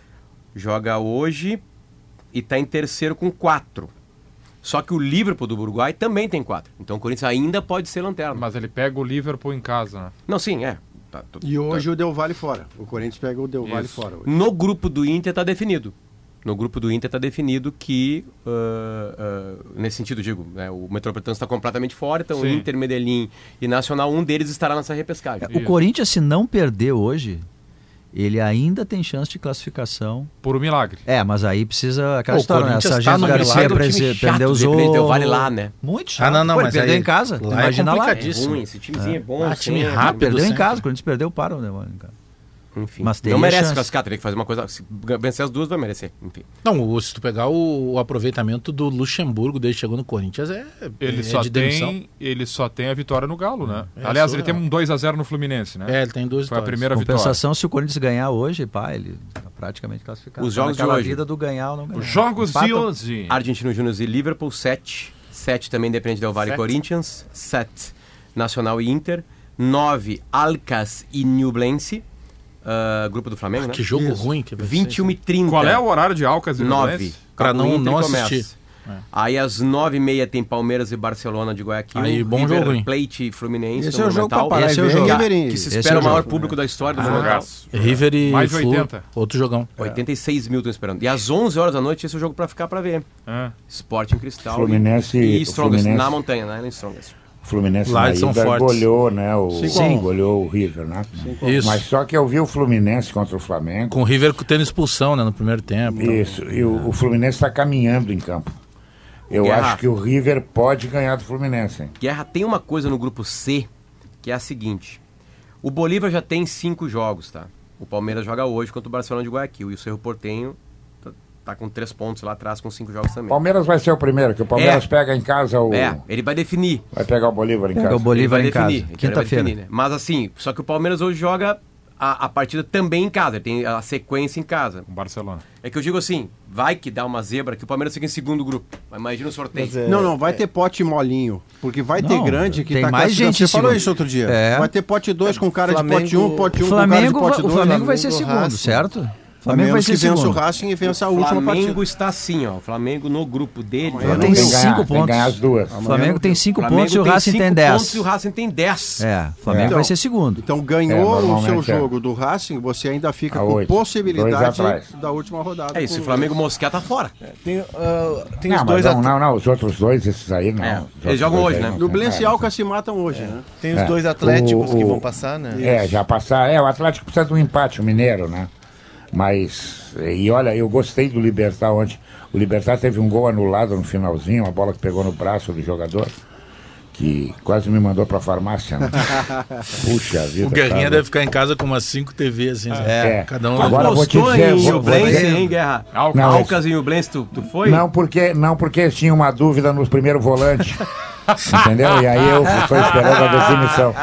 Joga hoje e tá em terceiro com quatro. Só que o Liverpool do Uruguai também tem quatro. Então o Corinthians ainda pode ser lanterna. Mas ele pega o Liverpool em casa, né? Não, sim, é. Tá, tô- E hoje tá. o Del Valle fora. O Corinthians pega o Del Valle Isso. fora hoje. No grupo do Inter tá definido. No grupo do Inter tá definido que, ah, ah, nesse sentido, digo, né, o Metropolitano está completamente fora, então Sim. Inter, Medellín e Nacional, um deles estará nessa repescagem. O Corinthians, se não perder hoje, ele ainda tem chance de classificação. Por um milagre. É, mas aí precisa aquela O história, né? Corinthians Essa tá gente no Garcia milagre, é um time prese- chato, perdeu os de repente o... deu vale lá, né? Muito chato. Ah, não, não, Pô, ele mas perdeu aí- em casa. lá é Imagina lá. É complicadíssimo. ruim, esse timezinho é, bom. Ah, time sempre. rápido. Perdeu em sempre. casa, o Corinthians perdeu, para o demônio, cara. Enfim, Mas não teria merece chance. classificar, teria que fazer uma coisa. Se vencer as duas, vai merecer. Enfim. Não, o- se tu pegar o, o aproveitamento do Luxemburgo desde que chegou no Corinthians, é, Ele, é só de demissão. tem, ele só tem a vitória no Galo, né? É, Aliás, só- ele tem um dois a zero no Fluminense, né? É, ele tem duas Foi a vitórias. primeira vitória. Compensação, se o Corinthians ganhar hoje, pá, ele tá praticamente classificado. Os Tá jogos de naquela hoje. vida do ganhar ou não ganhar. Os jogos de Empatam. hoje. Argentino Júnior e Liverpool, sete. sete também depende Del Valle e Corinthians. sete. Nacional e Inter. nove. Alcas e Nublense. Ah, grupo do Flamengo, né? Que jogo ruim. Que vai ser vinte e uma e trinta. Qual é o horário de Alcas e nove. Nublense? Pra não- O Inter não começa. assistir. É. Aí às nove e meia tem Palmeiras e Barcelona de Guayaquil. Aí, bom River jogo, hein? Plate e Fluminense. Esse no é o jogo Monumental. pra parar Esse e é o ver, jogo. hein, Verinho? Que se Esse espera é o o maior jogo. público da história do Ah, Monumental. jogaço. River e Mais de Flu, oitenta. outro jogão. oitenta e seis mil estão esperando. E às onze horas da noite esse é o jogo pra ficar pra ver. É. Sporting Cristal Fluminense- e, e Strongest Fluminense- na montanha, né? Na Strongest. O Fluminense Lá na eles são ida fortes. goleou, né? O, Cinco a um. goleou o River, né? Isso. Mas só que eu vi o Fluminense contra o Flamengo. Com o River tendo expulsão, né, no primeiro tempo. Isso, e o, o Fluminense está caminhando em campo. Eu Guerra. acho que o River pode ganhar do Fluminense. Hein? Guerra, tem uma coisa no grupo C que é a seguinte. O Bolívar já tem cinco jogos, tá? O Palmeiras joga hoje contra o Barcelona de Guayaquil. E o Cerro Porteño tá, tá com três pontos lá atrás com cinco jogos também. Palmeiras vai ser o primeiro, que o Palmeiras É. pega em casa o. É, ele vai definir. Vai pegar o Bolívar em Pega casa. o Bolívar Ele em vai casa. definir, ele vai Quinta-feira. definir, né? Mas assim, só que o Palmeiras hoje joga a, a partida também em casa. Ele tem a sequência em casa. Com Barcelona. É que eu digo assim, vai que dá uma zebra que o Palmeiras fica em segundo grupo. Mas imagina o sorteio. Mas é- Não, não, vai ter pote molinho. Porque vai ter Não, grande que tem tá mais classificando. gente em Você falou segundo. isso outro dia. É. Vai ter pote dois com cara Flamengo- de pote um, pote um Flamengo, com cara de pote o dois. Flamengo vai ser Flamengo, segundo, Racing. certo? A Flamengo vai menos ser que vença o segundo. Racing e vença a O última Flamengo partida. está assim, ó. O Flamengo no grupo dele. Amanhã Tem não Tem que cinco ganhar, tem que pontos. ganhar as duas. O Flamengo tem cinco Flamengo pontos e o tem Racing cinco tem pontos dez. e o Racing tem dez. É, o Flamengo Então, vai ser segundo. Então É, ganhou o seu normalmente é. jogo do Racing, você ainda fica A com oito. Dois possibilidade atrás. da última rodada. É isso, com- o Flamengo Mosquera tá fora. Tem, ah, tem Não, os mas dois não, at- não, não, os outros dois, esses aí não. É, Os eles outros jogam dois hoje, aí né? não No tem Blense e nada. Alca se matam hoje, né? tem os É. dois Atléticos O- que o- vão passar, né? É, já passar. É, o Atlético precisa de um empate, o Mineiro, né? Mas, e olha, eu gostei do Libertad ontem. O Libertad teve um gol anulado no finalzinho, uma bola que pegou no braço do jogador, que quase me mandou pra farmácia, né? Puxa vida. O Guerrinha cara. deve ficar em casa com umas cinco T Vs, assim. né? É. Cada um Agora eu vou te Postou dizer, em vou- vou Ublense, dizer- hein, Guerra? Alcas. Não, Alcas em Ublense, tu, tu foi? Não porque, não porque tinha uma dúvida no primeiro volante. Entendeu? E aí eu estou esperando a definição.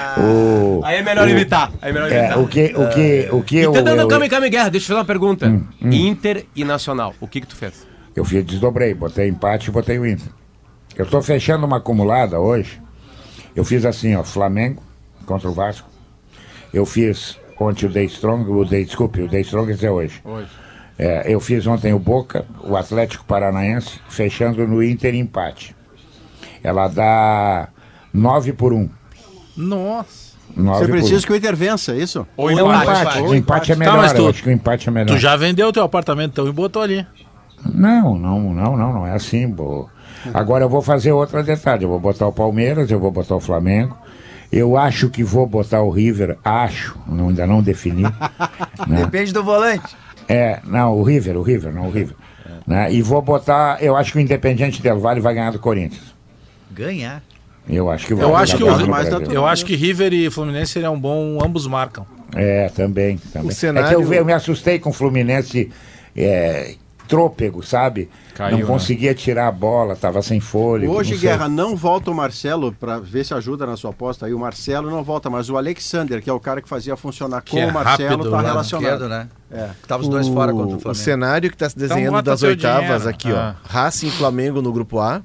O, Aí é melhor o- evitar. Aí é melhor evitar. É, o que, o que, o que eu, Então, não, não, eu, calma aí, calma aí, Guerra. Deixa eu fazer uma pergunta. Hum, Inter e Nacional, o que que tu fez? eu fiz, desdobrei, botei empate e botei o Inter. Eu estou fechando uma acumulada hoje. Eu fiz assim, ó, Flamengo contra o Vasco. Eu fiz ontem o Day Strong, o Day, desculpe, o Day Strong é hoje. Hoje. É, eu fiz ontem o Boca, o Atlético Paranaense, fechando no Inter empate. Ela dá nove por um. Nossa. nove Você por precisa um. que o Inter vença, isso? Ou É um empate. empate. O empate é melhor, mas tu- eu acho que o empate é melhor. Tu já vendeu o teu apartamento então e botou ali. Não, não, não, não, não é assim, bo. Agora eu vou fazer outra detalhe. Eu vou botar o Palmeiras, eu vou botar o Flamengo. Eu acho que vou botar o River, acho, não, ainda não defini. né? Depende do volante. É, não, o River, o River, não o River. Né? E vou botar, eu acho que o Independiente Del Valle vai ganhar do Corinthians. Ganhar. Eu acho que vai. Eu acho que, ganhar o, do mais Brasil. natural. eu acho que River e Fluminense seriam bom, ambos marcam. É, também. também. O cenário- É que eu, vi- eu me assustei com o Fluminense. É, trôpego, sabe? Caiu, não conseguia tirar a bola, estava sem fôlego. Hoje, não sei. Guerra, não volta o Marcelo, para ver se ajuda na sua aposta aí. O Marcelo não volta, mas o Alexander, que é o cara que fazia funcionar Que com é o Marcelo, rápido, está né? relacionado. Esquerdo, né? É. Tava os dois fora contra o O Flamengo. cenário que está se desenhando bota das seu oitavas dinheiro. aqui, Ah. ó. Racing e Flamengo no grupo A.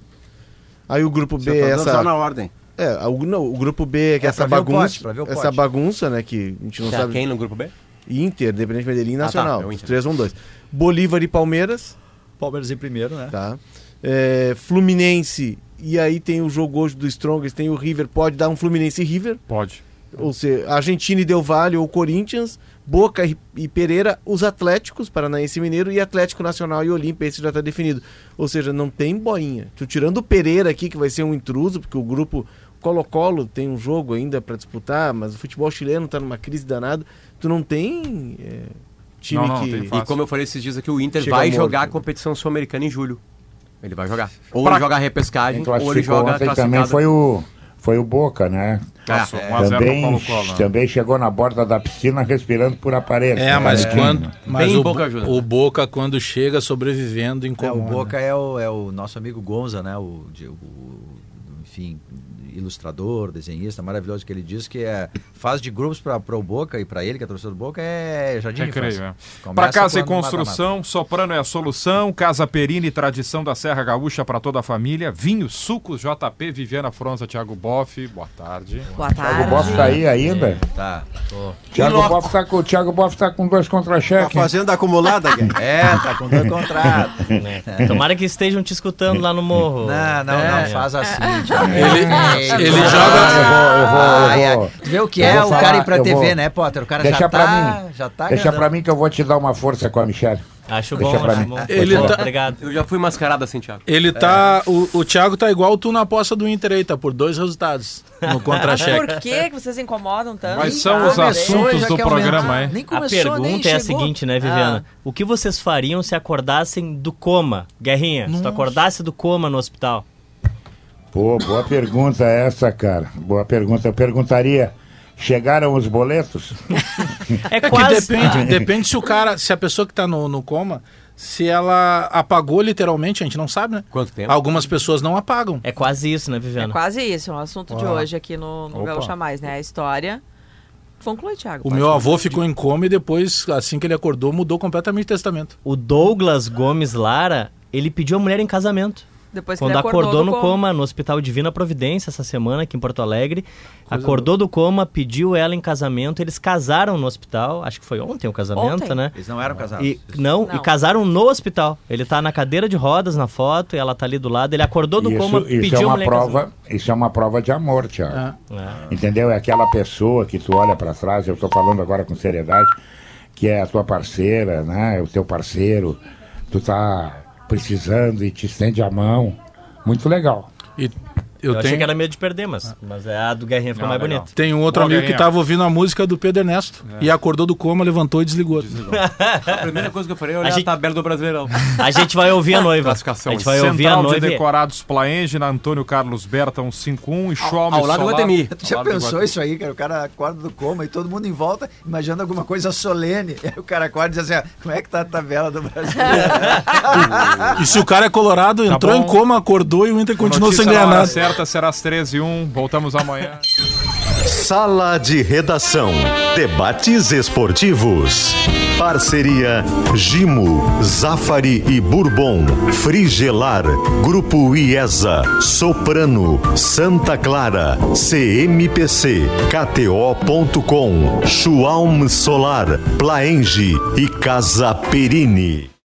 Aí o grupo Você B tá é dando essa... só na ordem. É, o, não, o grupo B é que É, essa pra ver o bagunça, pote, pra ver o essa pote. bagunça, né, que a gente não Tá, sabe. quem no grupo B? Inter, Independente Medellín e Ah, tá, Nacional. é o Os Inter. três vão dois. Bolívar e Palmeiras, Palmeiras em primeiro, né? tá? É, Fluminense, e aí tem o jogo hoje do Strongest, tem o River, pode dar um Fluminense e River, Pode. ou seja, Argentina e Del Valle ou Corinthians, Boca e- e Pereira, os Atléticos, Paranaense e Mineiro, e Atlético Nacional e Olímpia, esse já está definido. Ou seja, não tem boinha. Tu tirando o Pereira aqui, que vai ser um intruso, porque o grupo Colo-Colo tem um jogo ainda para disputar, mas o futebol chileno está numa crise danada. Tu não tem é, time Não, não, que... tem E fácil. como eu falei esses dias aqui, o Inter Chega vai morto. jogar a competição sul-americana em julho. Ele vai jogar. Ou Pra- ele joga a repescagem, Quem ou ele classificou joga a ontem classificada. também foi o, foi o Boca, né? Passou É, um a zero Também, no Colo-Colo. né? também chegou na borda da piscina respirando por aparelho. É, mas É. quando. Mas Bem o, Boca ajuda. o Boca, quando chega sobrevivendo, É, incomoda. o Boca é o, é o nosso amigo Gonza, né? O, de- o- enfim, ilustrador, desenhista, maravilhoso, que ele diz que é fase de grupos para o Boca e para ele, que é torcedor do Boca, é jardim de Recreio, infância. é. Começa Para casa e quando construção, Soprano é a solução. Casa Perini, tradição da Serra Gaúcha para toda a família. Vinhos, sucos, J P, Viviana Fronza, Thiago Boff. Boa tarde. Boa tarde. O Boff tá aí ainda? Tá. Thiago Boff tá com, o Thiago Boff tá com dois Tá contra-cheques. fazendo acumulada, Guerra. É, tá com dois contratos. Tomara que estejam te escutando lá no morro. Não, não, É. não, faz assim. Thiago. Ele, É, ele é. joga. Eu vou, eu vou, Ai, eu vou. ai. Tu vê o que eu é vou o falar, cara ir pra eu T V, vou- né, Potter? O cara Deixa já pra tá, mim. já tá Deixa grandão. pra mim que eu vou te dar uma força com a Michelle. Acho Deixa bom, pra acho mim. bom. Ele Pô, tá- Obrigado. Eu já fui mascarado assim, Thiago. Ele tá. O, o Thiago tá igual tu na aposta do Inter aí, tá por dois resultados no contra-cheque. Por que que vocês incomodam tanto? Quais são Ah, os meu assuntos Deus. já do quer programa, aumentar. hein? Nem A começou, nem pergunta é a chegou. seguinte, né, Viviana? Ah. O que vocês fariam se acordassem do coma? Guerrinha, se tu acordasse do coma no hospital? Pô, boa pergunta essa, cara. Boa pergunta. Eu perguntaria: chegaram os boletos? É É que quase. depende, depende se o cara, se a pessoa que tá no, no coma, se ela apagou literalmente, a gente não sabe, né? Quanto tempo? Algumas pessoas não apagam. É quase isso, né, É Viviana? quase isso, é o assunto de Ó. hoje aqui no, no Opa. Gaúcha Mais, né? A história. Conclui, Thiago. O pode meu concluir. avô ficou em coma e depois, assim que ele acordou, mudou completamente o testamento. O Douglas Gomes Lara, ele pediu a mulher em casamento. Depois que Quando ele acordou, acordou, no do coma, no Hospital Divina Providência, essa semana aqui em Porto Alegre. acordou do coma, pediu ela em casamento. Eles casaram no hospital. Acho que foi ontem o casamento, Ontem. né? Eles não eram casados. E, não, Não. e casaram no hospital. Ele tá na cadeira de rodas na foto e ela tá ali do lado. Ele acordou do coma, Isso, isso pediu é a uma mulher em prova, isso é uma prova de amor, Thiago. Ah. casamento. Entendeu? É aquela pessoa que tu olha pra trás, eu tô falando agora com seriedade, que é a tua parceira, né? O teu parceiro, tu tá precisando e te estende a mão. Muito legal. E Eu, eu, achei tenho, que era medo de perder, mas, mas é a do Guerrinha ficou Não, mais legal. bonita. tem um outro Bom, amigo Guerrinha. que tava ouvindo a música do Pedro Ernesto e acordou do coma, levantou e desligou. A primeira coisa que eu falei é olhar A a, gente- tabela do Brasileirão. A gente vai ouvir a noiva. Classificação. A gente vai ouvir a Central de noiva. e- Decorados Plaenge, na Antônio Carlos Berta, um cinco um, e Schwalm ao lado do Solar. Guatemi. Tu já Ao lado do pensou Guatemi. isso aí, cara? O cara acorda do coma e todo mundo em volta imaginando alguma coisa solene. Aí o cara acorda e diz assim, ah, como é que tá a tabela do Brasil? E se o cara é colorado, entrou bom. em coma, acordou e o Inter continuou Notícia sem ganhar na hora nada. certa será às treze e um. Voltamos amanhã. Sala de Redação. Debates esportivos. Parceria Gimo, Zafari e Bourbon. Frigelar. Grupo IESA. Soprano. Santa Clara. C M P C. K T O ponto com. Schwalm Solar. Plaenge e Casa Perini.